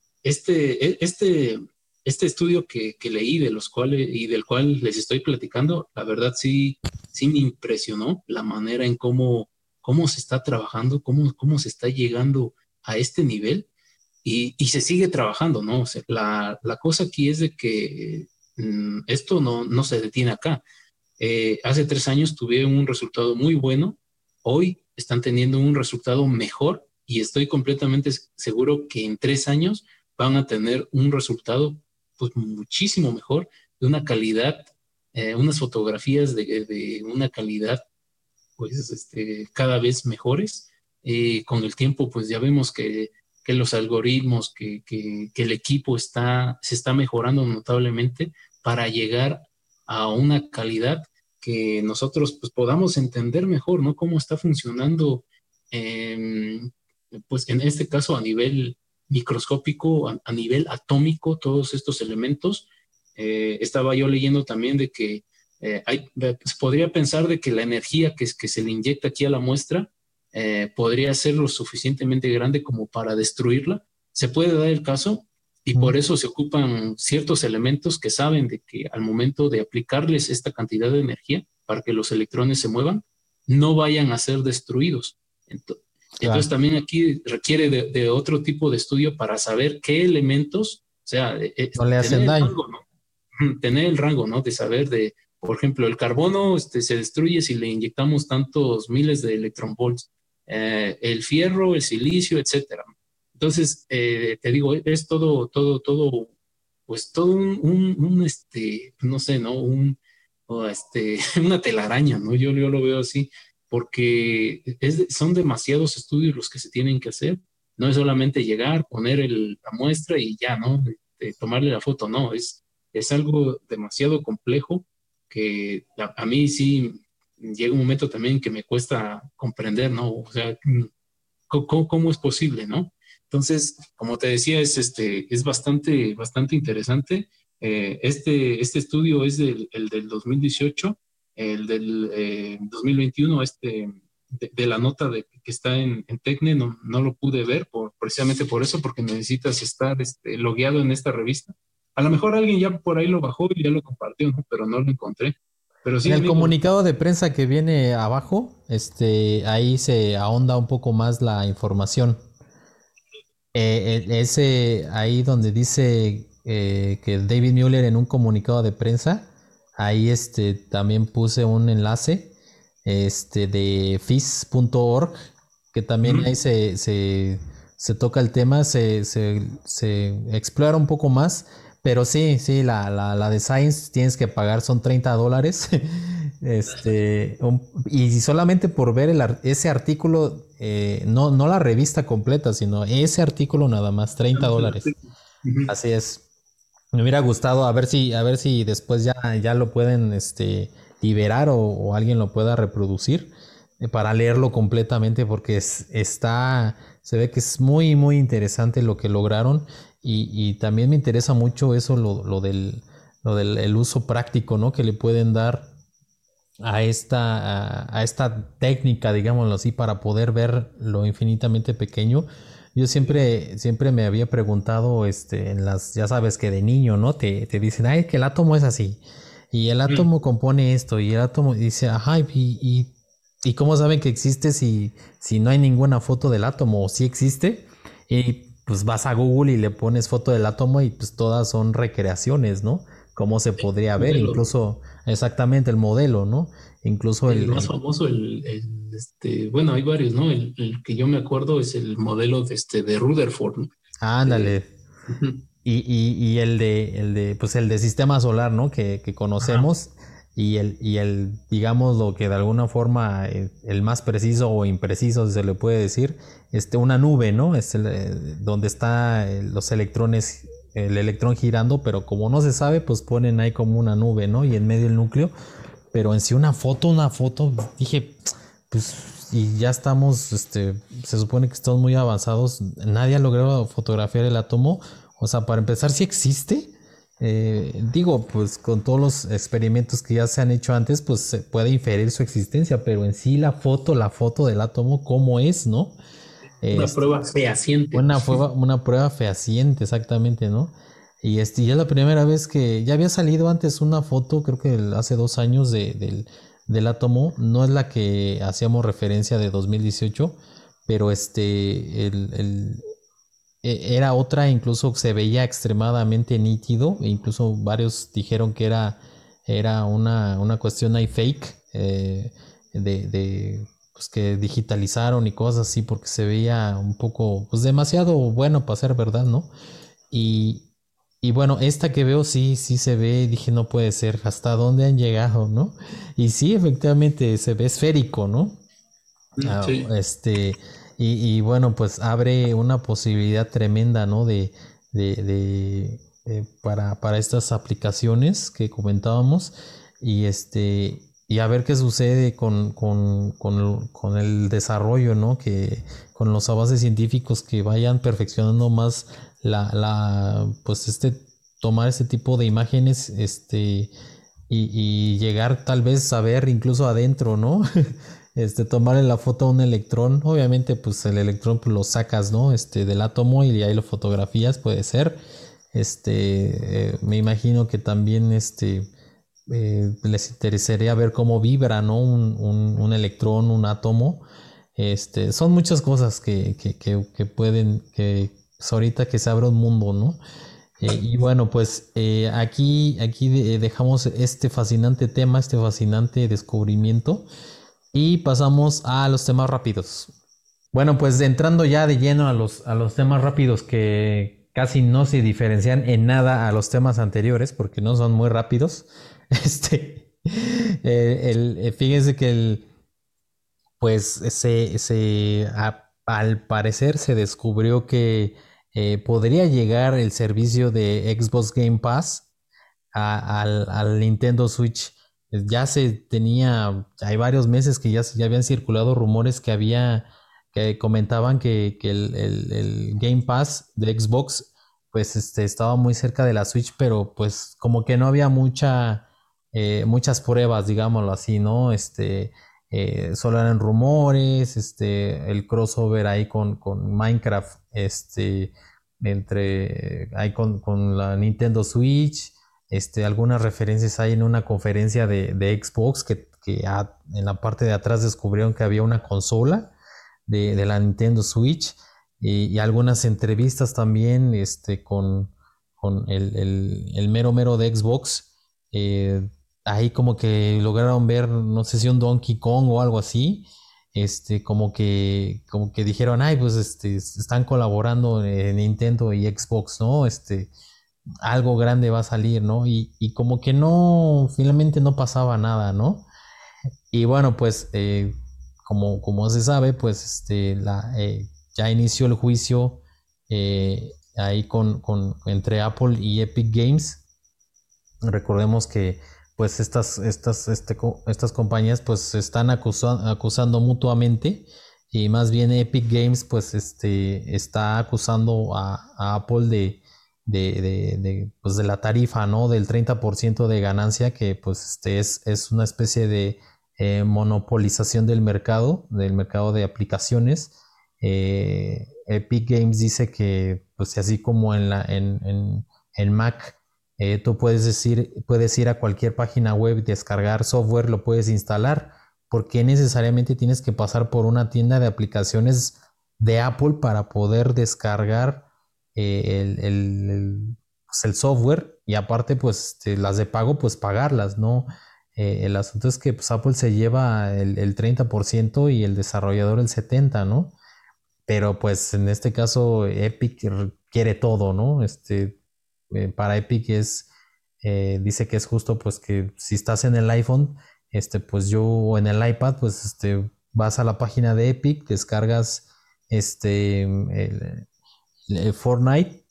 este, este, este estudio que, que leí de los cuales, y del cual les estoy platicando, la verdad sí, sí me impresionó la manera en cómo, cómo se está trabajando, cómo, cómo se está llegando a este nivel, y, y se sigue trabajando, ¿no? O sea, la, la cosa aquí es de que mm, esto no, no se detiene acá. Eh, hace tres años tuvieron un resultado muy bueno, hoy están teniendo un resultado mejor, y estoy completamente seguro que en tres años van a tener un resultado pues muchísimo mejor, de una calidad, eh, unas fotografías de, de una calidad pues este, cada vez mejores. Eh, con el tiempo pues ya vemos que, que los algoritmos, que, que, que el equipo está, se está mejorando notablemente para llegar a una calidad que nosotros pues podamos entender mejor, ¿no? Cómo está funcionando, eh, pues en este caso a nivel microscópico, a, a nivel atómico, todos estos elementos. Eh, estaba yo leyendo también de que eh, hay, se podría pensar de que la energía que, que se le inyecta aquí a la muestra eh, podría ser lo suficientemente grande como para destruirla. Se puede dar el caso, y por eso se ocupan ciertos elementos que saben de que al momento de aplicarles esta cantidad de energía para que los electrones se muevan, no vayan a ser destruidos. Entonces, claro. Entonces también aquí requiere de, de otro tipo de estudio para saber qué elementos, o sea, eh, no le hacen daño. Rango, ¿no? Tener el rango, ¿no? De saber de, por ejemplo, el carbono este, se destruye si le inyectamos tantos miles de electronvolts, eh, el fierro, el silicio, etcétera. Entonces, eh, te digo, es todo, todo, todo, pues todo un, un, un este, no sé, ¿no? Un, o este, una telaraña, ¿no? Yo, yo lo veo así, porque es, son demasiados estudios los que se tienen que hacer. No es solamente llegar, poner el, la muestra y ya, ¿no? De, de tomarle la foto, no, es, es algo demasiado complejo que a, a mí sí llega un momento también que me cuesta comprender, ¿no? O sea, ¿cómo, cómo es posible, ¿no? Entonces, como te decía, es, este, es bastante, bastante interesante. Eh, este, este estudio es del, el del dos mil dieciocho, el del eh, dos mil veintiuno, este, de, de la nota de, que está en, en Tecne, no, no lo pude ver por, precisamente por eso, porque necesitas estar este, logueado en esta revista. A lo mejor alguien ya por ahí lo bajó y ya lo compartió, ¿no? Pero no lo encontré. Pero sí, en el amigo, comunicado de prensa que viene abajo, este, ahí se ahonda un poco más la información. Eh, ese ahí donde dice eh, que David Mueller en un comunicado de prensa, ahí este también puse un enlace este de F I S punto org, que también mm. ahí se, se, se toca el tema, se, se, se explora un poco más, Pero sí, sí, la, la, la de Science tienes que pagar, son treinta dólares. Este, un- y solamente por ver el, ar- ese artículo, eh, no, no la revista completa, sino ese artículo nada más, treinta Vamos al dólares. artículo. Ujú. Así es. Me hubiera gustado a ver si, a ver si después ya, ya lo pueden este, liberar o, o alguien lo pueda reproducir eh, para leerlo completamente porque es, está, se ve que es muy, muy interesante lo que lograron y, y también me interesa mucho eso, lo, lo del, lo del el uso práctico, ¿no? Que le pueden dar a esta, a, a esta técnica, digámoslo así, para poder ver lo infinitamente pequeño. Yo siempre, siempre me había preguntado, este, en las, ya sabes que de niño, ¿no? Te, te dicen, ay, que el átomo es así. Y el Ujú. átomo compone esto. Y el átomo dice, ajá, y, y, y cómo saben que existe si, si no hay ninguna foto del átomo, o si existe. Y pues vas a Google y le pones foto del átomo y pues todas son recreaciones, ¿no? Cómo se podría ver, Modelo, ¿no? incluso exactamente el modelo, ¿no? Incluso El el, más el- famoso, el, el, este, bueno, hay varios, ¿no? El, el que yo me acuerdo es el modelo de, este, de Rutherford, ¿no? ándale. De, ujú. Y, y, y el de, el de, pues el de sistema solar, ¿no? Que, que Ajá. conocemos. Y el, y el, digamos, lo que de alguna forma, eh, el más preciso o impreciso, si se le puede decir, este, una nube, ¿no? Es el, eh, donde está eh, los electrones, el electrón girando, pero como no se sabe, pues ponen ahí como una nube, ¿no? Y en medio el núcleo. Pero en sí una foto, una foto, dije, pues, y ya estamos, este, se supone que estamos muy avanzados, nadie ha logrado fotografiar el átomo, o sea, para empezar, si existe. Eh, digo, pues con todos los experimentos que ya se han hecho antes, pues se puede inferir su existencia, pero en sí la foto, la foto del átomo, ¿cómo es, no? Una Este, prueba fehaciente. una prueba, una prueba fehaciente, exactamente, ¿no? Y este, ya es la primera vez que ya había salido antes una foto, creo que el- hace dos años de- del, del átomo, no es la que hacíamos referencia de dos mil dieciocho, pero este, el, el- e- era otra, incluso se veía extremadamente nítido, e incluso varios dijeron que era, era una, una cuestión ahí fake, eh, de, de, pues que digitalizaron y cosas así, porque se veía un poco, pues demasiado bueno para ser verdad, ¿no? Y, y bueno, esta que veo sí, sí se ve, dije, no puede ser, ¿hasta dónde han llegado, no? Y sí, efectivamente, se ve esférico, ¿no? Mm, Ah, sí. este, y, y bueno, pues abre una posibilidad tremenda, ¿no? De, de, de, eh, para, para estas aplicaciones que comentábamos. Y este, y a ver qué sucede con, con, con, con el desarrollo, ¿no? Que con los avances científicos que vayan perfeccionando más la, la, pues este, tomar este tipo de imágenes, este, y, y llegar tal vez a ver incluso adentro, ¿no? Este, tomarle la foto a un electrón, obviamente pues el electrón pues, lo sacas, ¿no? Este, del átomo y ahí lo fotografías, puede ser. Este, eh, me imagino que también este, eh, les interesaría ver cómo vibra, ¿no? Un, un, un electrón, un átomo. Este, son muchas cosas que, que, que, que pueden, que pues, ahorita que se abre un mundo, ¿no? Eh, y bueno, pues eh, aquí, aquí de- dejamos este fascinante tema, este fascinante descubrimiento y pasamos a los temas rápidos. Bueno, pues entrando ya de lleno a los, a los temas rápidos que casi no se diferencian en nada a los temas anteriores porque no son muy rápidos. Este, eh, el, eh, fíjense que el, pues se, se a- al parecer se descubrió que eh, podría llegar el servicio de Xbox Game Pass a- al, al Nintendo Switch. Ya se tenía, hay varios meses que ya, se- ya habían circulado rumores que había, que comentaban que, que el, el- el Game Pass de Xbox pues este, estaba muy cerca de la Switch, pero pues como que no había mucha, eh, muchas pruebas, digámoslo así, ¿no? Este, eh, solo eran rumores, este, el crossover ahí con, con Minecraft, este, entre, ahí con, con la Nintendo Switch, este, algunas referencias hay en una conferencia de, de Xbox que, que a- en la parte de atrás descubrieron que había una consola de, de la Nintendo Switch y, y algunas entrevistas también este, con, con el, el- el mero mero de Xbox. eh, Ahí como que lograron ver, no sé si un Donkey Kong o algo así. Este, como que, como que dijeron, ay, pues este, están colaborando en Nintendo y Xbox, ¿no? Este, algo grande va a salir, ¿no? Y, y como que no, finalmente no pasaba nada, ¿no? Y bueno, pues eh, como, como se sabe, pues este, la, eh, ya inició el juicio eh, ahí con, con, entre Apple y Epic Games. Recordemos que pues estas, estas, este, estas compañías pues se están acusa, acusando mutuamente, y más bien Epic Games pues este, está acusando a, a Apple de, de, de, de, pues de la tarifa, ¿no? Del treinta por ciento de ganancia, que pues este es, es una especie de eh, monopolización del mercado, del mercado de aplicaciones. Eh, Epic Games dice que pues así como en, la, en, en, en Mac, eh, tú puedes decir, puedes ir a cualquier página web, descargar software, lo puedes instalar. ¿Por qué necesariamente tienes que pasar por una tienda de aplicaciones de Apple para poder descargar eh, el, el, el, pues el software? Y aparte, pues este, las de pago, pues pagarlas, ¿no? Eh, el asunto es que pues, Apple se lleva el, el treinta por ciento y el desarrollador el setenta por ciento, ¿no? Pero pues en este caso Epic quiere todo, ¿no? Este, eh, para Epic es, eh, dice que es justo pues que si estás en el iPhone, este, pues yo, o en el iPad, pues este, vas a la página de Epic, descargas este, el, el Fortnite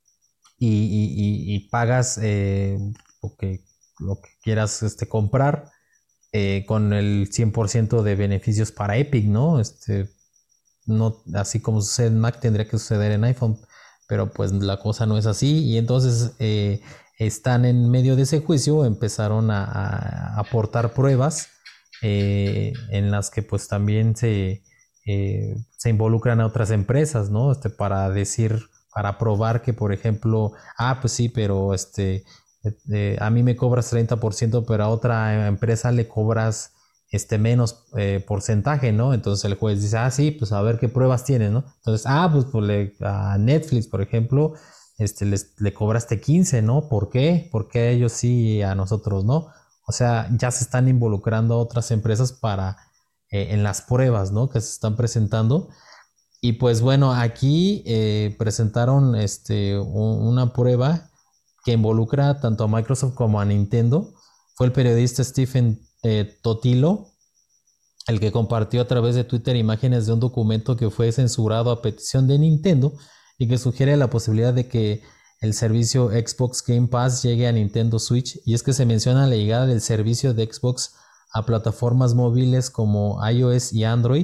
y, y, y, y pagas eh, lo, que, lo que quieras este, comprar eh, con el cien por ciento de beneficios para Epic, ¿no? Este, no, así como sucede en Mac, tendría que suceder en iPhone, pero pues la cosa no es así, y entonces eh, están en medio de ese juicio, empezaron a, a aportar pruebas eh, en las que pues también se, eh, se involucran a otras empresas, ¿no? Este, para decir, para probar que, por ejemplo, ah, pues sí, pero este, eh, a mí me cobras treinta por ciento, pero a otra empresa le cobras este menos eh, porcentaje, ¿no? Entonces el juez dice, ah, sí, pues a ver qué pruebas tienes, ¿no? Entonces, ah, pues, pues le, a Netflix, por ejemplo, este, les, le cobraste quince, ¿no? ¿Por qué? ¿Por qué a ellos sí y a nosotros no? O sea, ya se están involucrando a otras empresas para, eh, en las pruebas, ¿no? Que se están presentando. Y pues bueno, aquí eh, presentaron este, un, una prueba que involucra tanto a Microsoft como a Nintendo. Fue el periodista Stephen eh, Totilo el que compartió a través de Twitter imágenes de un documento que fue censurado a petición de Nintendo y que sugiere la posibilidad de que el servicio Xbox Game Pass llegue a Nintendo Switch. Y es que se menciona la llegada del servicio de Xbox a plataformas móviles como iOS y Android,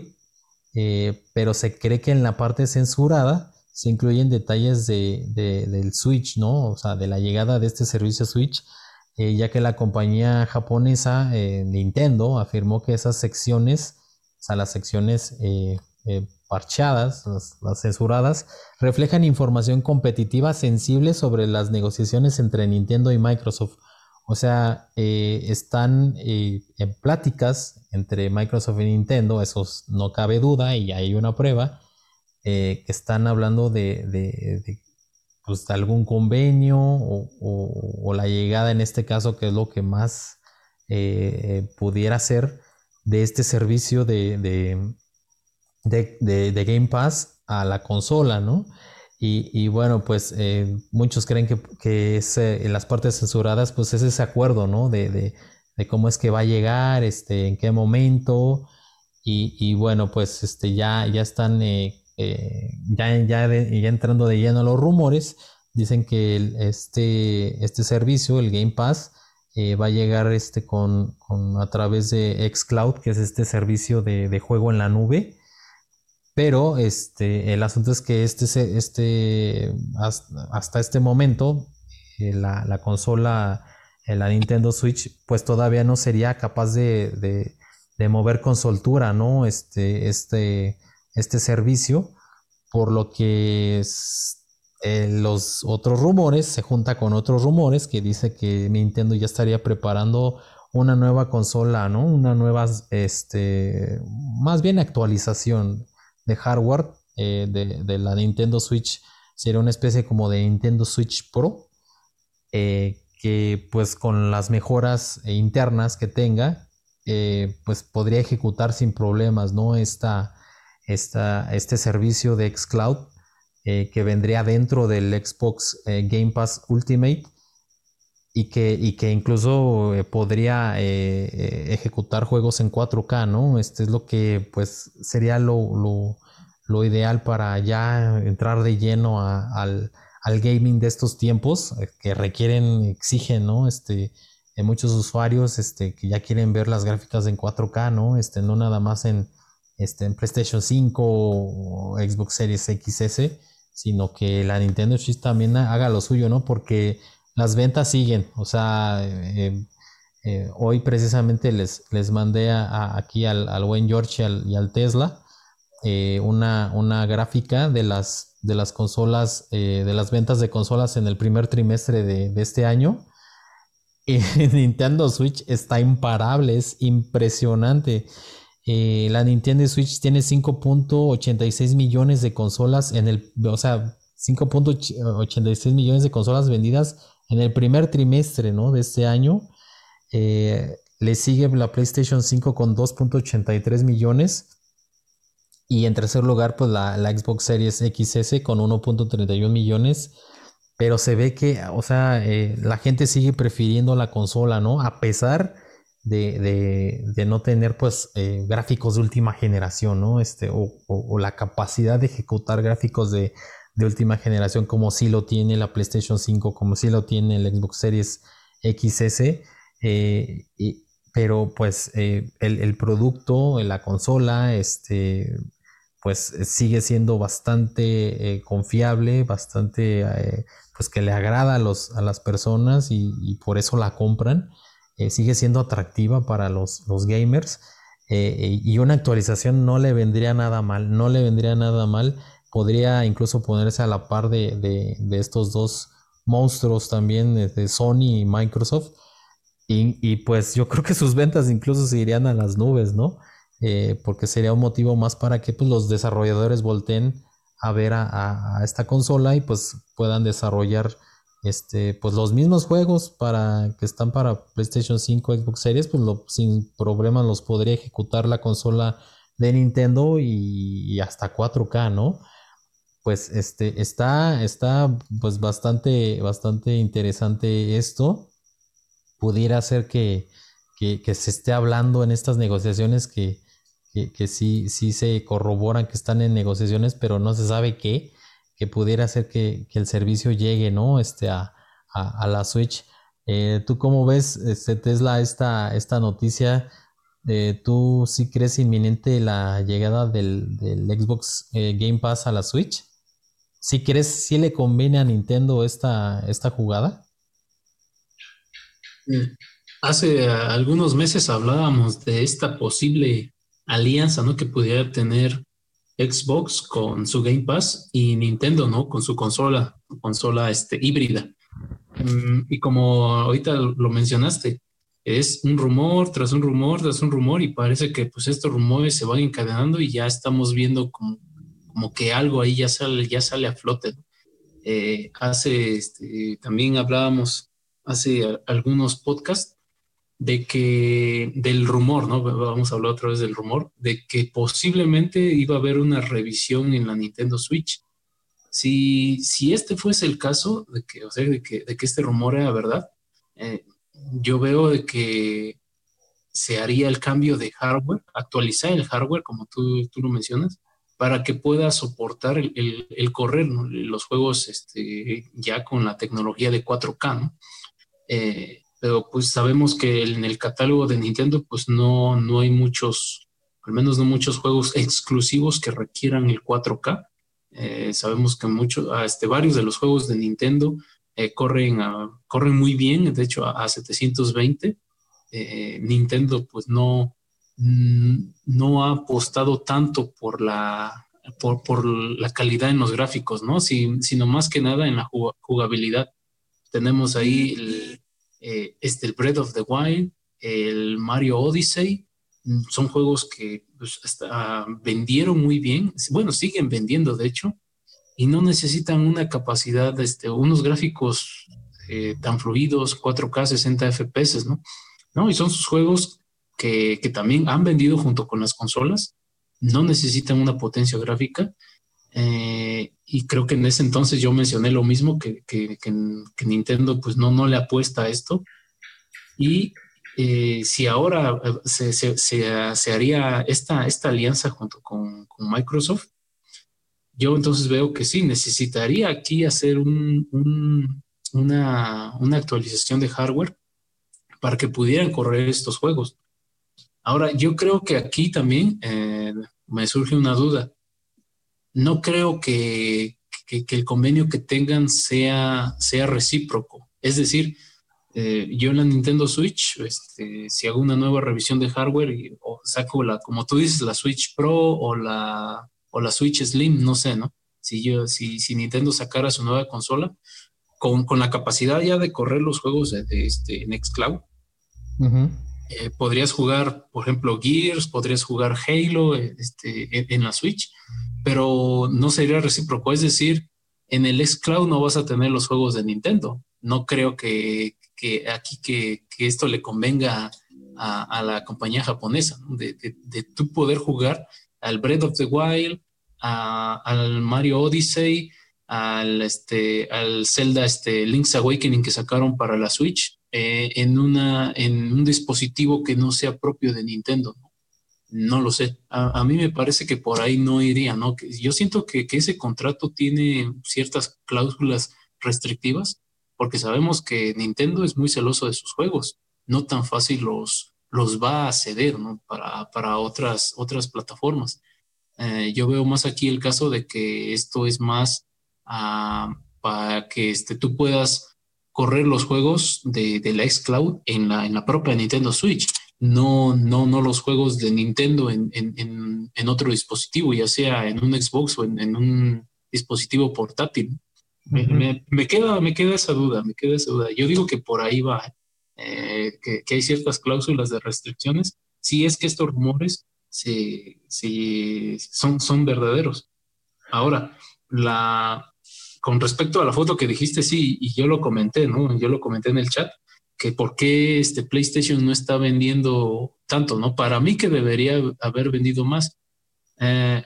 eh, pero se cree que en la parte censurada se incluyen detalles de, de, del Switch, ¿no? O sea, de la llegada de este servicio Switch, eh, ya que la compañía japonesa eh, Nintendo afirmó que esas secciones, o sea, las secciones eh, eh, parchadas, las, las censuradas, reflejan información competitiva sensible sobre las negociaciones entre Nintendo y Microsoft. O sea, eh, están eh, en pláticas entre Microsoft y Nintendo, eso no cabe duda y hay una prueba, eh, que están hablando de, de, de, pues, de algún convenio o, o, o, la llegada en este caso, que es lo que más eh, pudiera ser de este servicio de, de, de, de, de Game Pass a la consola, ¿no? Y, y bueno, pues eh, muchos creen que, que es, eh, en las partes censuradas, pues es ese acuerdo, ¿no? De, de, de cómo es que va a llegar, este, en qué momento. Y, y bueno, pues este, ya, ya están eh, eh, ya, ya, de, ya entrando de lleno a los rumores. Dicen que el, este, este servicio, el Game Pass, eh, va a llegar este con, con a través de xCloud, que es este servicio de, de juego en la nube. Pero este, el asunto es que este, este, hasta este momento, eh, la, la consola, eh, la Nintendo Switch, pues todavía no sería capaz de, de, de mover con soltura, ¿no? Este, este, este servicio, por lo que es, eh, los otros rumores se junta con otros rumores que dice que Nintendo ya estaría preparando una nueva consola, ¿no? Una nueva, este, más bien actualización de hardware eh, de, de la Nintendo Switch. Sería una especie como de Nintendo Switch Pro, eh, que pues con las mejoras internas que tenga, eh, pues podría ejecutar sin problemas, ¿no? Esta, esta, este servicio de xCloud, eh, que vendría dentro del Xbox eh, Game Pass Ultimate y que, y que incluso eh, podría eh, eh, ejecutar juegos en cuatro K, ¿no? Este es lo que pues sería lo, lo, lo ideal para ya entrar de lleno a, al, al gaming de estos tiempos eh, que requieren, exigen, ¿no? Este, eh, muchos usuarios este, que ya quieren ver las gráficas en cuatro K, ¿no? Este, no nada más en, este, en PlayStation cinco o Xbox Series X S, sino que la Nintendo Switch también haga lo suyo, ¿no? Porque las ventas siguen, o sea, eh, eh, hoy precisamente les, les mandé a, a, aquí al, al buen George y al, y al Tesla eh, una, una gráfica de las, de las consolas, eh, de las ventas de consolas en el primer trimestre de, de este año. Y Nintendo Switch está imparable, es impresionante. Eh, la Nintendo Switch tiene cinco punto ochenta y seis millones de consolas en el, o sea, cinco punto ochenta y seis millones de consolas vendidas en el primer trimestre, ¿no? De este año. Eh, le sigue la PlayStation cinco con dos punto ochenta y tres millones. Y en tercer lugar, pues la, la Xbox Series X S con uno punto treinta y uno millones. Pero se ve que, o sea, eh, la gente sigue prefiriendo la consola, ¿no? A pesar de, de, de no tener, pues, eh, gráficos de última generación, ¿no? Este, o, o, o la capacidad de ejecutar gráficos de, de última generación, como sí lo tiene la PlayStation cinco, como sí lo tiene el Xbox Series X S. Eh, y, pero, pues, eh, el, el producto, la consola, este, pues, sigue siendo bastante eh, confiable, bastante... Eh, pues que le agrada a, los, a las personas y, y por eso la compran. Eh, sigue siendo atractiva para los, los gamers eh, y una actualización no le vendría nada mal, no le vendría nada mal. Podría incluso ponerse a la par de, de, de estos dos monstruos también de Sony y Microsoft y, y pues yo creo que sus ventas incluso se irían a las nubes, ¿no? Eh, porque sería un motivo más para que pues, los desarrolladores volteen a ver a, a, a esta consola y pues puedan desarrollar este pues los mismos juegos para que están para PlayStation cinco, Xbox Series, pues lo, sin problemas los podría ejecutar la consola de Nintendo y, y hasta cuatro K, ¿no? Pues este está está pues bastante bastante interesante esto. Pudiera ser que, que, que se esté hablando en estas negociaciones que que, que sí, sí se corroboran que están en negociaciones, pero no se sabe qué, que pudiera ser que, que el servicio llegue, ¿no? Este, a, a, a la Switch. Eh, ¿tú cómo ves, este, Tesla, esta, esta noticia? Eh, ¿tú sí crees inminente la llegada del, del Xbox eh, Game Pass a la Switch? ¿Sí crees, sí le conviene a Nintendo esta, esta jugada? Hace algunos meses hablábamos de esta posible alianza, ¿no? Que pudiera tener Xbox con su Game Pass y Nintendo, ¿no? Con su consola, consola este, híbrida. Y como ahorita lo mencionaste, es un rumor tras un rumor tras un rumor y parece que pues estos rumores se van encadenando y ya estamos viendo como, como que algo ahí ya sale, ya sale a flote. Eh, hace, este, también hablábamos hace a, algunos podcasts de que del rumor, ¿no? Vamos a hablar otra vez del rumor, de que posiblemente iba a haber una revisión en la Nintendo Switch. Si, si este fuese el caso, de que, o sea, de que, de que este rumor era verdad, eh, yo veo de que se haría el cambio de hardware, actualizar el hardware, como tú, tú lo mencionas, para que pueda soportar el, el, el correr, ¿no? Los juegos este, ya con la tecnología de cuatro K, ¿no? Eh, pero pues sabemos que en el catálogo de Nintendo pues no, no hay muchos, al menos no muchos juegos exclusivos que requieran el cuatro K. Eh, sabemos que muchos, este, varios de los juegos de Nintendo eh, corren, a, corren muy bien, de hecho a, a setecientos veinte. Eh, Nintendo pues no, no ha apostado tanto por la, por, por la calidad en los gráficos, ¿no? Si, sino más que nada en la jugabilidad. Tenemos ahí el, eh, este, el Breath of the Wild, el Mario Odyssey. Son juegos que pues, hasta vendieron muy bien. Bueno, siguen vendiendo, de hecho, y no necesitan una capacidad, este, unos gráficos eh, tan fluidos, cuatro K, sesenta F P S, ¿no? ¿No? Y son sus juegos que, que también han vendido junto con las consolas. No necesitan una potencia gráfica Eh, y creo que en ese entonces yo mencioné lo mismo, que, que, que, que Nintendo pues no, no le apuesta a esto. Y eh, si ahora eh, se, se, se, se haría esta, esta alianza junto con, con Microsoft, yo entonces veo que sí, necesitaría aquí hacer un, un, una, una actualización de hardware para que pudieran correr estos juegos. Ahora, yo creo que aquí también eh, me surge una duda. No creo que, que, que el convenio que tengan sea, sea recíproco. Es decir, eh, yo en la Nintendo Switch, este, si hago una nueva revisión de hardware y, o saco la, como tú dices, la Switch Pro o la, o la Switch Slim, no sé, ¿no? Si yo, si, si Nintendo sacara su nueva consola, con, con la capacidad ya de correr los juegos de, de este, en xCloud, Ujú. eh, podrías jugar, por ejemplo, Gears, podrías jugar Halo eh, este, en, en la Switch, pero no sería recíproco. Es decir, en el xCloud no vas a tener los juegos de Nintendo. No creo que, que aquí que, que esto le convenga a, a la compañía japonesa, ¿no? de, de, de tú poder jugar al Breath of the Wild, a, al Mario Odyssey, al, este, al Zelda este, Link's Awakening que sacaron para la Switch eh, en, una, en un dispositivo que no sea propio de Nintendo. No, no lo sé. A, a, mí me parece que por ahí no iría, ¿no? Que yo siento que, que ese contrato tiene ciertas cláusulas restrictivas porque sabemos que Nintendo es muy celoso de sus juegos. No tan fácil los, los va a ceder, ¿no? Para, para otras, otras plataformas. Eh, yo veo más aquí el caso de que esto es más uh, para que este, tú puedas correr los juegos de, de la xCloud en la, en la propia Nintendo Switch, no, no, no los juegos de Nintendo en, en, en, en otro dispositivo, ya sea en un Xbox o en, en un dispositivo portátil. Me, Ujú. me, me, queda, me queda esa duda, me queda esa duda. Yo digo que por ahí va, eh, que, que hay ciertas cláusulas de restricciones. Si es que estos rumores si, si son, son verdaderos. Ahora, la, con respecto a la foto que dijiste, sí, y yo lo comenté, ¿no? Yo lo comenté en el chat, que por qué este PlayStation no está vendiendo tanto, ¿no? Para mí que debería haber vendido más. Eh,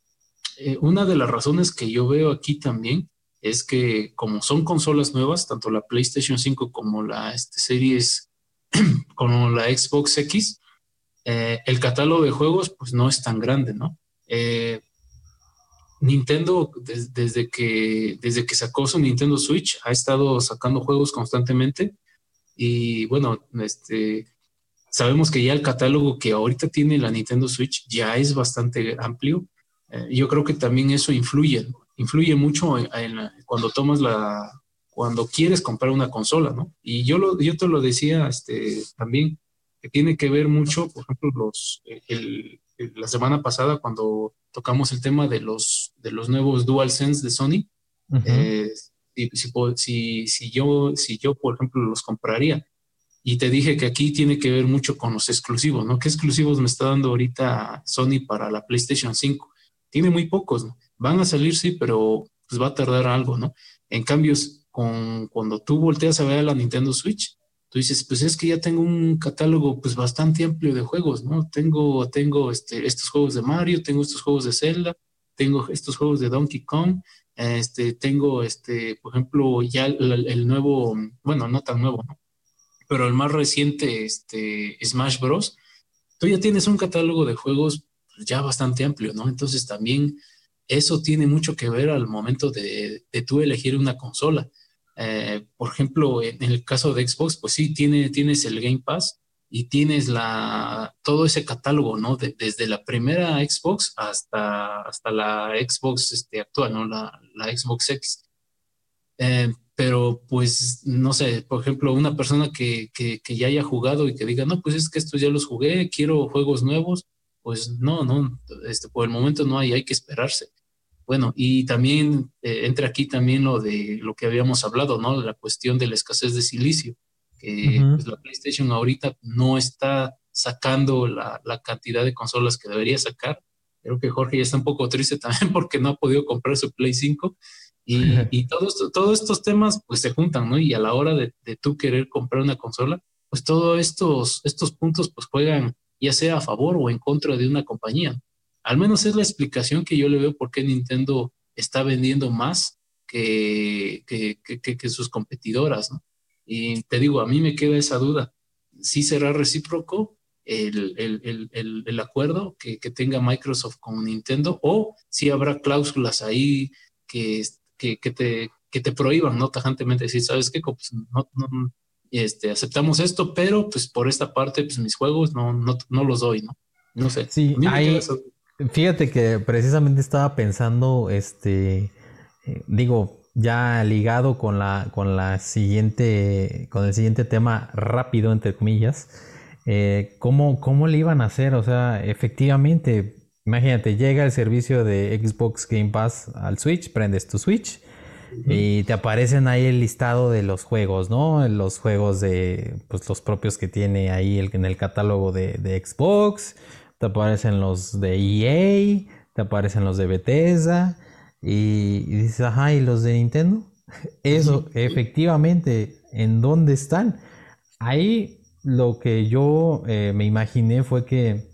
eh, una de las razones que yo veo aquí también es que como son consolas nuevas, tanto la PlayStation cinco como la este, Series, como la Xbox X, eh, el catálogo de juegos pues no es tan grande, ¿no? Eh, Nintendo, des, desde, que, desde que sacó su Nintendo Switch, ha estado sacando juegos constantemente y bueno, este, sabemos que ya el catálogo que ahorita tiene la Nintendo Switch ya es bastante amplio. Eh, yo creo que también eso influye, ¿no? Influye mucho en, en la, cuando tomas la, cuando quieres comprar una consola, ¿no? Y yo, lo, yo te lo decía este, también, que tiene que ver mucho, por ejemplo, los, el, el, la semana pasada cuando tocamos el tema de los, de los nuevos DualSense de Sony, Ujú. eh, si, si, si, si, yo, si yo, por ejemplo, los compraría. Y te dije que aquí tiene que ver mucho con los exclusivos, ¿no? ¿Qué exclusivos me está dando ahorita Sony para la PlayStation cinco? Tiene muy pocos, ¿no? Van a salir, sí, pero pues va a tardar algo, ¿no? En cambio, con, cuando tú volteas a ver a la Nintendo Switch, tú dices, pues es que ya tengo un catálogo pues bastante amplio de juegos, ¿no? Tengo, tengo este, estos juegos de Mario, tengo estos juegos de Zelda, tengo estos juegos de Donkey Kong, este, tengo, este, por ejemplo, ya el, el nuevo, bueno, no tan nuevo, ¿no? Pero el más reciente, este, Smash Bros., tú ya tienes un catálogo de juegos ya bastante amplio, ¿no? Entonces también eso tiene mucho que ver al momento de, de tú elegir una consola. Eh, por ejemplo, en, en el caso de Xbox, pues sí, tiene, tienes el Game Pass y tienes la, todo ese catálogo, ¿no? De, desde la primera Xbox hasta, hasta la Xbox este, actual, ¿no? La, la Xbox X. Eh, pero pues, no sé, por ejemplo, una persona que, que, que, ya haya jugado y que diga, no, pues es que estos ya los jugué, quiero juegos nuevos, pues no, no, este, por el momento no hay, hay que esperarse. Bueno, y también eh, entra aquí también lo de lo que habíamos hablado, ¿no? La cuestión de la escasez de silicio, que Ujú. pues la PlayStation ahorita no está sacando la, la cantidad de consolas que debería sacar. Creo que Jorge ya está un poco triste también porque no ha podido comprar su Play cinco y, y todo esto, todos estos temas pues se juntan, ¿no? Y a la hora de, de tú querer comprar una consola, pues todos estos, estos puntos pues juegan ya sea a favor o en contra de una compañía. Al menos es la explicación que yo le veo por qué Nintendo está vendiendo más que, que, que, que sus competidoras, ¿no? Y te digo, a mí me queda esa duda. ¿Sí será recíproco el, el, el, el, el acuerdo que, que tenga Microsoft con Nintendo? ¿O si habrá cláusulas ahí que, que, que, te, que te prohíban, ¿no? Tajantemente decir, ¿sabes qué? Pues no, no, este, aceptamos esto, pero pues por esta parte, pues mis juegos no, no, no los doy, ¿no? No sé. Sí, A mí me queda hay, eso. fíjate que precisamente estaba pensando, este, eh, digo, ya ligado con la, con la siguiente, con el siguiente tema rápido, entre comillas, eh, ¿cómo, cómo le iban a hacer? O sea, efectivamente, imagínate, llega el servicio de Xbox Game Pass al Switch, prendes tu Switch Ujú. y te aparecen ahí el listado de los juegos, ¿no? Los juegos de, pues los propios que tiene ahí el, en el catálogo de, de Xbox, te aparecen los de E A, te aparecen los de Bethesda y, y dices, ajá, ¿y los de Nintendo? Eso, Ujú. Sí. efectivamente, ¿en dónde están? Ahí lo que yo eh, me imaginé fue que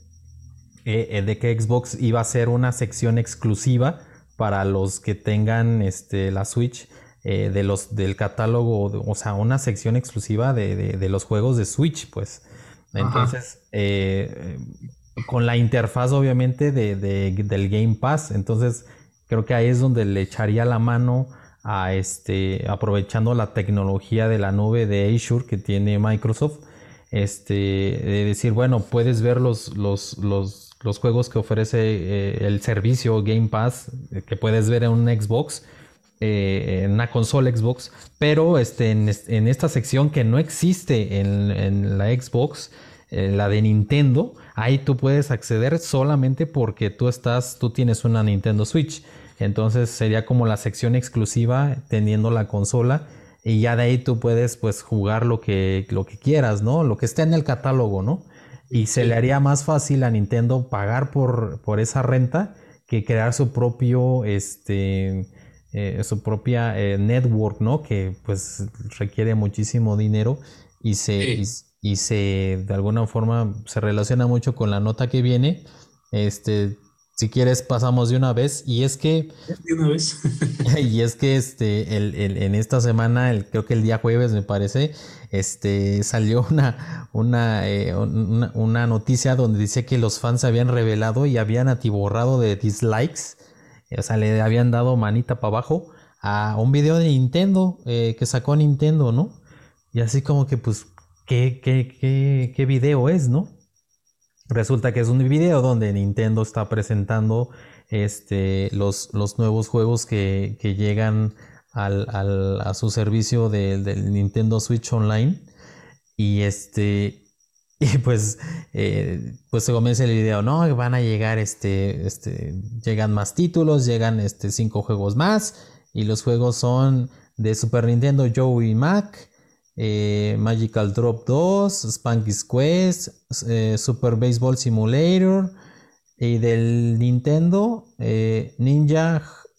eh, eh, de que Xbox iba a ser una sección exclusiva para los que tengan este, la Switch eh, de los, del catálogo, o sea, una sección exclusiva de, de, de los juegos de Switch, pues. Ajá. Entonces, eh, con la interfaz obviamente de, de, del Game Pass, entonces creo que ahí es donde le echaría la mano a este, aprovechando la tecnología de la nube de Azure que tiene Microsoft, este, de decir, bueno, puedes ver los, los, los, los juegos que ofrece eh, el servicio Game Pass, eh, que puedes ver en un Xbox, eh, en una consola Xbox, pero este, en, en esta sección que no existe en, en la Xbox, eh, la de Nintendo, ahí tú puedes acceder solamente porque tú estás, tú tienes una Nintendo Switch. Entonces sería como la sección exclusiva teniendo la consola y ya de ahí tú puedes pues jugar lo que, lo que quieras, ¿no? Lo que esté en el catálogo, ¿no? Y se le Sí. haría más fácil a Nintendo pagar por, por esa renta que crear su propio, este, eh, su propia eh, network, ¿no? Que pues requiere muchísimo dinero y se, y, Sí. y se, de alguna forma, se relaciona mucho con la nota que viene. Este, si quieres pasamos de una vez y es que De una vez. y es que este, el, el- en esta semana, el, creo que el día jueves me parece, este, salió una, una, eh, una, una noticia donde dice que los fans se habían revelado y habían atiborrado de dislikes, o sea, le habían dado manita para abajo a un video de Nintendo eh, que sacó Nintendo, ¿no? Y así como que, pues, ¿qué, qué, qué, qué video es, ¿no? Resulta que es un video donde Nintendo está presentando este, los, los nuevos juegos que, que llegan al, al- a su servicio de- del Nintendo Switch Online. Y este. Y pues, eh, pues se comienza el video, ¿no? Van a llegar, este, este, llegan más títulos, llegan, este, cinco juegos más. Y los juegos son de Super Nintendo Joe y Mac, eh, Magical Drop dos, Spanky's Quest, eh, Super Baseball Simulator. Y del Nintendo, eh, Ninja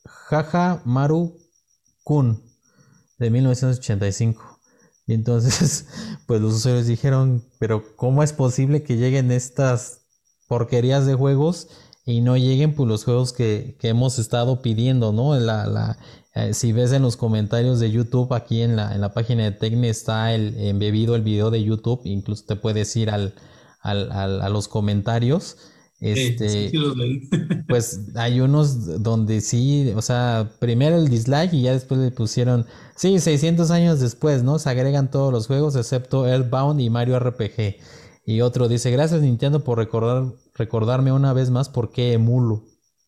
Jaja Maru Kun de mil novecientos ochenta y cinco. Y entonces, pues los usuarios dijeron, pero ¿cómo es posible que lleguen estas porquerías de juegos y no lleguen pues los juegos que, que hemos estado pidiendo, ¿no? La, la, eh, si ves en los comentarios de YouTube, aquí en la, en la página de Tecne está el, embebido el video de YouTube, incluso te puedes ir al, al, al, a los comentarios. Sí, sí, sí Este, los leí. pues hay unos donde sí, o sea, primero el dislike y ya después le pusieron, sí, seiscientos años después, ¿no? Se agregan todos los juegos excepto Earthbound y Mario R P G. Y otro dice, gracias Nintendo por recordar, recordarme una vez más por qué emulo.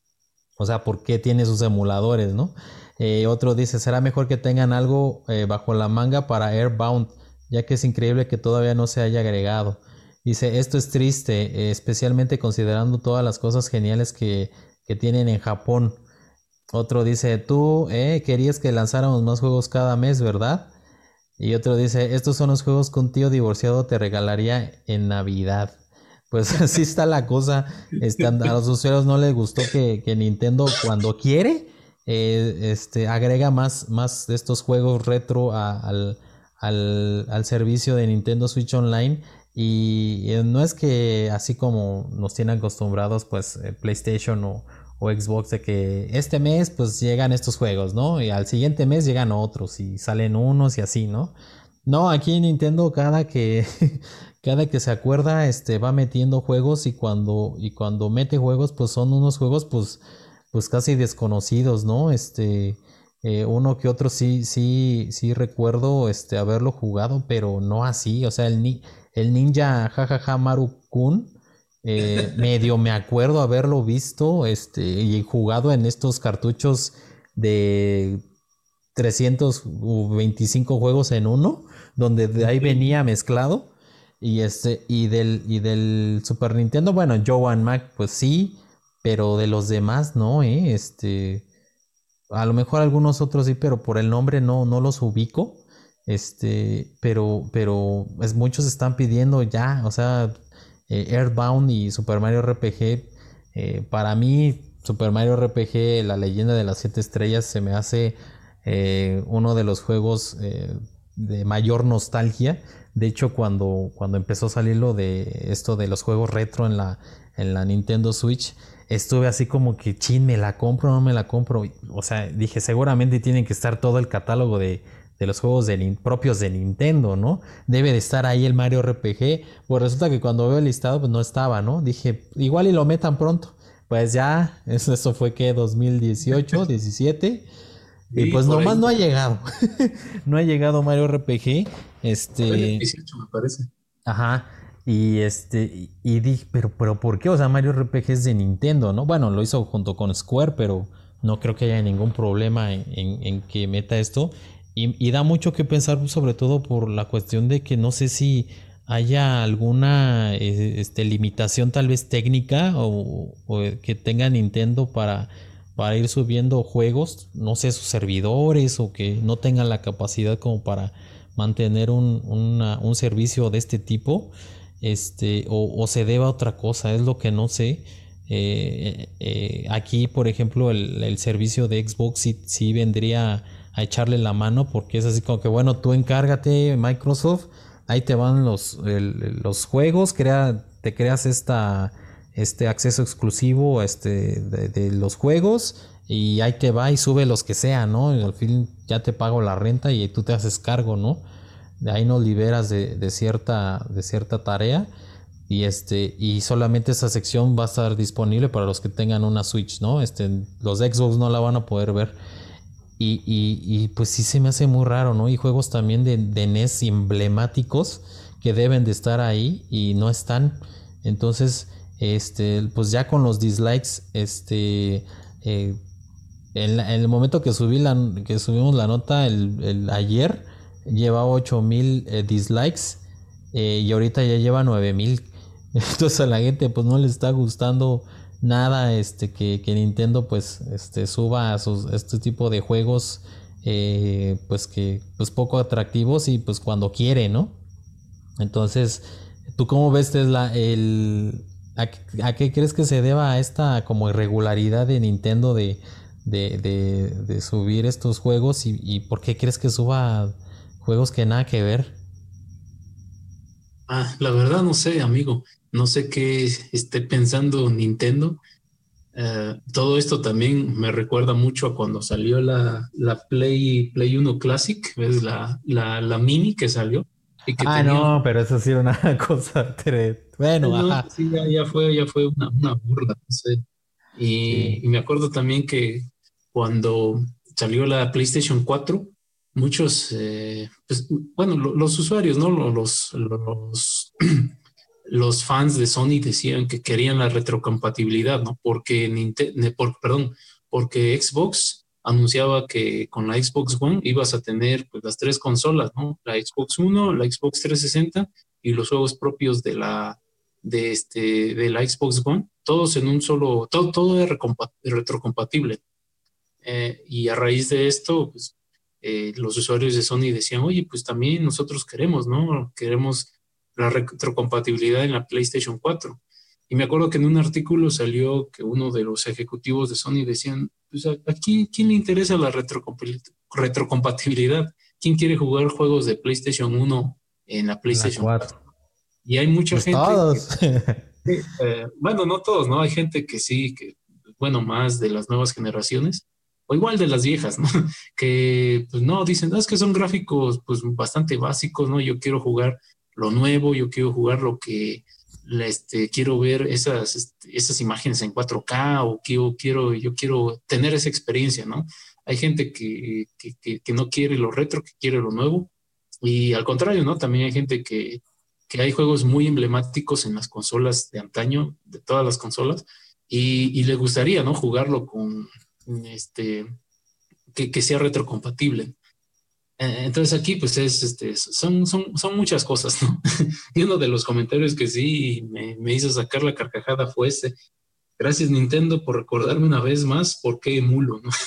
O sea, por qué tiene sus emuladores, ¿no? Eh, otro dice, será mejor que tengan algo eh, bajo la manga para Airbound, ya que es increíble que todavía no se haya agregado. Dice, esto es triste, eh, especialmente considerando todas las cosas geniales que, que tienen en Japón. Otro dice, tú eh, querías que lanzáramos más juegos cada mes, ¿verdad? Y otro dice, estos son los juegos que un tío divorciado te regalaría en Navidad. Pues así está la cosa. Están, a los usuarios no les gustó que, que Nintendo cuando quiere eh, este, agrega más, más de estos juegos retro a- al, al, al servicio de Nintendo Switch Online. Y eh, no es que así como nos tienen acostumbrados pues eh, PlayStation o, o Xbox de que este mes pues llegan estos juegos, ¿no? Y al siguiente mes llegan otros y salen unos y así, ¿no? No, aquí Nintendo cada que cada que se acuerda este va metiendo juegos y cuando y cuando mete juegos pues son unos juegos pues pues casi desconocidos, ¿no? Este eh, uno que otro sí sí sí recuerdo este haberlo jugado, pero no así, o sea, el ni el Ninja jajaja Maru Kun eh, medio me acuerdo haberlo visto este y jugado en estos cartuchos de trescientos veinticinco juegos en uno, donde de ahí Ok. venía mezclado. Y este, y del, y del Super Nintendo, bueno, Joe and Mac, pues sí, pero de los demás no, eh. Este, a lo mejor algunos otros sí, pero por el nombre no, no los ubico. Este, pero, pero es, muchos están pidiendo ya, o sea, eh, Earthbound y Super Mario R P G. Eh, para mí, Super Mario R P G, La Leyenda de las Siete Estrellas, se me hace eh, uno de los juegos eh, de mayor nostalgia. De hecho, cuando, cuando empezó a salir lo de esto de los juegos retro en la, en la Nintendo Switch, estuve así como que, chin, ¿me la compro o no me la compro? O sea, dije, seguramente tienen que estar todo el catálogo de, de los juegos de, propios de Nintendo, ¿no? Debe de estar ahí el Mario R P G. Pues resulta que cuando veo el listado, pues no estaba, ¿no? Dije, igual y lo metan pronto. Pues ya, eso, eso fue que dos mil dieciocho, diecisiete. Y Sí, pues por nomás ahí. no ha llegado. No ha llegado Mario R P G. Fue en el Este, dieciocho, me parece. ajá. Y este, y, y dije, pero, pero ¿por qué? O sea, Mario R P G es de Nintendo, ¿no? Bueno, lo hizo junto con Square, pero no creo que haya ningún problema en, en, en que meta esto. Y, y da mucho que pensar, sobre todo por la cuestión de que no sé si haya alguna eh, este, limitación tal vez técnica o, o que tenga Nintendo para, para ir subiendo juegos, no sé, sus servidores o que no tengan la capacidad como para mantener un, una, un servicio de este tipo, este, o, o se deba a otra cosa, es lo que no sé. Eh, eh, aquí, por ejemplo, el, el servicio de Xbox sí, sí vendría a echarle la mano porque es así como que, bueno, tú encárgate, Microsoft, ahí te van los, el, los juegos, crea, te creas esta, este acceso exclusivo este, de, de los juegos y ahí te va y sube los que sean, ¿no? Y al fin ya te pago la renta y tú te haces cargo, ¿no? De ahí nos liberas de, de cierta, de cierta tarea y este y solamente esa sección va a estar disponible para los que tengan una Switch, ¿no? Este, los de Xbox no la van a poder ver y, y, y pues sí se me hace muy raro, ¿no? Y juegos también de, de N E S emblemáticos que deben de estar ahí y no están. Entonces, este, pues ya con los dislikes, este, eh, en, la- en el momento que subí la, que subimos la nota el, el ayer, llevaba ocho mil eh, dislikes eh, y ahorita ya lleva nueve mil. Entonces a la gente pues no le está gustando nada este que, que Nintendo pues este suba sus, este tipo de juegos eh, pues que pues poco atractivos y pues cuando quiere, ¿no? Entonces, ¿tú cómo ves Tesla el a, a qué crees que se deba esta como irregularidad de Nintendo de, de, de, de subir estos juegos y, y por qué crees que suba juegos que nada que ver? Ah, la verdad no sé, amigo. No sé qué esté pensando Nintendo. Eh, todo esto también me recuerda mucho a cuando salió la, la Play, Play uno Classic, ¿ves? La, la, la mini que salió y que Ah, tenía... no, pero eso sí era una cosa. tre- Bueno, No, ajá. pues sí, ya, ya fue, ya fue una, una burla, no sé. Y, y Sí. me acuerdo también que cuando salió la PlayStation cuatro, muchos, eh, pues, bueno, lo- los usuarios, ¿no? Lo- Los, los, los fans de Sony decían que querían la retrocompatibilidad, ¿no? Porque Nintendo, por, perdón, porque Xbox anunciaba que con la Xbox One ibas a tener pues, las tres consolas, ¿no? La Xbox One, la Xbox trescientos sesenta y los juegos propios de la, de este, de la Xbox One, todos en un solo, todo, todo es retrocompatible. Eh, y a raíz de esto, pues, eh, los usuarios de Sony decían, oye, pues también nosotros queremos, ¿no? Queremos la retrocompatibilidad en la PlayStation cuatro. Y me acuerdo que en un artículo salió que uno de los ejecutivos de Sony decían, pues a, a quién, quién le interesa la retrocompatibilidad? ¿Quién quiere jugar juegos de PlayStation uno en la En la PlayStation cuatro. cuatro? Y hay mucha Pues gente que, todos. eh, bueno, no todos, ¿no? Hay gente que sí, que bueno, más de las nuevas generaciones, o igual de las viejas, ¿no? Que pues no, dicen, "No, es que son gráficos pues bastante básicos, ¿no? Yo quiero jugar lo nuevo, yo quiero jugar lo que, este, quiero ver esas, este, esas imágenes en cuatro K o quiero, quiero, yo quiero tener esa experiencia, ¿no? Hay gente que, que, que, que no quiere lo retro, que quiere lo nuevo, y al contrario, ¿no? También hay gente que, que hay juegos muy emblemáticos en las consolas de antaño, de todas las consolas, y, y le gustaría, ¿no? Jugarlo con, este, que, que sea retrocompatible. Eh, Entonces aquí pues es, este, son, son, son muchas cosas, ¿no? Y uno de los comentarios que sí me, me hizo sacar la carcajada fue ese. Gracias Nintendo por recordarme una vez más por qué emulo, ¿no?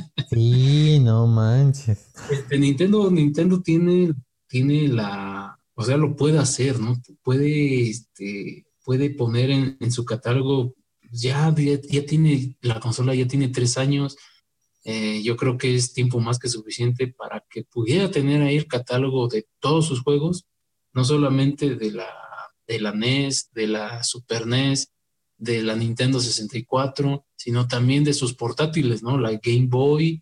Sí, no manches. Este, Nintendo, Nintendo tiene, tiene la, o sea, lo puede hacer, ¿no? Puede, este, puede poner en, en su catálogo, ya, ya, ya tiene, la consola ya tiene tres años. Eh, yo creo que es tiempo más que suficiente para que pudiera tener ahí el catálogo de todos sus juegos, no solamente de la, de la N E S, de la Super N E S, de la Nintendo sesenta y cuatro, sino también de sus portátiles, ¿no? La Game Boy,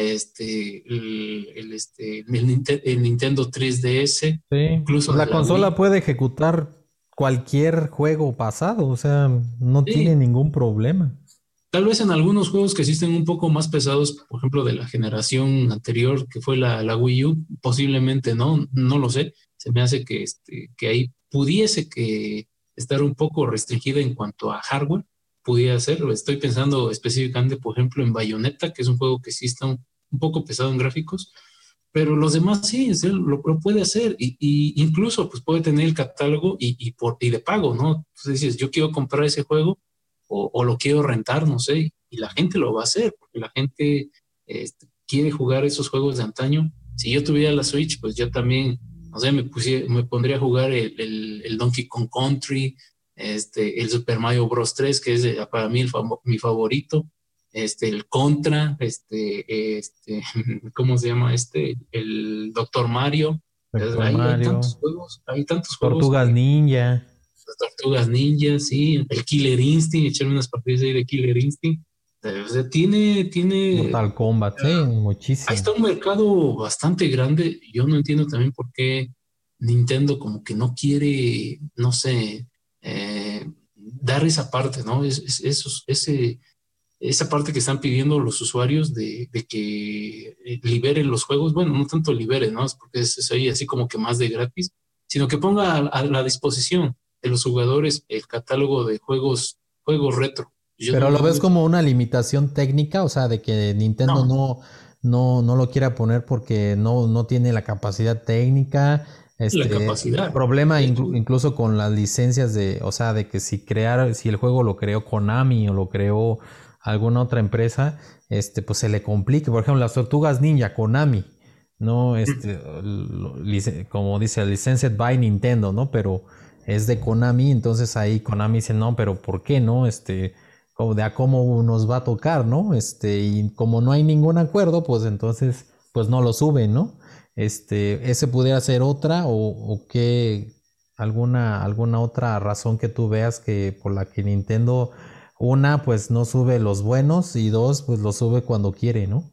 este, el, el, este, el, Ninte- el Nintendo tres D S, Sí, incluso pues de la la consola Wii. puede ejecutar cualquier juego pasado, o sea, no tiene Sí, ningún problema. tal vez en algunos juegos que sí estén un poco más pesados, por ejemplo, de la generación anterior, que fue la, la Wii U, posiblemente no, no lo sé. Se me hace que, este, que ahí pudiese que estar un poco restringida en cuanto a hardware, pudiera ser. Estoy pensando específicamente, por ejemplo, en Bayonetta, que es un juego que sí está un, un poco pesado en gráficos, pero los demás sí, sí, lo, lo puede hacer y, y incluso pues puede tener el catálogo y, y, por, y de pago, ¿no? Entonces dices, yo quiero comprar ese juego o, o lo quiero rentar, no sé, y la gente lo va a hacer, porque la gente este, quiere jugar esos juegos de antaño. Si yo tuviera la Switch, pues yo también, no sé, me, pusiera, me pondría a jugar el, el, el Donkey Kong Country, este, el Super Mario Bros. tres, que es eh, para mí el famo- mi favorito, este, el Contra, este, este, ¿cómo se llama este? El Doctor Mario. Entonces, Doctor hay, hay tantos Mario, juegos, hay tantos juegos Tortugas que, Ninja, las Tortugas Ninja, sí, el Killer Instinct, echarme unas partidas ahí de Killer Instinct. Eh, O sea, tiene, tiene, Mortal Kombat, sí, ahí muchísimo. está un mercado bastante grande. Yo no entiendo también por qué Nintendo como que no quiere, no sé, eh, dar esa parte, ¿no? Es, es- esos- ese, esa parte que están pidiendo los usuarios de, de que eh, liberen los juegos. Bueno, no tanto libere, ¿no? Es porque es, es ahí así como que más de gratis, sino que ponga a, a la disposición de los jugadores el catálogo de juegos, juegos retro. Yo Pero no, lo no ves veo, como una limitación técnica, o sea, de que Nintendo no, no, no, no lo quiera poner porque no, no tiene la capacidad técnica. la Este, capacidad. problema De inclu- hecho, incluso con las licencias de, o sea, de que si crear, si el juego lo creó Konami o lo creó alguna otra empresa, este, pues se le complique. Por ejemplo, las Tortugas Ninja, Konami, no, mm, este, lo- lic- como dice, licensed by Nintendo, ¿no? Pero es de Konami, entonces ahí Konami dice, no, pero ¿por qué no? Este, como de a cómo nos va a tocar, ¿no? Este, y como no hay ningún acuerdo, pues entonces, pues no lo suben, ¿no? Este, ese pudiera ser otra o, o qué, alguna, alguna otra razón que tú veas que por la que Nintendo, una, pues no sube los buenos y dos, pues lo sube cuando quiere, ¿no?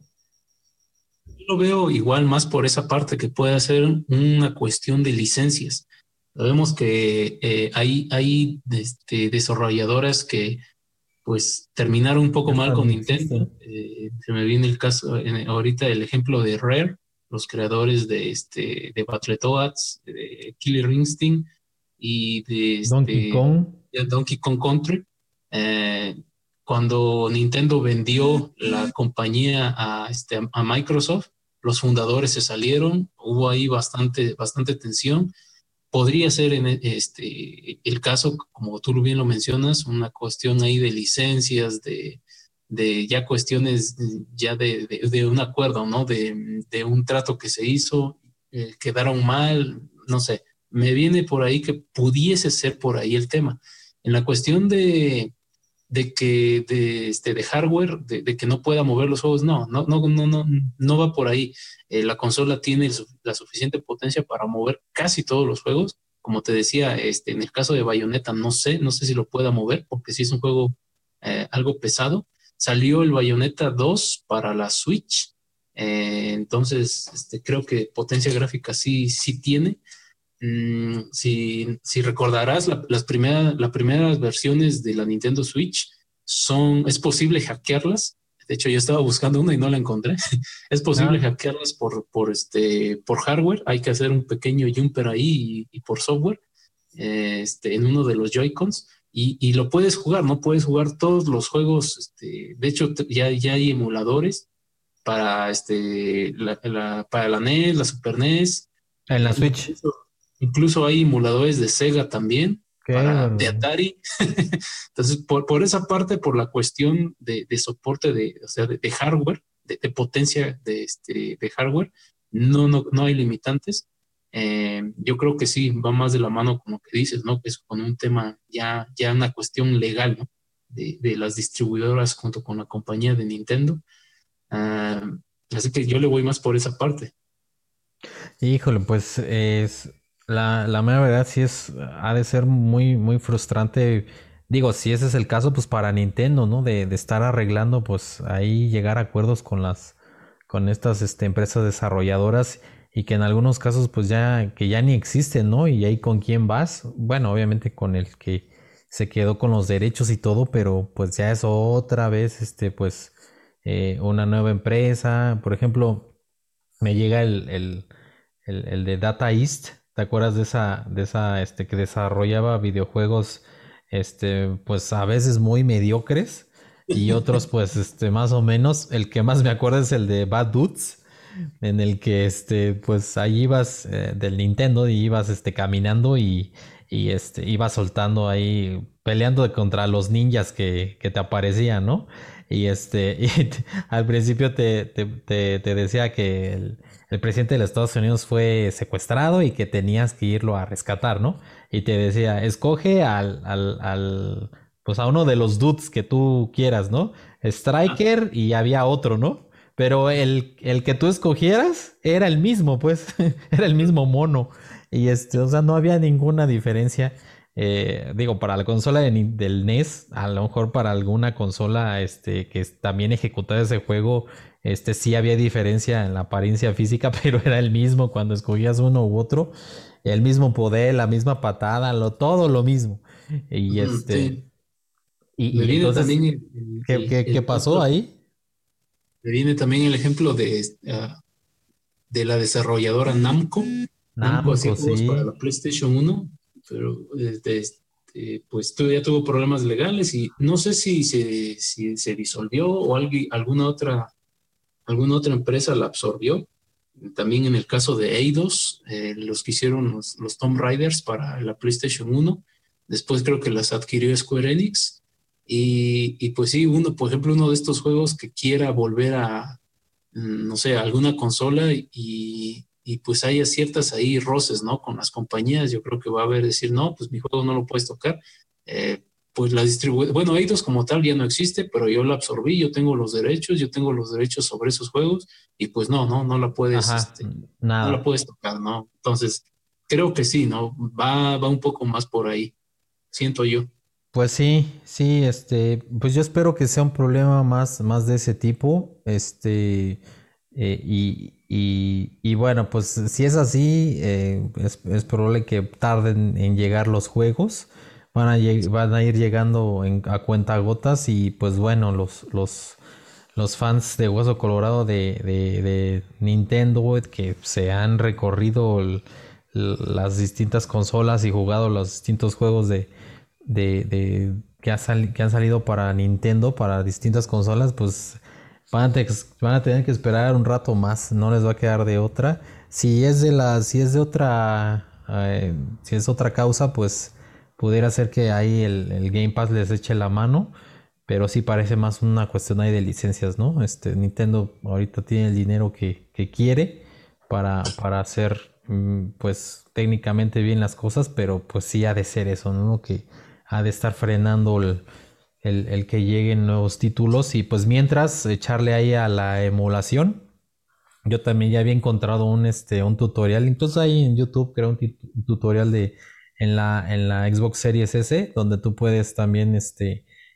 yo lo veo igual más por esa parte que puede ser una cuestión de licencias. Sabemos que eh, hay, hay este, desarrolladoras que pues terminaron un poco mal Esta con ni Nintendo. existe. Eh, se me viene el caso, en- ahorita el ejemplo de Rare, los creadores de, este, de Battletoads, de Killer Instinct y de, Donkey este, Kong. de Donkey Kong Country. Eh, Cuando Nintendo vendió la compañía a, este, a Microsoft, los fundadores se salieron, hubo ahí bastante, bastante tensión. Podría ser en e- este, el caso, como tú bien lo mencionas, una cuestión ahí de licencias, de, de ya cuestiones ya de, de, de un acuerdo, ¿no? De, de, un trato que se hizo, eh, quedaron mal, no sé. Me viene por ahí que pudiese ser por ahí el tema. En la cuestión de, de que de, este, de hardware, de, de, que no pueda mover los juegos, no, no, no, no, no, no va por ahí. Eh, la consola tiene el, la suficiente potencia para mover casi todos los juegos. Como te decía, este, en el caso de Bayonetta, no sé, no sé si lo pueda mover, porque sí es un juego eh, algo pesado. salió el Bayonetta dos para la Switch. Eh, entonces, este, creo que potencia gráfica sí, sí tiene. Mm, si, si recordarás, la- las primeras, las primeras versiones de la Nintendo Switch son, es posible hackearlas. De hecho, yo estaba buscando una y no la encontré. Es posible Ah, hackearlas por, por, este, por hardware. Hay que hacer un pequeño jumper ahí y, y por software, eh, este, en uno de los Joy-Cons. Y, y lo puedes jugar, ¿no? Puedes jugar todos los juegos. Este, de hecho, te- ya, ya hay emuladores para, este, la, la- para la N E S, la Super N E S. en la eh, Switch. incluso, incluso hay emuladores de Sega también, Qué para, de barbaridad. Atari. Entonces, por, por esa parte, por la cuestión de, de soporte de, o sea, de, de hardware, de, de potencia de, este, de hardware, no, no, no hay limitantes. Eh, yo creo que sí, va más de la mano con lo que dices, ¿no? Que es con un tema ya, ya una cuestión legal, ¿no? De, de las distribuidoras junto con la compañía de Nintendo. Ah, así que yo le voy más por esa parte. Híjole, pues es la, la mera verdad sí es, ha de ser muy, muy frustrante. Digo, si ese es el caso, pues para Nintendo, ¿no? De, de estar arreglando, pues ahí llegar a acuerdos con las, con estas este, empresas desarrolladoras y que en algunos casos, pues ya, que ya ni existen, ¿no? Y ahí con quién vas. Bueno, obviamente con el que se quedó con los derechos y todo, pero pues ya es otra vez, este, pues, eh, una nueva empresa. Por ejemplo, me llega el, el el, el de Data East. ¿Te acuerdas de esa, de esa, este, que desarrollaba videojuegos, este, pues a veces muy mediocres y otros, pues, este, más o menos? El que más me acuerdo es el de Bad Dudes, en el que, este, pues ahí ibas eh, del Nintendo y ibas, este, caminando y, y este, ibas soltando ahí, peleando contra los ninjas que, que te aparecían, ¿no? Y este, y te- al principio te, te, te, te decía que el, el presidente de los Estados Unidos fue secuestrado y que tenías que irlo a rescatar, ¿no? Y te decía, escoge al, al, al pues a uno de los dudes que tú quieras, ¿no? Ah, Striker y había otro, ¿no? Pero el, el que tú escogieras era el mismo, pues, era el mismo mono. Y este, o sea, no había ninguna diferencia. Eh, digo, para la consola de, del N E S, a lo mejor para alguna consola este, que también ejecutaba ese juego, este sí había diferencia en la apariencia física, pero era el mismo cuando escogías uno u otro. El mismo poder, la misma patada, lo, todo lo mismo. Y ujú, este, sí. Me y, y viene entonces, también el, el- ¿qué, el- qué, qué el pasó ejemplo, ahí? me viene también el ejemplo de, ah, de la desarrolladora Namco. Namco hacía Namco, juegos para sí. la PlayStation uno, pero este, este, pues tu- ya tuvo problemas legales y no sé si se, si se disolvió o algui- alguna otra, alguna otra empresa la absorbió. También en el caso de Eidos, eh, los que hicieron los, los Tomb Raiders para la PlayStation uno, después creo que las adquirió Square Enix. Y, y pues sí, uno, por ejemplo, uno de estos juegos que quiera volver a, mm, no sé, a alguna consola y, y pues haya ciertas ahí roces, ¿no? Con las compañías, yo creo que va a haber decir, no, pues mi juego no lo puedes tocar. Eh, pues la distribu bueno, Eidos como tal ya no existe, pero yo la absorbí, yo tengo los derechos, yo tengo los derechos sobre esos juegos y pues no, no, no la puedes, Ajá, este, no la nada. puedes tocar, ¿no? Entonces, creo que sí, ¿no? Va, va un poco más por ahí, siento yo. Pues sí, sí, este, pues yo espero que sea un problema más, más de ese tipo, este, eh, y, y, y bueno, pues si es así, eh, es, es probable que tarden en llegar los juegos, van a, lleg- van a ir llegando en- a cuentagotas y pues bueno, los, los, los fans de Hueso Colorado de, de, de Nintendo que se han recorrido el- las distintas consolas y jugado los distintos juegos de de, de que, ha sali- que han salido para Nintendo, para distintas consolas, pues van a, te- van a tener que esperar un rato más, no les va a quedar de otra. Si es de la, si es de otra, eh, si es otra causa, pues pudiera ser que ahí el, el Game Pass les eche la mano, pero sí parece más una cuestión ahí de licencias, ¿no? Este, Nintendo ahorita tiene el dinero que, que quiere para, para hacer, mm, pues técnicamente bien las cosas, pero pues sí ha de ser eso, ¿no? Que ha de estar frenando el, el, el que lleguen nuevos títulos y pues mientras echarle ahí a la emulación. Yo también ya había encontrado un, este, un tutorial, incluso ahí en YouTube creo un, tit- un tutorial de en la, en la Xbox Series S, donde tú puedes también este,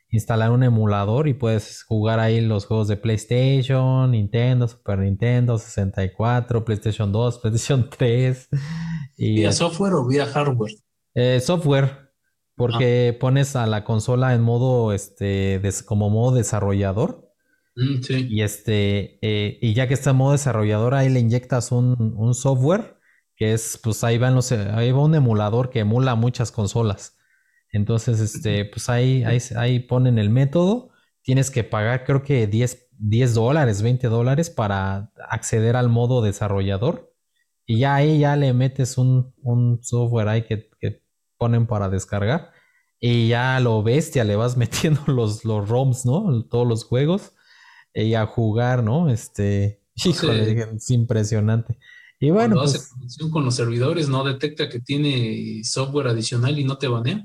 instalar un emulador y puedes jugar ahí los juegos de PlayStation, Nintendo, Super Nintendo, sesenta y cuatro, PlayStation dos, PlayStation tres y ¿Vía es- software o vía hardware? eh, software, Ah, porque pones a la consola en modo, este, des- como modo desarrollador. mm, sí. Y este, eh, y ya que está en modo desarrollador, ahí le inyectas un, un software que es, pues ahí van los, ahí va un emulador que emula muchas consolas. Entonces, este, pues ahí, ahí, ahí ponen el método. Tienes que pagar, creo que diez diez dólares, veinte dólares para acceder al modo desarrollador. Y ya ahí ya le metes un, un software ahí que, que ponen para descargar. Y ya a lo bestia le vas metiendo los, los ROMs, ¿no? Todos los juegos y a jugar, ¿no? Este, híjole, Hace- dije, es impresionante. Y bueno, Cuando hace pues, conexión con los servidores, no detecta que tiene software adicional y no te banea.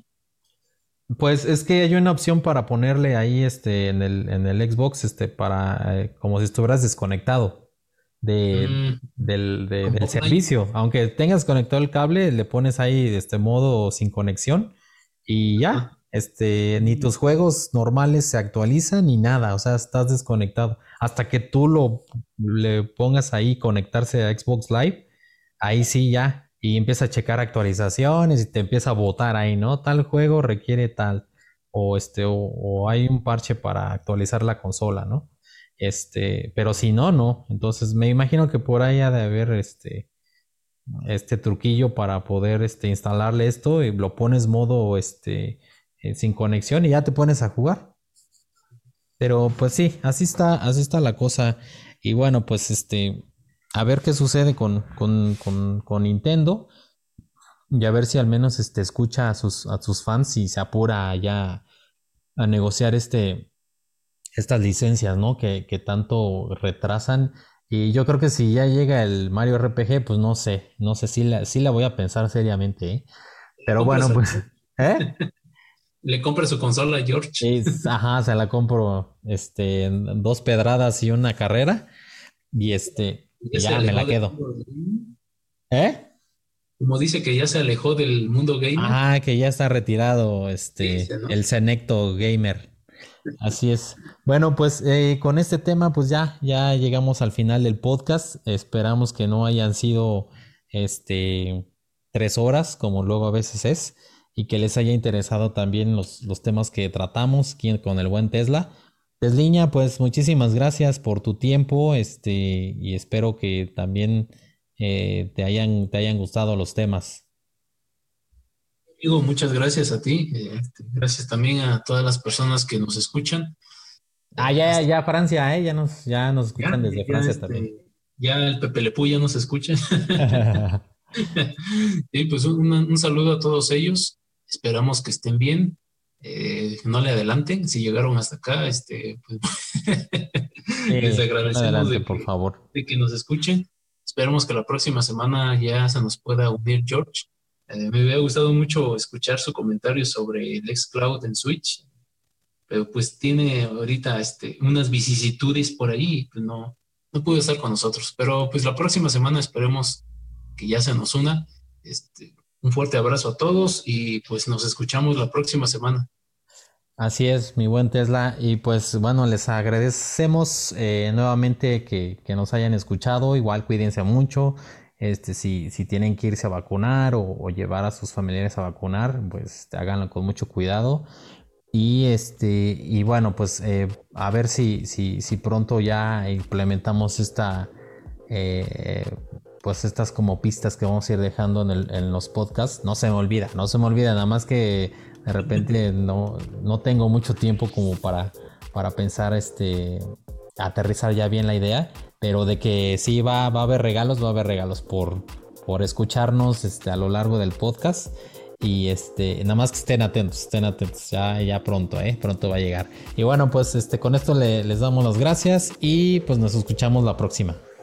pues es que hay una opción para ponerle ahí, este, en el, en el Xbox, este, para, eh, como si estuvieras desconectado de, Mm, del, de- con del Fortnite. servicio. Aunque tengas conectado el cable, le pones ahí, este, modo sin conexión y Ajá. ya, este, ni tus juegos normales se actualizan ni nada, o sea, estás desconectado. Hasta que tú lo le pongas ahí conectarse a Xbox Live, ahí sí ya, y empieza a checar actualizaciones y te empieza a votar ahí, ¿no? Tal juego requiere tal, o este, o, o hay un parche para actualizar la consola, ¿no? Este, pero si no, no. Entonces me imagino que por ahí ha de haber este, este truquillo para poder este, instalarle esto y lo pones modo este, eh, sin conexión y ya te pones a jugar. Pero pues sí, así está, así está la cosa. Y bueno, pues este, a ver qué sucede con, con, con, con Nintendo y a ver si al menos este, escucha a sus, a sus fans y se apura ya a negociar este, estas licencias, ¿no? Que, que tanto retrasan. Y yo creo que si ya llega el Mario R P G, pues no sé, no sé si la, si la voy a pensar seriamente, ¿eh? Le Pero compras bueno, a pues, George. ¿eh? Le compras su consola a George. Es, ajá, se la compro, este, en dos pedradas y una carrera y este, Ya y se ya me alejó la del quedo. mundo gaming. ¿Eh? Como dice que ya se alejó del mundo gamer. Ah, que ya está retirado, Dice, este, ¿no? el Senecto Gamer. Así es. Bueno, pues eh, con este tema, pues ya, ya llegamos al final del podcast. Esperamos que no hayan sido, este, tres horas, como luego a veces es, y que les haya interesado también los, los temas que tratamos aquí con el buen Tesla. Tesliña, pues muchísimas gracias por tu tiempo, este, y espero que también eh, te hayan, te hayan gustado los temas. Digo, muchas gracias a ti. eh, este, gracias también a todas las personas que nos escuchan. Ah, Eh, ya, hasta ya Francia, eh, ya nos, ya nos ya, escuchan desde ya, Francia también. este, ya el Pepe Le Pew ya nos escucha. Y pues un, un saludo a todos ellos. Esperamos que estén bien. Eh, no le adelanten. Si llegaron hasta acá, este, pues, les Sí, agradecemos adelante, de por que, favor. de que nos escuchen. Esperemos que la próxima semana ya se nos pueda unir George. Eh, me hubiera gustado mucho escuchar su comentario sobre el xCloud en Switch, pero pues tiene ahorita este, unas vicisitudes por ahí, y pues no, no pudo estar con nosotros. Pero pues la próxima semana esperemos que ya se nos una. Este, un fuerte abrazo a todos y pues nos escuchamos la próxima semana. Así es, mi buen Tesla. Y pues bueno, les agradecemos eh, nuevamente que, que nos hayan escuchado. Igual cuídense mucho. Este, si, si tienen que irse a vacunar o, o llevar a sus familiares a vacunar, pues háganlo con mucho cuidado. Y este, y bueno, pues eh, a ver si, si, si pronto ya implementamos esta, eh, pues estas como pistas que vamos a ir dejando en, el- en los podcasts. No se me olvida, no se me olvida, nada más que de repente no, no tengo mucho tiempo como para, para pensar, este, aterrizar ya bien la idea, pero de que sí va, va a haber regalos, va a haber regalos por, por escucharnos este, a lo largo del podcast. Y este, nada más que estén atentos, estén atentos, ya, ya pronto, eh, pronto va a llegar. Y bueno, pues este, con esto le- les damos las gracias y pues nos escuchamos la próxima.